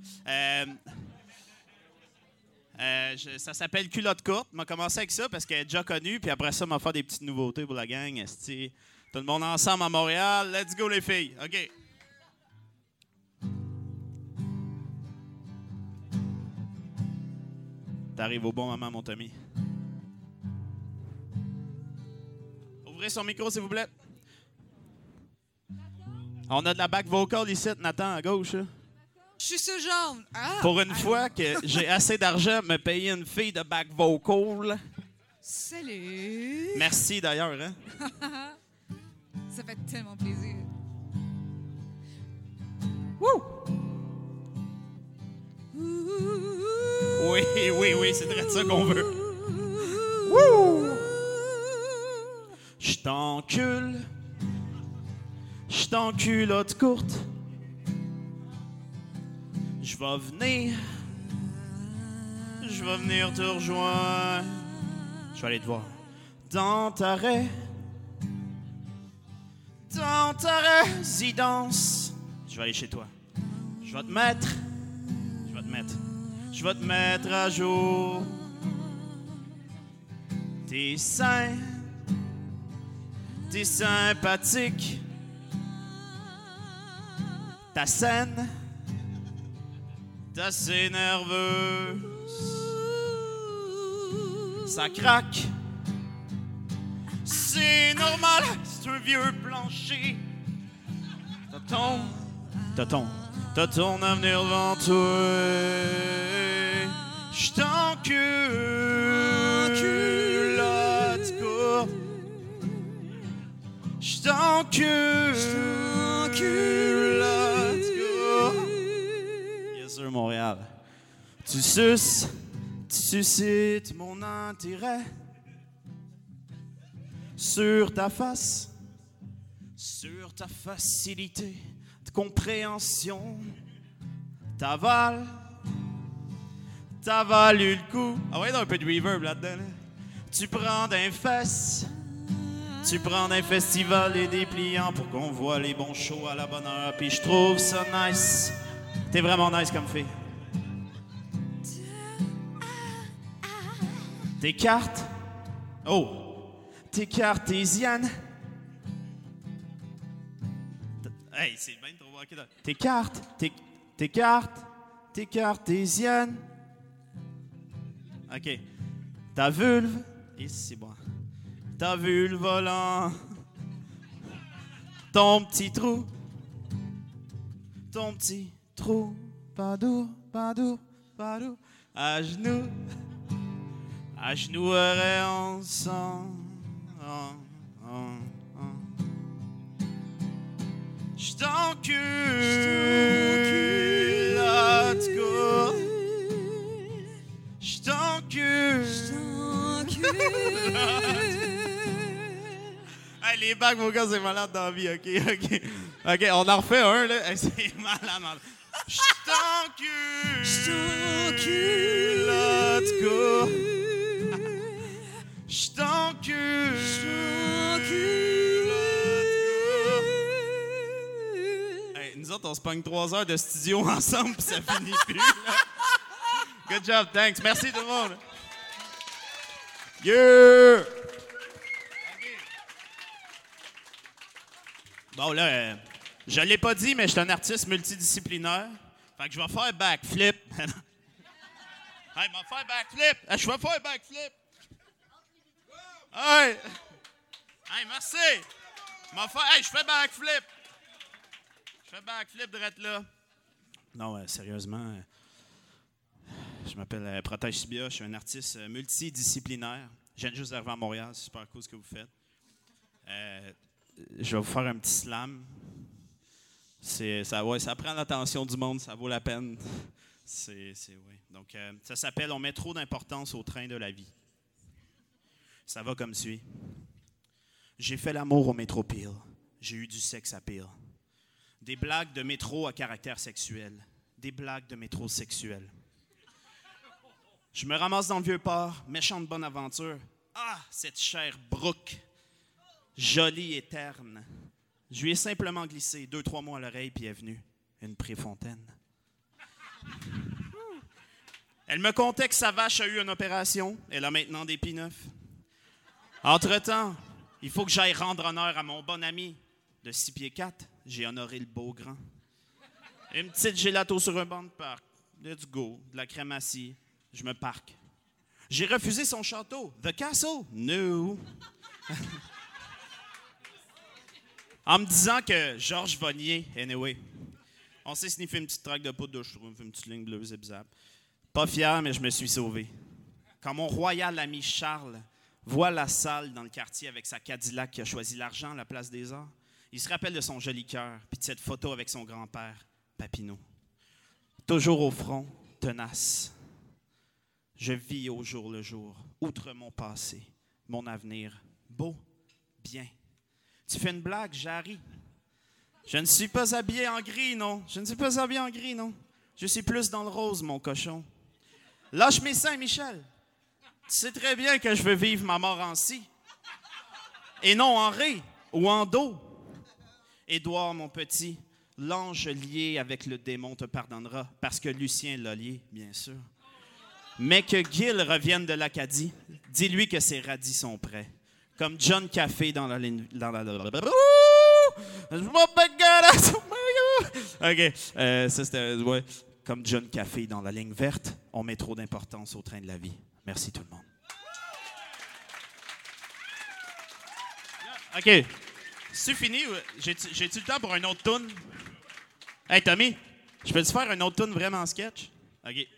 Ça s'appelle « Culotte courte ». On va commencer avec ça parce qu'elle est déjà connue. Puis après ça, on va faire des petites nouveautés pour la gang. Esti. Tout le monde ensemble à Montréal. Let's go, les filles. OK. T'arrives au bon moment, mon Tommy. Ouvrez son micro, s'il vous plaît. On a de la back vocal ici, Nathan, à gauche. Là. Je suis ce jaune. Ah! Pour une fois que j'ai assez d'argent pour me payer une fille de back vocal. Salut! Merci d'ailleurs. Hein? Ça fait tellement plaisir. Wouh! Oui, c'est très ça qu'on veut. Wouh! Je t'encule. Je t'encule, haute courte. Je vais venir te rejoindre. Je vais aller te voir. Dans ta résidence. Je vais aller chez toi. Je vais te mettre à jour. T'es sympathique. Ta scène, t'es assez nerveuse. Ça craque pas mal, c'est un vieux plancher. T'as ton avenir devant toi. Je t'encule, let's go. Je t'encule, let's go. Bien sûr, Montréal. Tu suscites mon intérêt sur ta face, sur ta facilité de compréhension. T'as valu le coup. Ah ouais, il y a un peu de reverb là-dedans. Là. Tu prends d'un fest, tu prends d'un festival et des pliants pour qu'on voit les bons shows à la bonne heure. Puis je trouve ça nice. T'es vraiment nice comme fille. Tes cartes, tes cartésiennes. Hey, c'est bien trop bon. Tes cartésiennes. OK. Ta vulve, et c'est bon. Ta vulve volant. Ton petit trou, padour, à genoux aurait ensemble. Je t'encule, let's go. Je t'encule. Hey, les bacs vocaux, c'est malade dans la vie, OK, on en refait un, là. Hey, c'est malade. Je t'encule, let's go. Je t'encule, hey, nous autres, on se pogne 3 heures de studio ensemble, puis ça finit plus, là. Good job, thanks. Merci tout le monde. Yeah! Bon, là, je l'ai pas dit, mais je suis un artiste multidisciplinaire. Fait que je vais faire backflip. Hey, je vais faire backflip. Je vais faire backflip. Hey! Hey, merci! Hey, je fais backflip. Je fais backflip direct là. Non, sérieusement, je m'appelle Protège Sibia. Je suis un artiste multidisciplinaire. Je viens juste d'arriver à Montréal. C'est super cool ce que vous faites. Je vais vous faire un petit slam. Ça prend l'attention du monde. Ça vaut la peine. Ouais. Donc, ça s'appelle « On met trop d'importance au train de la vie ». Ça va comme suit. J'ai fait l'amour au métro-pile. J'ai eu du sexe à pile. Des blagues de métro à caractère sexuel. Des blagues de métro sexuelles. Je me ramasse dans le Vieux-Port, méchante bonne aventure. Ah, cette chère Brooke, jolie et terne. Je lui ai simplement glissé 2-3 mots à l'oreille, puis elle est venue. Une Préfontaine. Elle me contait que sa vache a eu une opération. Elle a maintenant des pis neufs. Entre-temps, il faut que j'aille rendre honneur à mon bon ami de 6 pieds 4. J'ai honoré le beau grand. Une petite gelato sur un banc de parc. Let's go. De la crème assis. Je me parque. J'ai refusé son château. The Castle? No. En me disant que Georges Vonnier, anyway, on s'est sniffé une petite traque de poudre de cheveux, une petite ligne bleue zip-zap. Pas fier, mais je me suis sauvé. Quand mon royal ami Charles voit la salle dans le quartier avec sa Cadillac qui a choisi l'argent à la place des arts, il se rappelle de son joli cœur puis de cette photo avec son grand-père, Papineau. Toujours au front, tenace. Je vis au jour le jour, outre mon passé, mon avenir, beau, bien. Tu fais une blague, Jarry. Je ne suis pas habillé en gris, non. Je suis plus dans le rose, mon cochon. Lâche mes seins, Michel. Tu sais très bien que je veux vivre ma mort en si. Et non en ré ou en do. Édouard, mon petit, l'ange lié avec le démon te pardonnera, parce que Lucien l'a lié, bien sûr. Mais que Gil revienne de l'Acadie, dis-lui que ses radis sont prêts. Comme John Café dans la ligne... OK, ça c'était... Ouais. Comme John Café dans la ligne verte, on met trop d'importance au train de la vie. Merci tout le monde. OK. C'est fini? J'ai-tu le temps pour un autre tune? Hey, Tommy, je peux-tu faire un autre tune vraiment sketch? OK.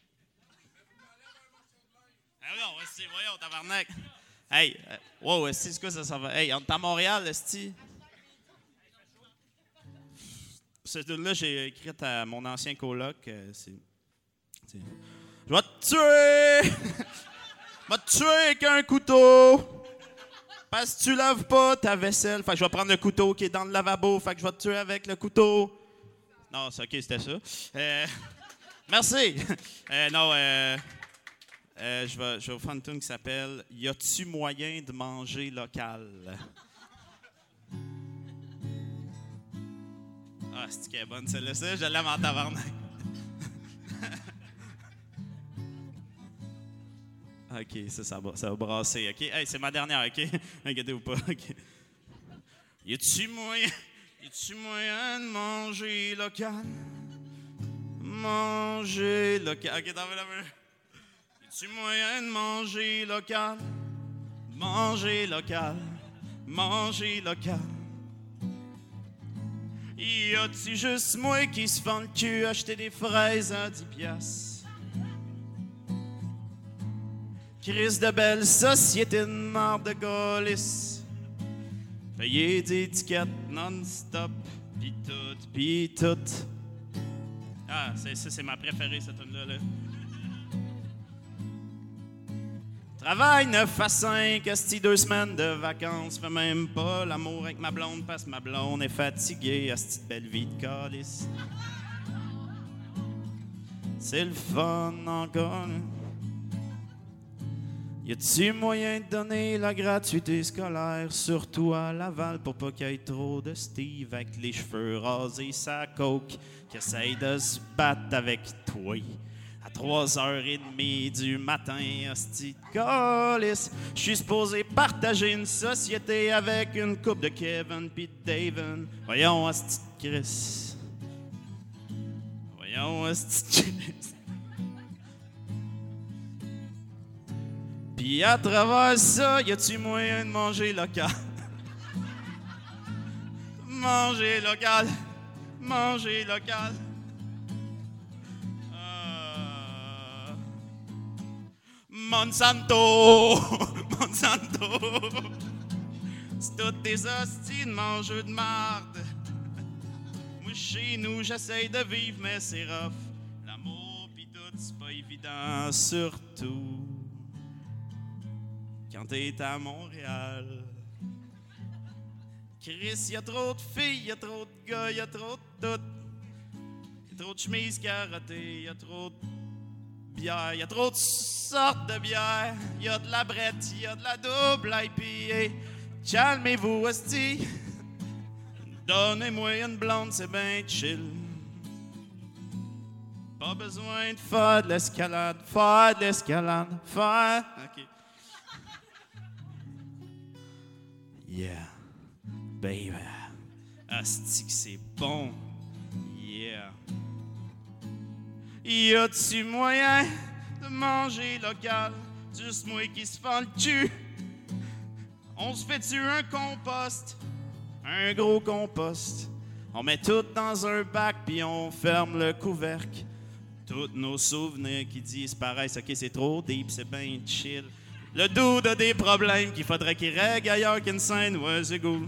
Ah non, voyons, tabarnak. Hey, wow, esti, c'est quoi ça s'en va? Hey, on est à Montréal, esti. Cette tune-là, j'ai écrite à mon ancien coloc. Je vais te tuer! Je vais te tuer avec un couteau! Parce que tu laves pas ta vaisselle. Fait que je vais prendre le couteau qui est dans le lavabo. Fait que je vais te tuer avec le couteau. Non, c'est OK, c'était ça. Merci! Je vais vous faire une tune qui s'appelle « Y a-tu moyen de manger local? » Ah, c'est qu'elle est bonne celle-là. Ça, je l'aime en tabarnak. OK, ça va brasser. OK, hey, c'est ma dernière, OK? Inquiétez-vous pas, OK. Y a-tu moyen de manger local? Manger local. OK, t'en veux la main. Y a-tu moyen de manger local? Manger local. Manger local. Y a-tu juste moi qui se fend le cul acheter des fraises à 10 piastres? Crise de belle société de marde de gaulis. Payer des étiquettes non-stop, pis tout. Ah, c'est ma préférée, cette tune-là. Là. Travaille 9 à 5, asti 2 semaines de vacances. Fais même pas l'amour avec ma blonde parce que ma blonde est fatiguée. Asti de belle vie de calice. C'est le fun encore. Y a-tu moyen de donner la gratuité scolaire, surtout à Laval, pour pas qu'il y ait trop de Steve avec les cheveux rasés, sa coke, qui essaye de se battre avec toi? À 3h30 du matin, hostie de calice. Je suis supposé partager une société avec une couple de Kevin pis David. Voyons, hostie de Chris. Voyons, hostie de Chris. Pis à travers ça, y a-tu moyen de manger local? Manger local. Manger local. Monsanto! Monsanto! C'est toutes des hosties de mangeux de marde. Moi, chez nous, j'essaye de vivre, mais c'est rough. L'amour pis tout, c'est pas évident, surtout quand t'es à Montréal. Chris, y'a trop de filles, y'a trop de gars, y'a trop de tout. Y'a trop de chemises carottées, y'a trop de bière, y'a trop de sortes de bière. Y'a de la brette, y'a de la double IPA. Calmez-vous, hostie. Donnez-moi une blonde, c'est ben chill. Pas besoin de faire de l'escalade, OK. Yeah, baby. Asti que c'est bon. Yeah. Y a-tu moyen de manger local? Juste moi qui se fend le cul. On se fait-tu un compost? Un gros compost. On met tout dans un bac puis on ferme le couvercle. Tous nos souvenirs qui disent pareil, ok, c'est trop deep, c'est bien chill. Le dude a des problèmes qu'il faudrait qu'il règle ailleurs qu'une scène. Ouais, c'est cool.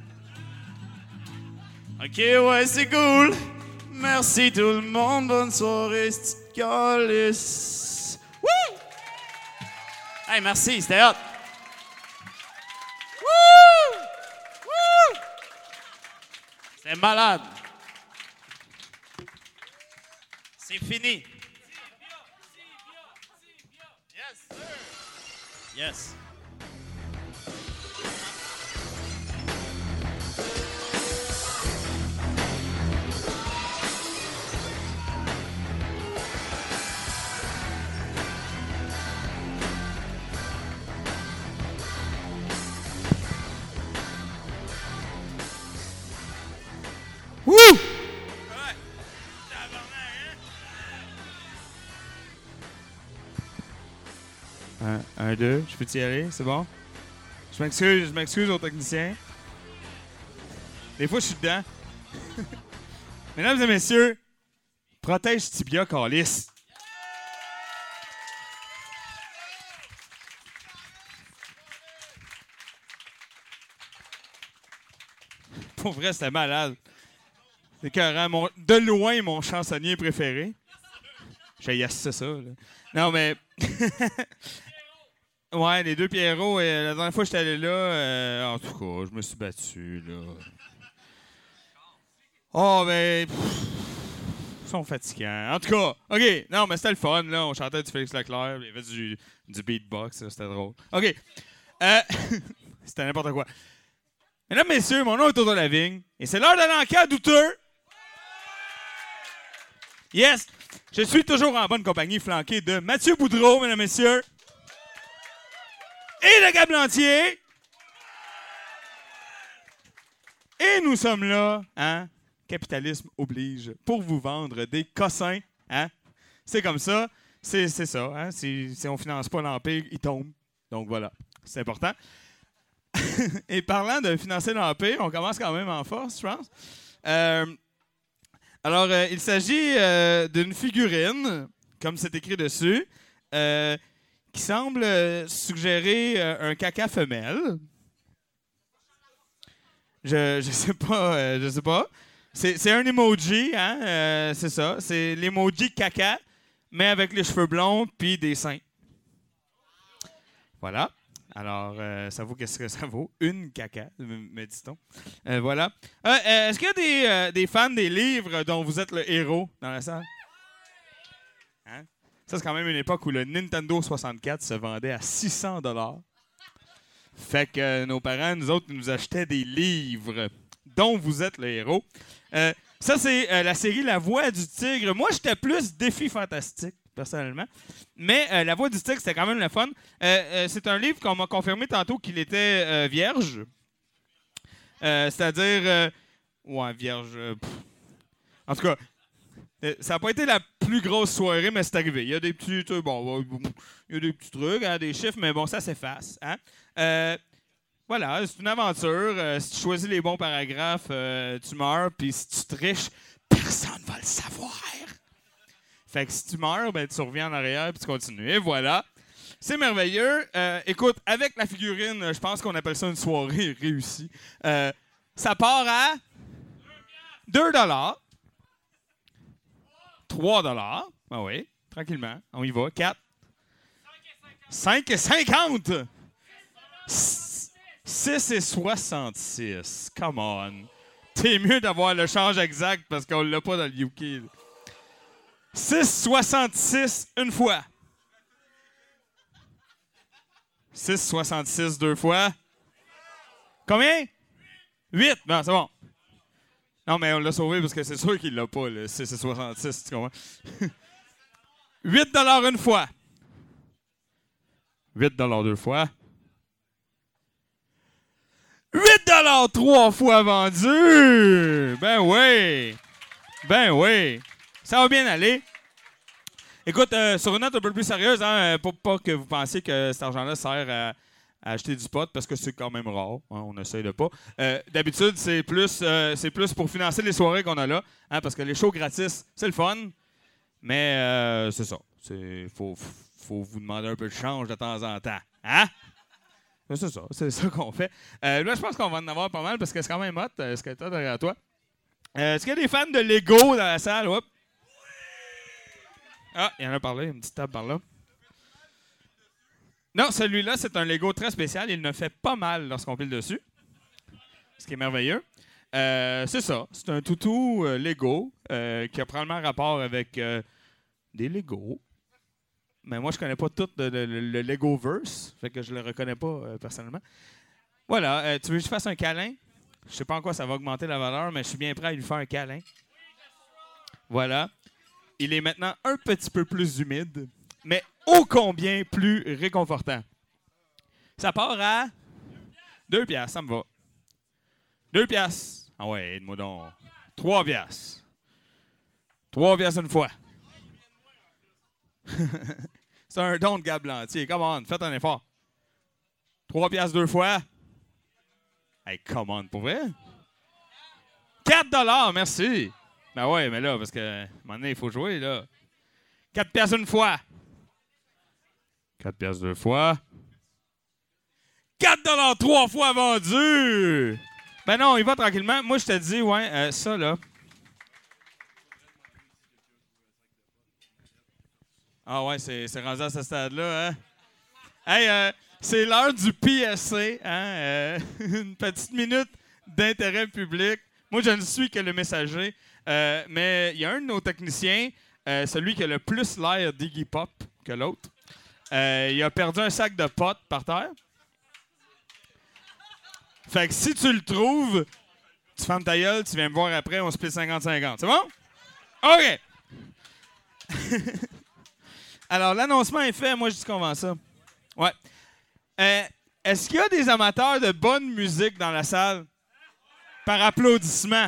OK, ouais, c'est cool. Merci tout le monde. Bonne soirée, petite calice. Wouh! Hey, merci, c'était hot. Wouh! Wouh! C'était malade. C'est fini. Yes, sir. Yes. Wouh! Un, deux, je peux y aller, c'est bon? Je m'excuse aux techniciens. Des fois, je suis dedans. Mesdames et messieurs, protège tibia, calice. Pour vrai, c'était malade. C'est carrément de loin mon chansonnier préféré. J'ai ça, là. Non, mais... Ouais, les deux Pierrots, la dernière fois que j'étais allé là, en tout cas, je me suis battu, là. Oh, mais... Ils sont fatigants. En tout cas, OK. Non, mais c'était le fun, là. On chantait du Félix Leclerc, il y avait du beatbox, c'était drôle. OK. C'était n'importe quoi. Mesdames, messieurs, mon nom est Toto Lavigne, et c'est l'heure de l'enquête douteux. Yes! Je suis toujours en bonne compagnie, flanqué de Mathieu Boudreau, mesdames, messieurs. Et de Gab Lantier. Et nous sommes là, hein? Capitalisme oblige, pour vous vendre des cossins, hein? C'est comme ça. C'est ça, hein? Si on finance pas l'Empire, il tombe. Donc voilà, c'est important. Et parlant de financer l'Empire, on commence quand même en force, je pense. Alors, il s'agit d'une figurine, comme c'est écrit dessus, qui semble suggérer un caca femelle. Je sais pas, je sais pas. C'est un emoji, hein, c'est ça. C'est l'emoji caca, mais avec les cheveux blonds puis des seins. Voilà. Alors, ça vaut qu'est-ce que ça vaut? Une caca, me dit-on. Voilà. Est-ce qu'il y a des fans des livres dont vous êtes le héros dans la salle? Hein? Ça, c'est quand même une époque où le Nintendo 64 se vendait à 600 $. Fait que nos parents, nous autres, nous achetaient des livres dont vous êtes le héros. Ça, c'est la série La Voix du Tigre. Moi, j'étais plus Défi Fantastique, personnellement. Mais La Voix du Tigre, c'était quand même le fun. C'est un livre qu'on m'a confirmé tantôt qu'il était vierge. C'est-à-dire... ouais, vierge... En tout cas, ça n'a pas été la plus grosse soirée, mais c'est arrivé. Il y a des petits... il y a des petits trucs, hein, des chiffres, mais bon, ça s'efface. Hein? Voilà, c'est une aventure. Si tu choisis les bons paragraphes, tu meurs. Puis si tu triches, personne ne va le savoir. Fait que si tu meurs, ben, tu reviens en arrière puis tu continues. Et voilà. C'est merveilleux. Écoute, avec la figurine, je pense qu'on appelle ça une soirée réussie. Ça part à 2 $. 3 $. Ah oui, tranquillement. On y va. 4. 5,50. 6,66. Come on. T'es mieux d'avoir le change exact parce qu'on l'a pas dans le UK. 6,66 une fois. 6,66 deux fois. Combien? 8. Non, c'est bon. Non, mais on l'a sauvé parce que c'est sûr qu'il l'a pas, le 6,66, tu comprends? 8 $ une fois. 8 $ deux fois. 8 $ trois fois vendu! Ben oui! Ben oui! Ça va bien aller. Écoute, sur une note un peu plus sérieuse, hein, pour pas que vous pensiez que cet argent-là sert à acheter du pot, parce que c'est quand même rare. Hein, on essaye de pas. D'habitude, c'est plus pour financer les soirées qu'on a là, hein, parce que les shows gratis, c'est le fun, mais c'est ça. Faut vous demander un peu de change de temps en temps. Hein? C'est ça qu'on fait. Là, je pense qu'on va en avoir pas mal, parce que c'est quand même hot, ce que tu as derrière toi. Est-ce qu'il y a des fans de Lego dans la salle? Oups. Ah, il y en a parlé, une petite table par là. Non, celui-là, c'est un Lego très spécial. Il ne fait pas mal lorsqu'on pile dessus. Ce qui est merveilleux. C'est ça. C'est un toutou Lego qui a probablement rapport avec des Legos. Mais moi, je connais pas tout le Legoverse. Fait que je le reconnais pas personnellement. Voilà. Tu veux que je fasse un câlin? Je sais pas en quoi ça va augmenter la valeur, mais je suis bien prêt à lui faire un câlin. Voilà. Il est maintenant un petit peu plus humide, mais ô combien plus réconfortant. Ça part à 2 $, ça me va. 2 $. Ah ouais, aide-moi donc. 3 $. 3 $ une fois. C'est un don de Gab Lantier. Come on, faites un effort. 3 piastres 2 fois. Hey, come on, pour vrai? 4 $, merci. Ben ouais, mais là, parce que, à un moment donné, il faut jouer, là. 4 piastres une fois. 4 piastres 2 fois. 4 $ 3 fois vendu! Ben non, il va tranquillement. Moi, je te dis, ouais, ça, là. Ah ouais, c'est rendu à ce stade-là, hein? Hey, c'est l'heure du PSC, hein? Une petite minute d'intérêt public. Moi, je ne suis que le messager. Mais il y a un de nos techniciens, celui qui a le plus l'air d'Iggy Pop que l'autre. Il a perdu un sac de potes par terre. Fait que si tu le trouves, tu fermes ta gueule, tu viens me voir après, on split 50-50. C'est bon? OK! Alors, l'annoncement est fait. Moi, je dis qu'on vend ça. Ouais. Est-ce qu'il y a des amateurs de bonne musique dans la salle? Par applaudissement.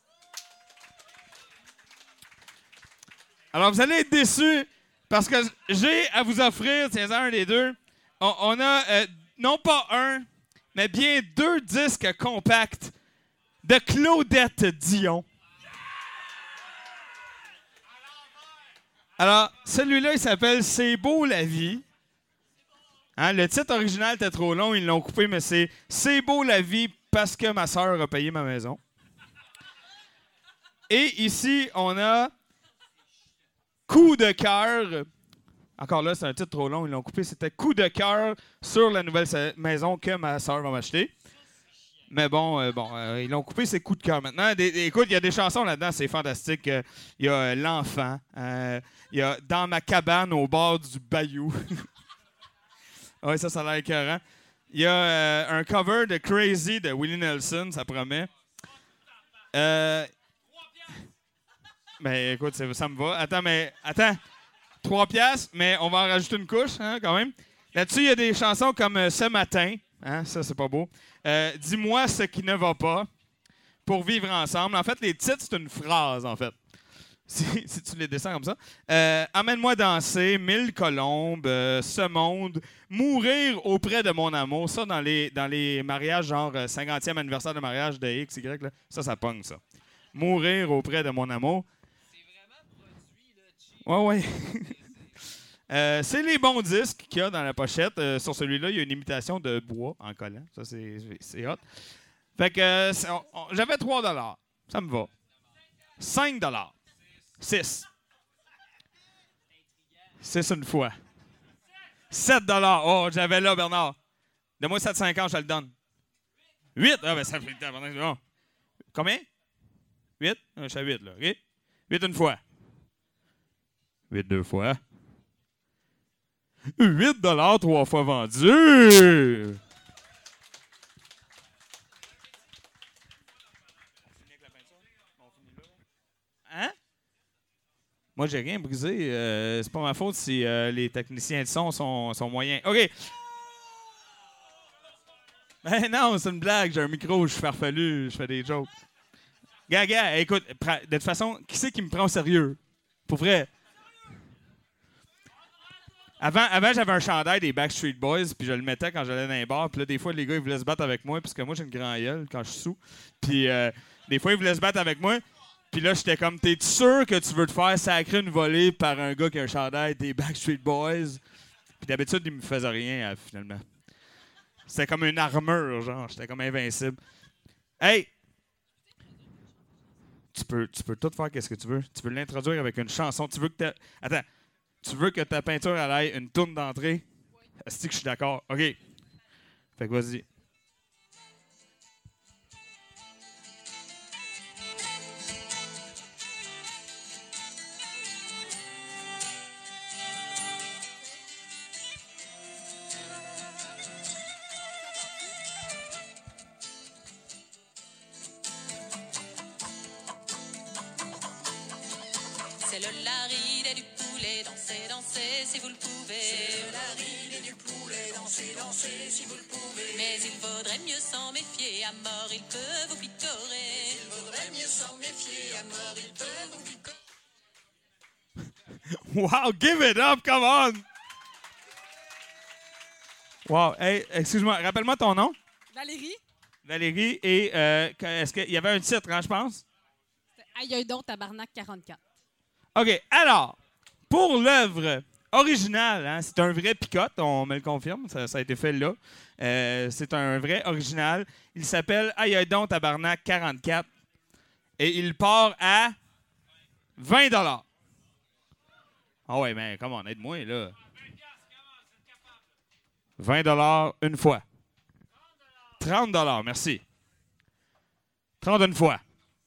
Alors, vous allez être déçus parce que j'ai à vous offrir, tiens, un des deux. On a non pas un, mais bien 2 disques compacts de Claudette Dion. Alors, celui-là, il s'appelle « C'est beau la vie ». Hein, le titre original était trop long, ils l'ont coupé, mais c'est « C'est beau la vie parce que ma sœur a payé ma maison ». Et ici, on a « Coup de cœur ». Encore là, c'est un titre trop long, ils l'ont coupé. C'était « Coup de cœur sur la nouvelle maison que ma sœur va m'acheter ». Mais bon, ils l'ont coupé, c'est « Coup de cœur » maintenant. Écoute, il y a des chansons là-dedans, c'est fantastique. Il y a « L'enfant ». Il y a « Dans ma cabane au bord du bayou ». Oui, ça a l'air écœurant. Il y a un cover de Crazy de Willie Nelson, ça promet. Mais écoute, ça me va. Attends. 3 piastres, mais on va en rajouter une couche, hein, quand même. Là-dessus, il y a des chansons comme Ce matin. Hein, ça, c'est pas beau. Dis-moi ce qui ne va pas. Pour vivre ensemble. En fait, les titres, c'est une phrase, en fait. Si tu les descends comme ça. Amène-moi danser, 1000 colombes, ce monde, mourir auprès de mon amour. Ça, dans les mariages, genre 50e anniversaire de mariage de X, Y, là, ça pogne, ça. Mourir auprès de mon amour. C'est vraiment produit, là. Ouais. C'est les bons disques qu'il y a dans la pochette. Sur celui-là, il y a une imitation de bois en collant. Ça, c'est hot. Fait que j'avais 3 $. Ça me va. 5 $. 6. 6 une fois. 7 $. Oh, j'avais là, Bernard. Donne-moi 7,50, je te le donne. 8. Ah, ben ça fait le temps. Bon. Combien? 8? Je suis à 8, là. OK? 8 une fois. 8 2 fois. 8 $ 3 fois vendu. Hein? Moi, j'ai rien brisé. C'est pas ma faute si les techniciens de son sont moyens. OK. Ben non, c'est une blague. J'ai un micro, je suis farfelu, je fais des jokes. Gars, écoute, de toute façon, qui c'est qui me prend au sérieux? Pour vrai. Avant j'avais un chandail des Backstreet Boys, puis je le mettais quand j'allais dans les bars. Puis là, des fois, les gars, ils voulaient se battre avec moi, parce que moi, j'ai une grande gueule quand je suis sous. Puis des fois, ils voulaient se battre avec moi. Puis là, j'étais comme, t'es sûr que tu veux te faire sacrer une volée par un gars qui a un chandail des Backstreet Boys? Puis d'habitude, il me faisait rien, finalement. C'était comme une armure, genre. J'étais comme invincible. Hey! Tu peux tout faire qu'est-ce que tu veux. Tu peux l'introduire avec une chanson. Tu veux que tu veux que ta peinture elle aille une tourne d'entrée? Est-ce que je suis d'accord? OK. Fait que vas-y. C'est le laride et du poulet, dansez, dansez si vous le pouvez. C'est le laride et du poulet, dansez, dansez si vous le pouvez. Mais il vaudrait mieux s'en méfier, à mort il peut vous picorer. Il vaudrait mieux s'en méfier, à mort il peut vous picorer. Wow, give it up, come on! Wow. Hey, excuse-moi, rappelle-moi ton nom. Valérie? Valérie, et est-ce qu'il y avait un titre, hein, je pense? Aïe, aïe donc, tabarnak 44. OK, alors, pour l'œuvre originale, hein, c'est un vrai picote, on me le confirme, ça a été fait là. C'est un vrai original. Il s'appelle Aïe, aïe donc, tabarnak 44. Et il part à 20 $. Ah ouais, mais comment, aide-moi, là. 20 $ une fois. 30 $, merci. 30 une fois.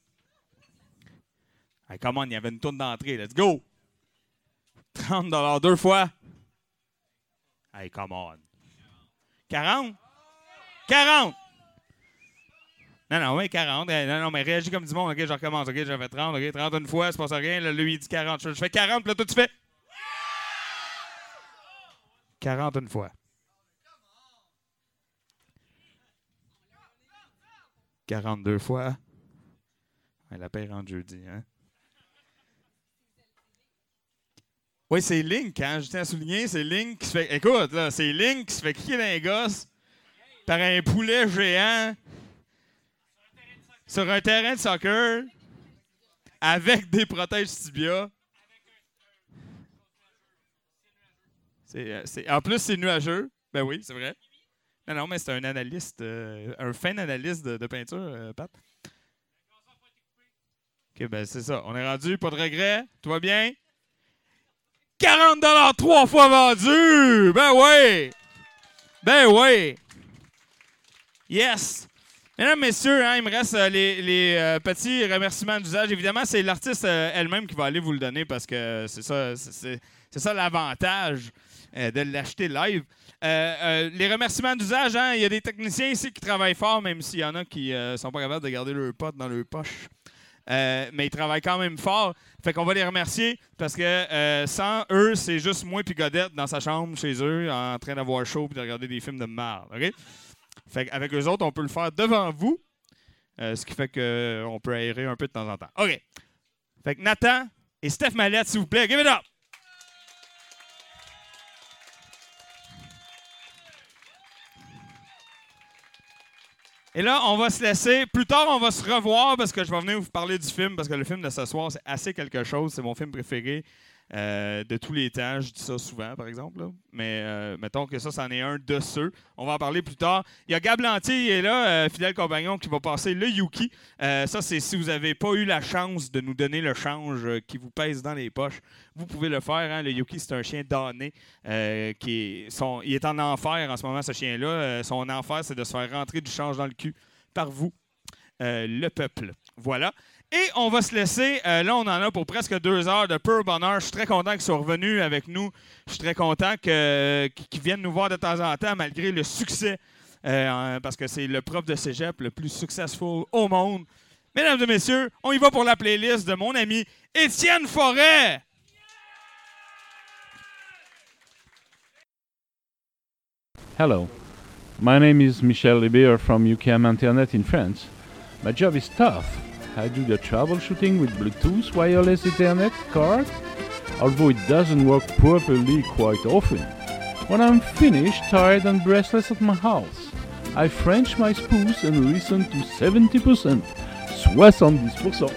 Hey, come on, il y avait une tourne d'entrée. Let's go! 30 $ deux fois. Hey, come on. 40? 40! Non, oui, 40. Non, mais réagis comme du monde. OK, je recommence. OK, j'avais 30. OK, 30 une fois, ça passe rien. Là, lui, il dit 40. Je fais 40, puis là, toi, tu fais... 40 une fois. 42 fois. Ouais, la paix rentre jeudi, hein? Oui, c'est Link, hein? Je tiens à souligner, c'est Link qui se fait... Écoute, là, c'est Link qui se fait kicker d'un gosse par un poulet géant sur un terrain de soccer avec des protèges tibia. En plus, c'est nuageux. Ben oui, c'est vrai. Non, mais c'est un analyste, un fin analyste de peinture, Pat. OK, ben c'est ça. On est rendu, pas de regret. Tout va bien? 40 $ 3 fois vendu! Ben oui! Ben oui! Yes! Mesdames, messieurs, hein, il me reste les petits remerciements d'usage. Évidemment, c'est l'artiste elle-même qui va aller vous le donner parce que c'est ça l'avantage de l'acheter live. Les remerciements d'usage, hein, il y a des techniciens ici qui travaillent fort, même s'il y en a qui sont pas capables de garder leur pote dans leur poche. Mais ils travaillent quand même fort. Fait qu'on va les remercier parce que sans eux, c'est juste moi puis Godette dans sa chambre chez eux en train d'avoir chaud et de regarder des films de merde. OK? Fait qu'avec eux autres, on peut le faire devant vous. Ce qui fait qu'on peut aérer un peu de temps en temps. OK. Fait que Nathan et Steph Mallette, s'il vous plaît, give it up! Et là, on va se laisser. Plus tard, on va se revoir parce que je vais venir vous parler du film parce que le film de ce soir, c'est assez quelque chose. C'est mon film préféré de tous les temps. Je dis ça souvent, par exemple. Là. Mais mettons que ça, c'en est un de ceux. On va en parler plus tard. Il y a Gab Lantier, il est là, fidèle compagnon, qui va passer le Yuki. Ça, c'est si vous n'avez pas eu la chance de nous donner le change qui vous pèse dans les poches. Vous pouvez le faire. Hein? Le Yuki, c'est un chien damné. Il est en enfer en ce moment, ce chien-là. Son enfer, c'est de se faire rentrer du change dans le cul par vous, le peuple. Voilà. Et on va se laisser. Là, on en a pour presque 2 heures de pur bonheur. Je suis très content qu'ils soient revenus avec nous. Je suis très content qu'ils viennent nous voir de temps en temps, malgré le succès. Parce que c'est le prof de cégep le plus successful au monde. Mesdames et messieurs, on y va pour la playlist de mon ami Étienne Forêt. Hello, my name is Michel Libert from UQAM Internet in France. My job is tough. I do the troubleshooting with Bluetooth wireless Ethernet card, although it doesn't work properly quite often. When I'm finished, tired and breathless at my house, I French my spouse and listen to 70%, 70%.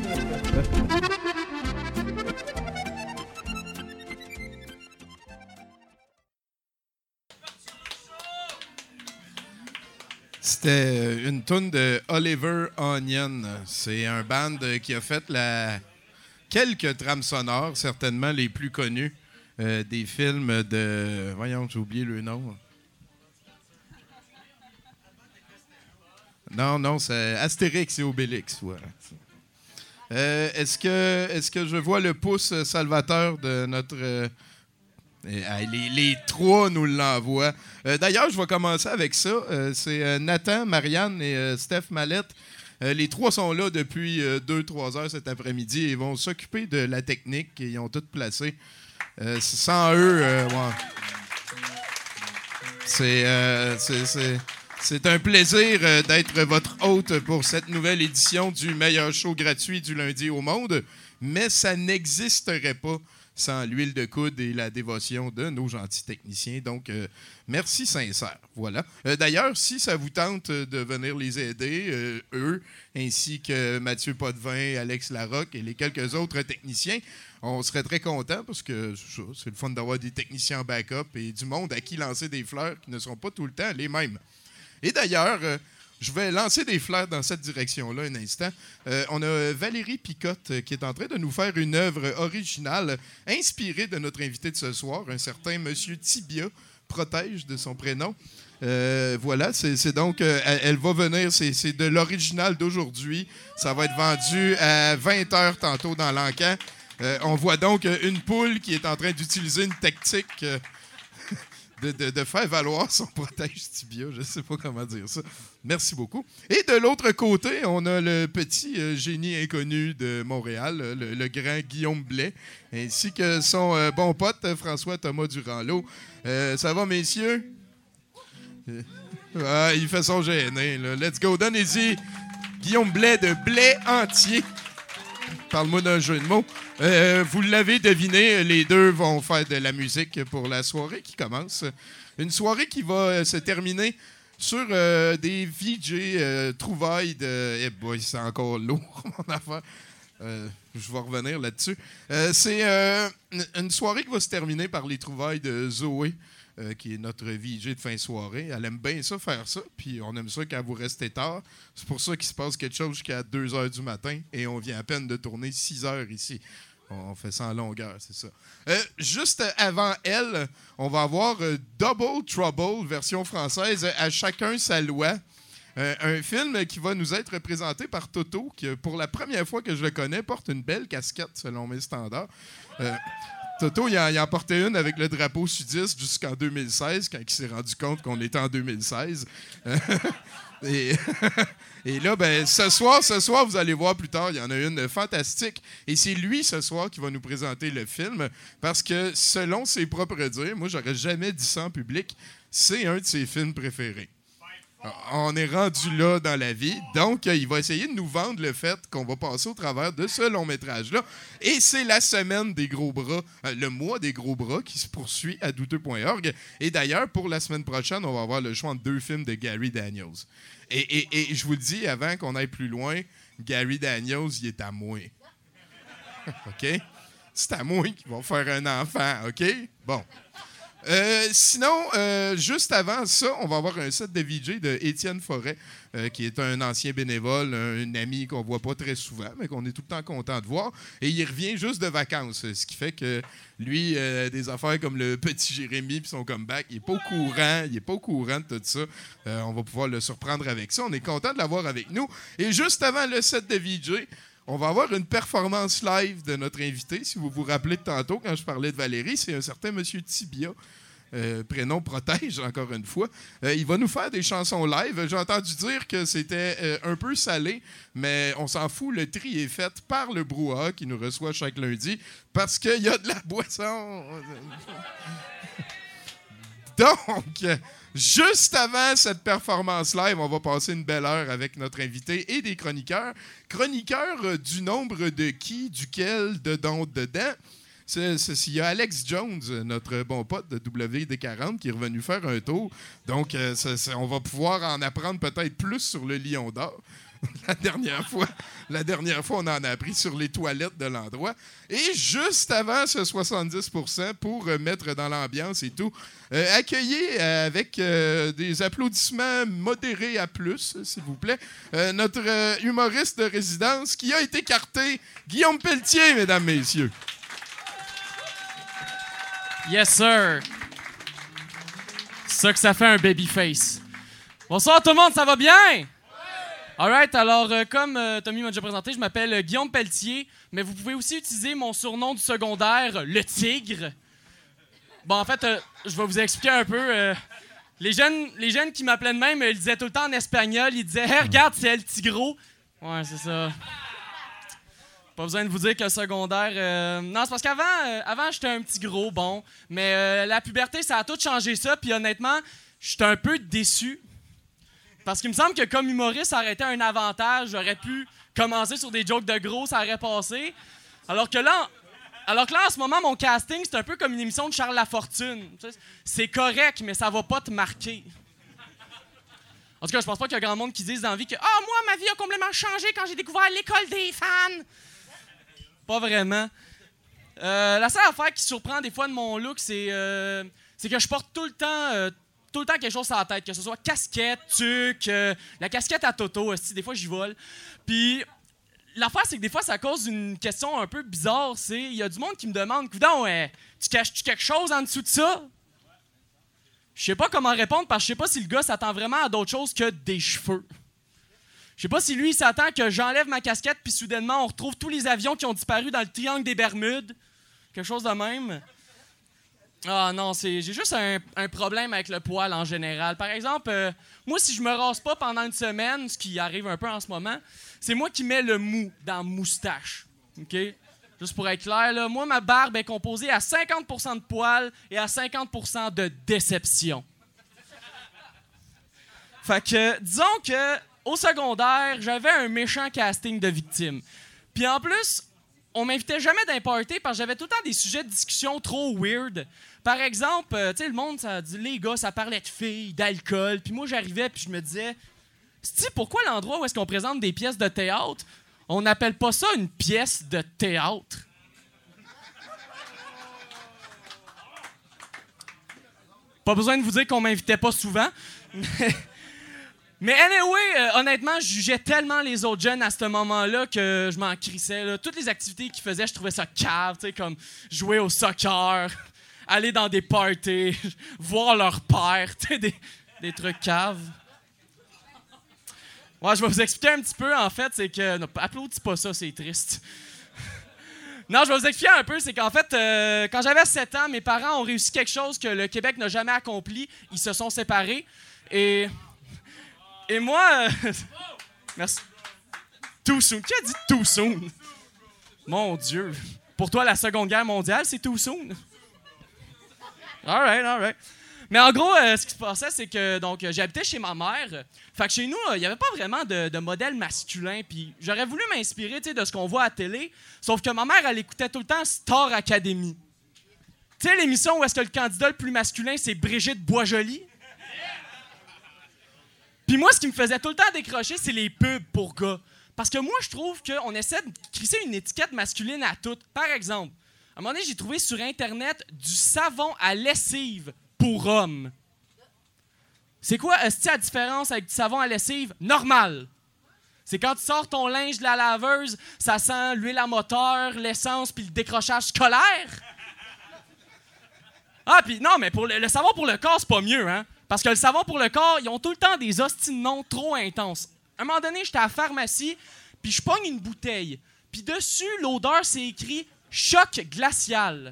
C'était une toune de Oliver Onion. C'est un band qui a fait quelques trames sonores, certainement les plus connues, des films de... Voyons, j'ai oublié le nom. Non, c'est Astérix et Obélix. Ouais. Est-ce que je vois le pouce salvateur de notre... Les trois nous l'envoient. D'ailleurs, je vais commencer avec ça. C'est Nathan, Marianne et Steph Mallette. Les trois sont là depuis 2-3 heures cet après-midi. Ils vont s'occuper de la technique. Ils ont tout placé. Sans eux, c'est un plaisir d'être votre hôte pour cette nouvelle édition du meilleur show gratuit du lundi au monde. Mais ça n'existerait pas sans l'huile de coude et la dévotion de nos gentils techniciens. Donc, merci sincère. Voilà. D'ailleurs, si ça vous tente de venir les aider, eux, ainsi que Mathieu Potvin, Alex Larocque et les quelques autres techniciens, on serait très contents parce que c'est le fun d'avoir des techniciens en backup et du monde à qui lancer des fleurs qui ne sont pas tout le temps les mêmes. Et d'ailleurs, je vais lancer des fleurs dans cette direction-là un instant. On a Valérie Picotte qui est en train de nous faire une œuvre originale inspirée de notre invité de ce soir, un certain Monsieur Tibia, protège de son prénom. Voilà, c'est donc, elle va venir, c'est de l'original d'aujourd'hui. Ça va être vendu à 20h tantôt dans l'encan. On voit donc une poule qui est en train d'utiliser une tactique de faire valoir son protège tibia. Je ne sais pas comment dire ça. Merci beaucoup. Et de l'autre côté, on a le petit génie inconnu de Montréal, le grand Guillaume Blais, ainsi que son bon pote François Thomas Durand-Lot. Ça va, messieurs? Il fait son gêné. Là. Let's go. Donnez-y Guillaume Blais de Blais Entier. Parle-moi d'un jeu de mots. Vous l'avez deviné, les deux vont faire de la musique pour la soirée qui commence. Une soirée qui va se terminer sur des VJ trouvailles de... Eh boy, c'est encore lourd, mon affaire. Je vais revenir là-dessus. C'est une soirée qui va se terminer par les trouvailles de Zoé, qui est notre VJ de fin de soirée. Elle aime bien ça, faire ça, puis on aime ça quand vous restez tard. C'est pour ça qu'il se passe quelque chose jusqu'à 2h du matin, et on vient à peine de tourner 6 heures ici. On fait ça en longueur, c'est ça. Juste avant elle, on va avoir Double Trouble, version française, À chacun sa loi. Un film qui va nous être présenté par Toto, qui, pour la première fois que je le connais, porte une belle casquette selon mes standards. Toto, il en portait une avec le drapeau sudiste jusqu'en 2016, quand il s'est rendu compte qu'on était en 2016. Et là, ben, ce soir, vous allez voir plus tard, il y en a une fantastique. Et c'est lui, ce soir, qui va nous présenter le film, parce que, selon ses propres dires, moi, j'aurais jamais dit ça en public, c'est un de ses films préférés. On est rendu là dans la vie. Donc, il va essayer de nous vendre le fait qu'on va passer au travers de ce long-métrage-là. Et c'est la semaine des gros bras, le mois des gros bras qui se poursuit à douteux.org. Et d'ailleurs, pour la semaine prochaine, on va avoir le choix entre 2 films de Gary Daniels. Et je vous le dis, avant qu'on aille plus loin, Gary Daniels, il est à moi. OK? C'est à moi qui va faire un enfant, OK? Bon. Sinon, juste avant ça, on va avoir un set de VJ de Étienne Forêt, qui est un ancien bénévole, un ami qu'on voit pas très souvent, mais qu'on est tout le temps content de voir. Et il revient juste de vacances, ce qui fait que lui, des affaires comme le petit Jérémy puis son comeback, il est pas au courant, il est pas au courant de tout ça. On va pouvoir le surprendre avec ça. On est content de l'avoir avec nous. Et juste avant le set de VJ, on va avoir une performance live de notre invité. Si vous vous rappelez de tantôt, quand je parlais de Valérie, c'est un certain Monsieur Tibia, prénom protège, encore une fois. Il va nous faire des chansons live. J'ai entendu dire que c'était un peu salé, mais on s'en fout. Le tri est fait par le Brouhaha qui nous reçoit chaque lundi parce qu'il y a de la boisson. Donc, juste avant cette performance live, on va passer une belle heure avec notre invité et des chroniqueurs. Chroniqueurs du nombre de qui, duquel, de dont, dedans. Il y a Alex Jones, notre bon pote de WD40, qui est revenu faire un tour. Donc, on va pouvoir en apprendre peut-être plus sur le Lion d'Or. La dernière fois, on en a appris sur les toilettes de l'endroit. Et juste avant ce 70%, pour mettre dans l'ambiance et tout, accueillez avec des applaudissements modérés à plus, s'il vous plaît, notre humoriste de résidence qui a été écarté, Guillaume Pelletier, mesdames, messieurs. Yes, sir. C'est ça que ça fait un babyface. Bonsoir tout le monde, ça va bien? Oui! Alright, alors comme Tommy m'a déjà présenté, je m'appelle Guillaume Pelletier, mais vous pouvez aussi utiliser mon surnom du secondaire, le Tigre. Bon, en fait, je vais vous expliquer un peu. Les jeunes qui m'appelaient de même, ils disaient tout le temps en espagnol, ils disaient « Hey, regarde, c'est El Tigro ». Ouais, c'est ça. Pas besoin de vous dire que le secondaire... Non, c'est parce qu'avant, j'étais un petit gros, bon. Mais la puberté, ça a tout changé ça. Puis honnêtement, j'étais un peu déçu. Parce qu'il me semble que comme humoriste, ça aurait été un avantage. J'aurais pu commencer sur des jokes de gros, ça aurait passé. Alors que là, Alors que là, en ce moment, mon casting, c'est un peu comme une émission de Charles Lafortune. C'est correct, mais ça va pas te marquer. En tout cas, je pense pas qu'il y a grand monde qui dise dans la vie que « Ah, moi, ma vie a complètement changé quand j'ai découvert l'école des fans! » Pas vraiment. La seule affaire qui surprend des fois de mon look, c'est que je porte tout le temps quelque chose sur la tête, que ce soit casquette, tuque, la casquette à Toto, aussi, des fois j'y vole. Puis l'affaire, c'est que des fois, ça cause une question un peu bizarre. Il y a du monde qui me demande « Coudon, tu caches-tu quelque chose en dessous de ça? » Je sais pas comment répondre parce que je sais pas si le gars s'attend vraiment à d'autres choses que des cheveux. Je sais pas si lui, il s'attend que j'enlève ma casquette puis soudainement, on retrouve tous les avions qui ont disparu dans le triangle des Bermudes. Quelque chose de même. Ah non, j'ai juste un problème avec le poil en général. Par exemple, moi, si je me rase pas pendant une semaine, ce qui arrive un peu en ce moment, c'est moi qui mets le mou dans la moustache. OK? Juste pour être clair, là, moi, ma barbe est composée à 50% de poils et à 50% de déception. Fait que, disons que au secondaire, j'avais un méchant casting de victimes. Puis en plus, on m'invitait jamais dans un party parce que j'avais tout le temps des sujets de discussion trop weird. Par exemple, tu sais, le monde, ça dit, les gars, ça parlait de filles, d'alcool. Puis moi, j'arrivais puis je me disais, c'est-tu pourquoi l'endroit où est-ce qu'on présente des pièces de théâtre, on n'appelle pas ça une pièce de théâtre? Pas besoin de vous dire qu'on m'invitait pas souvent. Mais anyway, honnêtement, je jugeais tellement les autres jeunes à ce moment-là que je m'en crissais. Là. Toutes les activités qu'ils faisaient, je trouvais ça cave, comme jouer au soccer, aller dans des parties, voir leur père, des trucs caves. Ouais, je vais vous expliquer un petit peu, en fait, c'est que... Non, applaudis pas ça, c'est triste. Non, je vais vous expliquer un peu, c'est qu'en fait, quand j'avais 7 ans, mes parents ont réussi quelque chose que le Québec n'a jamais accompli. Ils se sont séparés. Et moi... Merci. Too soon. Qui a dit too soon? Mon Dieu. Pour toi, la Seconde Guerre mondiale, c'est too soon? All right. Mais en gros, ce qui se passait, c'est que donc j'habitais chez ma mère. Fait que chez nous, il n'y avait pas vraiment de modèle masculin. Puis j'aurais voulu m'inspirer de ce qu'on voit à la télé. Sauf que ma mère, elle écoutait tout le temps Star Academy. Tu sais, l'émission où est-ce que le candidat le plus masculin, c'est Brigitte Boisjoli? Puis moi, ce qui me faisait tout le temps décrocher, c'est les pubs pour gars. Parce que moi, je trouve qu'on essaie de crisser une étiquette masculine à tout. Par exemple, à un moment donné, j'ai trouvé sur Internet du savon à lessive pour hommes. C'est quoi, est-ce la différence avec du savon à lessive normal? C'est quand tu sors ton linge de la laveuse, ça sent l'huile à moteur, l'essence puis le décrochage scolaire? Ah, puis non, mais pour le savon pour le corps, c'est pas mieux, hein? Parce que le savon pour le corps, ils ont tout le temps des hosties de noms trop intenses. À un moment donné, j'étais à la pharmacie, puis je pogne une bouteille. Puis dessus, l'odeur, c'est écrit « choc glacial ».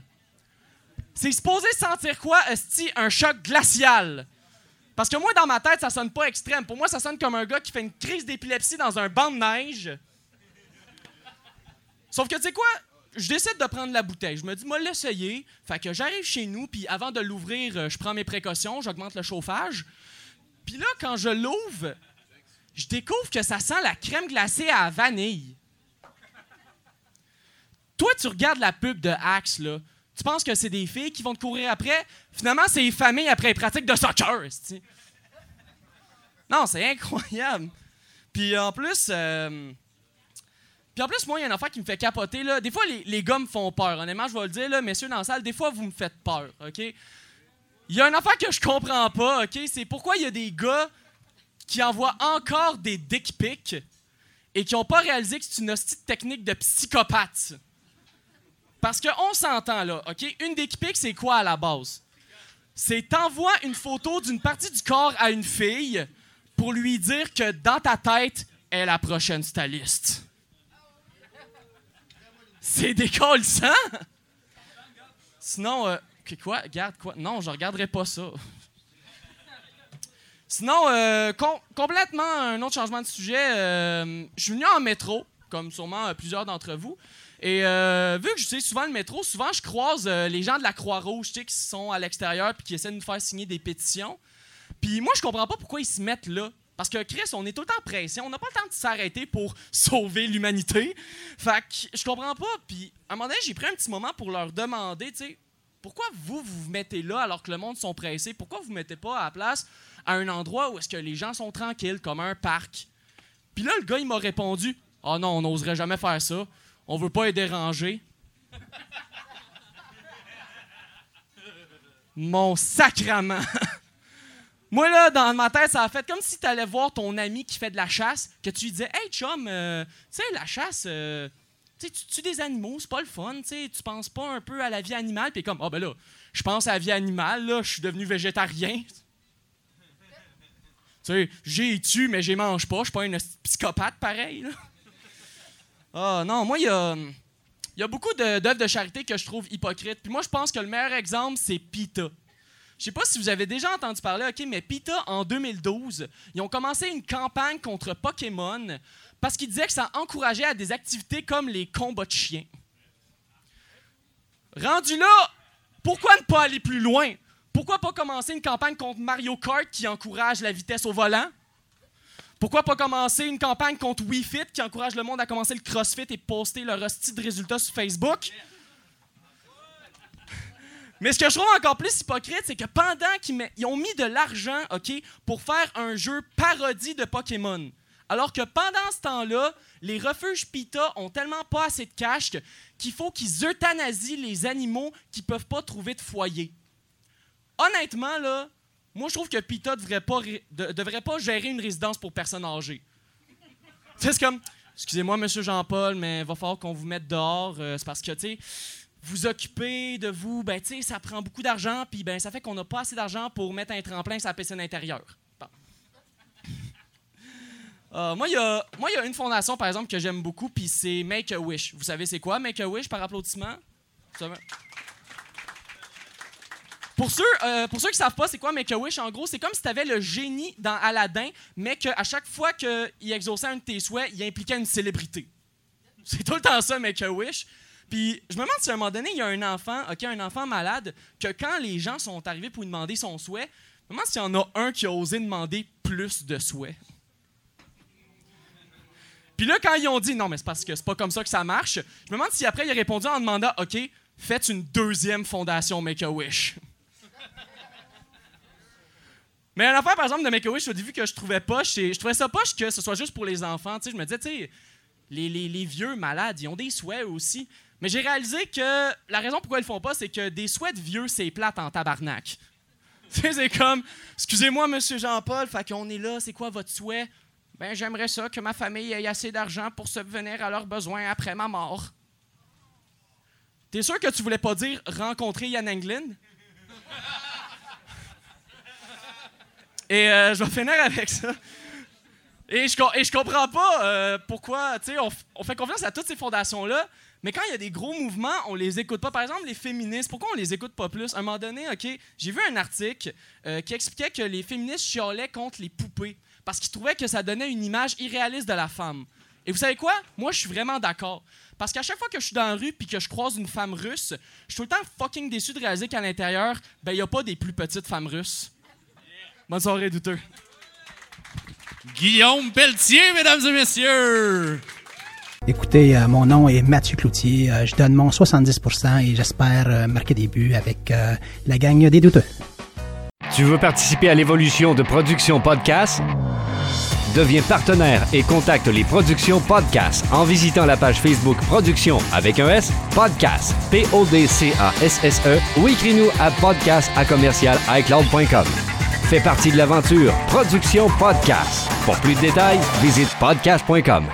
C'est supposé sentir quoi, esti, un choc glacial? Parce que moi, dans ma tête, ça sonne pas extrême. Pour moi, ça sonne comme un gars qui fait une crise d'épilepsie dans un banc de neige. Sauf que, tu sais quoi? Je décide de prendre la bouteille. Je me dis, moi, l'essayer. Fait que j'arrive chez nous, puis avant de l'ouvrir, je prends mes précautions, j'augmente le chauffage. Puis là, quand je l'ouvre, je découvre que ça sent la crème glacée à la vanille. Toi, tu regardes la pub de Axe, là. Tu penses que c'est des filles qui vont te courir après? Finalement, c'est les familles après les pratiques de soccer. C'ti. Non, c'est incroyable. Puis en plus, moi, il y a une affaire qui me fait capoter. Là. Des fois, les gars me font peur. Honnêtement, je vais le dire, là, messieurs dans la salle, des fois, vous me faites peur. OK? Il y a une affaire que je comprends pas. OK? C'est pourquoi il y a des gars qui envoient encore des dick pics et qui n'ont pas réalisé que c'est une hostie de technique de psychopathe. Parce qu'on s'entend, là, OK? Une dick pic, c'est quoi à la base? C'est t'envoies une photo d'une partie du corps à une fille pour lui dire que dans ta tête, elle est la prochaine styliste. C'est décollissant! Sinon, quoi? Garde quoi? Non, je regarderai pas ça. Sinon, complètement un autre changement de sujet. Je suis venu en métro, comme sûrement plusieurs d'entre vous. Et vu que j'utilise souvent le métro, souvent je croise les gens de la Croix-Rouge qui sont à l'extérieur et qui essaient de nous faire signer des pétitions. Puis moi, je comprends pas pourquoi ils se mettent là. Parce que Chris, on est tout le temps pressé, on n'a pas le temps de s'arrêter pour sauver l'humanité. Fait que je comprends pas. Puis à un moment donné, j'ai pris un petit moment pour leur demander, tu sais, pourquoi vous vous mettez là alors que le monde sont pressés? Pourquoi vous ne mettez pas à la place à un endroit où est-ce que les gens sont tranquilles, comme un parc? Puis là, le gars, il m'a répondu, « Ah non, on n'oserait jamais faire ça. On veut pas être dérangé. » Mon sacrament! Moi, là, dans ma tête, ça a fait comme si tu allais voir ton ami qui fait de la chasse, que tu lui disais, « Hey, chum, tu sais, la chasse... tu tues des animaux, c'est pas le fun, tu penses pas un peu à la vie animale, puis comme, ah ben là, je pense à la vie animale, là, je suis devenu végétarien. Tu sais, j'ai tue, mais je mange pas, je suis pas un psychopathe pareil, là. Ah non, moi, il y a beaucoup d'œuvres de charité que je trouve hypocrites, puis moi, je pense que le meilleur exemple, c'est PETA. Je sais pas si vous avez déjà entendu parler, OK, mais PETA, en 2012, ils ont commencé une campagne contre Pokémon parce qu'ils disaient que ça encourageait à des activités comme les combats de chiens. Rendu là, pourquoi ne pas aller plus loin? Pourquoi pas commencer une campagne contre Mario Kart qui encourage la vitesse au volant? Pourquoi pas commencer une campagne contre Wii Fit qui encourage le monde à commencer le CrossFit et poster leur hostie de résultats sur Facebook? Mais ce que je trouve encore plus hypocrite, c'est que pendant qu'ils ont mis de l'argent, OK, pour faire un jeu parodie de Pokémon, alors que pendant ce temps-là, les refuges PETA ont tellement pas assez de cash qu'il faut qu'ils euthanasient les animaux qui peuvent pas trouver de foyer. Honnêtement, là, moi, je trouve que PETA devrait pas gérer une résidence pour personnes âgées. C'est comme, excusez-moi, monsieur Jean-Paul, mais il va falloir qu'on vous mette dehors. C'est parce que, tu sais, vous occuper de vous, ben, tu sais, ça prend beaucoup d'argent, puis ben, ça fait qu'on n'a pas assez d'argent pour mettre un tremplin sur la piscine intérieure. Bon. Moi, il y a une fondation, par exemple, que j'aime beaucoup, puis c'est Make-A-Wish. Vous savez c'est quoi, Make-A-Wish, par applaudissement? Pour ceux qui ne savent pas c'est quoi Make-A-Wish, en gros, c'est comme si tu avais le génie dans Aladdin, mais qu'à chaque fois qu'il exauçait un de tes souhaits, il impliquait une célébrité. C'est tout le temps ça, Make-A-Wish. Puis je me demande si à un moment donné, il y a un enfant malade, que quand les gens sont arrivés pour lui demander son souhait, je me demande s'il y en a un qui a osé demander plus de souhaits. Puis là, quand ils ont dit « Non, mais c'est parce que c'est pas comme ça que ça marche », je me demande si après, il a répondu en demandant « OK, faites une deuxième fondation Make-A-Wish ». Mais une affaire, par exemple, de Make-A-Wish, au début que je trouvais poche, je trouvais ça poche que ce soit juste pour les enfants. Tu sais, je me disais, tu sais, les vieux malades, ils ont des souhaits aussi. Mais j'ai réalisé que la raison pourquoi ils le font pas, c'est que des souhaits de vieux, c'est plate en tabarnak. Tu sais, c'est comme, excusez-moi, monsieur Jean-Paul, fait qu'on est là, c'est quoi votre souhait? Ben, j'aimerais ça que ma famille ait assez d'argent pour subvenir à leurs besoins après ma mort. T'es sûr que tu voulais pas dire rencontrer Ian Englund? Et je vais finir avec ça. Et je comprends pas pourquoi, tu sais, on fait confiance à toutes ces fondations-là, mais quand il y a des gros mouvements, on les écoute pas. Par exemple, les féministes, pourquoi on les écoute pas plus? À un moment donné, OK, j'ai vu un article qui expliquait que les féministes chialaient contre les poupées parce qu'ils trouvaient que ça donnait une image irréaliste de la femme. Et vous savez quoi? Moi, je suis vraiment d'accord. Parce qu'à chaque fois que je suis dans la rue puis que je croise une femme russe, je suis tout le temps fucking déçu de réaliser qu'à l'intérieur, ben, il n'y a pas des plus petites femmes russes. Bonne soirée, douteux. Guillaume Pelletier, mesdames et messieurs. Écoutez, mon nom est Mathieu Cloutier. Je donne mon 70% et j'espère marquer des buts avec la gang des douteux. Tu veux participer à l'évolution de Production Podcast? Deviens partenaire et contacte les Productions Podcast en visitant la page Facebook Production avec un S, Podcast, P-O-D-C-A-S-S-E ou écris-nous à podcast@icloud.com. Fais partie de l'aventure Production Podcast. Pour plus de détails, visite podcast.com.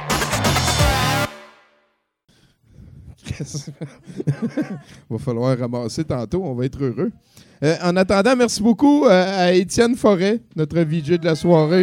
Va falloir ramasser tantôt, on va être heureux. En attendant, merci beaucoup à Étienne Forêt, notre VJ de la soirée.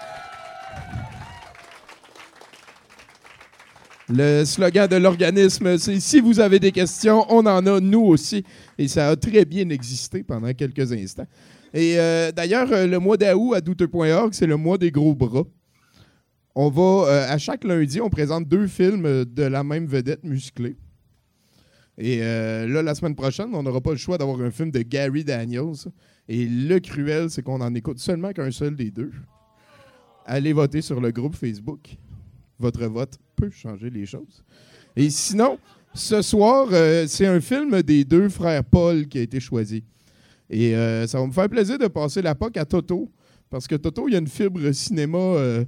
Le slogan de l'organisme, c'est « Si vous avez des questions, on en a, nous aussi ». Et ça a très bien existé pendant quelques instants. Et d'ailleurs, le mois d'août à douteux.org, c'est le mois des gros bras. On va, à chaque lundi, on présente 2 films de la même vedette musclée. Et là, la semaine prochaine, on n'aura pas le choix d'avoir un film de Gary Daniels. Et le cruel, c'est qu'on n'en écoute seulement qu'un seul des 2. allez voter sur le groupe Facebook. Votre vote peut changer les choses. Et sinon, ce soir, c'est un film des 2 frères Paul qui a été choisi. Et ça va me faire plaisir de passer la POC à Toto, parce que Toto, il y a une fibre cinéma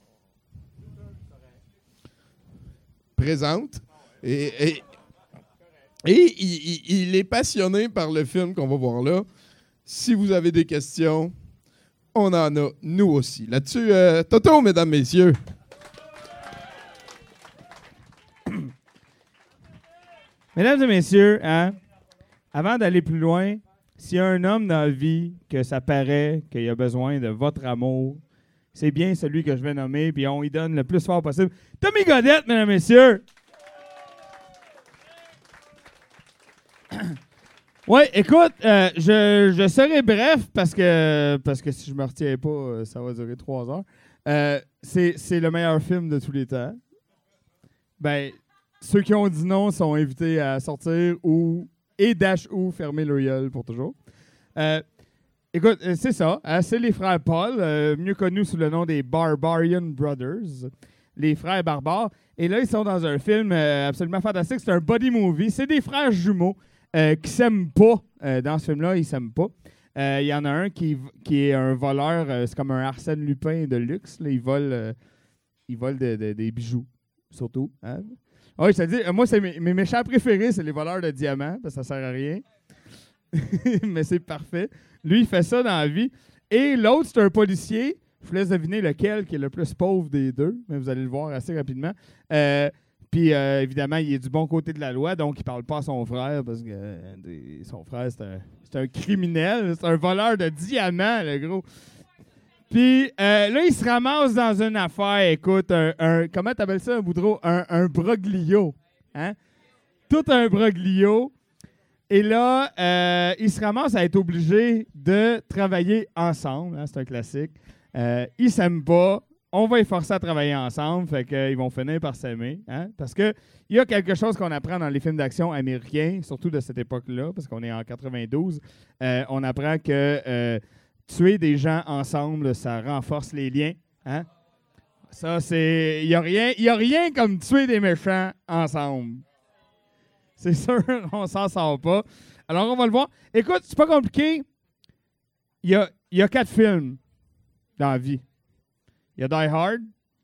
présente. Et il est passionné par le film qu'on va voir là. Si vous avez des questions, on en a, nous aussi. Là-dessus, Toto, mesdames, messieurs. Mesdames et messieurs, hein, avant d'aller plus loin, s'il y a un homme dans la vie que ça paraît qu'il a besoin de votre amour, c'est bien celui que je vais nommer, puis on y donne le plus fort possible. Tommy Godette, mesdames et messieurs! Oui, écoute, je serai bref parce que si je me retiens pas, ça va durer 3 heures. C'est le meilleur film de tous les temps. Ben, ceux qui ont dit non sont invités à sortir et fermer leur gueule pour toujours. Écoute, c'est ça. C'est les frères Paul, mieux connus sous le nom des Barbarian Brothers, les frères barbares. Et là, ils sont dans un film absolument fantastique. C'est un buddy movie. C'est des frères jumeaux qui s'aiment pas. Dans ce film-là, ils s'aiment pas. Il y en a un qui est un voleur. C'est comme un Arsène Lupin de luxe. Là, il vole des bijoux, surtout. Hein? Oui, je te dis, moi, c'est mes méchants préférés, c'est les voleurs de diamants, parce que ça sert à rien. Mais c'est parfait. Lui, il fait ça dans la vie. Et l'autre, c'est un policier. Je vous laisse deviner lequel qui est le plus pauvre des deux, mais vous allez le voir assez rapidement. Puis, évidemment, il est du bon côté de la loi, donc il ne parle pas à son frère, parce que son frère, c'est un criminel. C'est un voleur de diamants, le gros. Puis là, il se ramasse dans une affaire, écoute, comment t'appelles ça, Boudreau? Un broglio. Hein? Tout un broglio. Et là, il se ramasse à être obligé de travailler ensemble. Hein? C'est un classique. Ils s'aiment pas. On va les forcer à travailler ensemble, fait qu'ils vont finir par s'aimer. Hein? Parce qu'il y a quelque chose qu'on apprend dans les films d'action américains, surtout de cette époque-là, parce qu'on est en 92. On apprend que tuer des gens ensemble, ça renforce les liens. Hein? Ça, c'est... Il n'y a rien comme tuer des méchants ensemble. C'est sûr, on s'en sort pas. Alors, on va le voir. Écoute, c'est pas compliqué. Il y a 4 films dans la vie. Il y a Die Hard.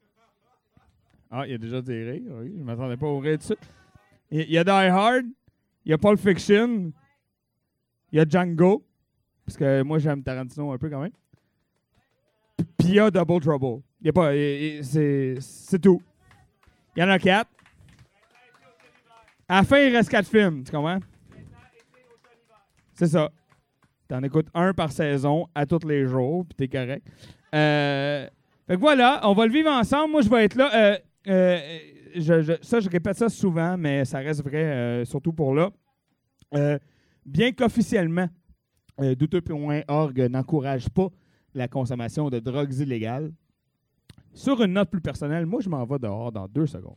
Ah, il y a déjà des rires. Oui, je ne m'attendais pas au rire tout de suite. Il y a Die Hard. Il y a Pulp Fiction. Il y a Django. Parce que moi, j'aime Tarantino un peu quand même. Puis il y a Double Trouble. Il y a pas... C'est tout. Il y en a 4. À la fin, il reste 4 films. Tu comprends? C'est ça. T'en écoutes un par saison à tous les jours, puis t'es correct. Fait que voilà, on va le vivre ensemble. Moi, je vais être là. Je répète ça souvent, mais ça reste vrai, surtout pour là. Bien qu'officiellement, douteux.org n'encourage pas la consommation de drogues illégales, sur une note plus personnelle, moi, je m'en vais dehors dans 2 secondes.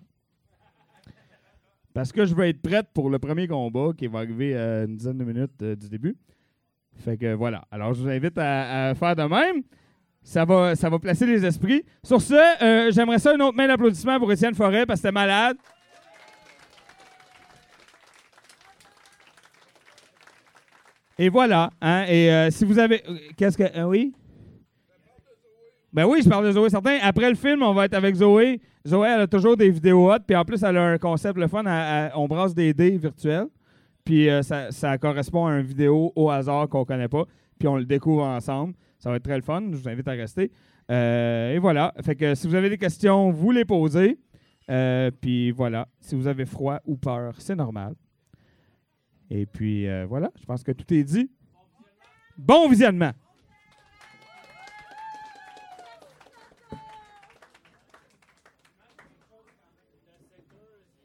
Parce que je veux être prête pour le premier combat qui va arriver à une dizaine de minutes du début. Fait que voilà. Alors, je vous invite à faire de même. Ça va placer les esprits. Sur ce, j'aimerais ça une autre main d'applaudissement pour Étienne Forêt parce que c'était malade. Et voilà. Hein, et si vous avez... Qu'est-ce que... oui? Ben oui, je parle de Zoé, certain. Après le film, on va être avec Zoé. Zoé, elle a toujours des vidéos hot, puis en plus, elle a un concept le fun. On brasse des dés virtuels, puis ça correspond à une vidéo au hasard qu'on connaît pas, puis on le découvre ensemble. Ça va être très le fun. Je vous invite à rester. Et voilà. Fait que si vous avez des questions, vous les posez. Puis voilà. Si vous avez froid ou peur, c'est normal. Et puis voilà. Je pense que tout est dit. Bon visionnement!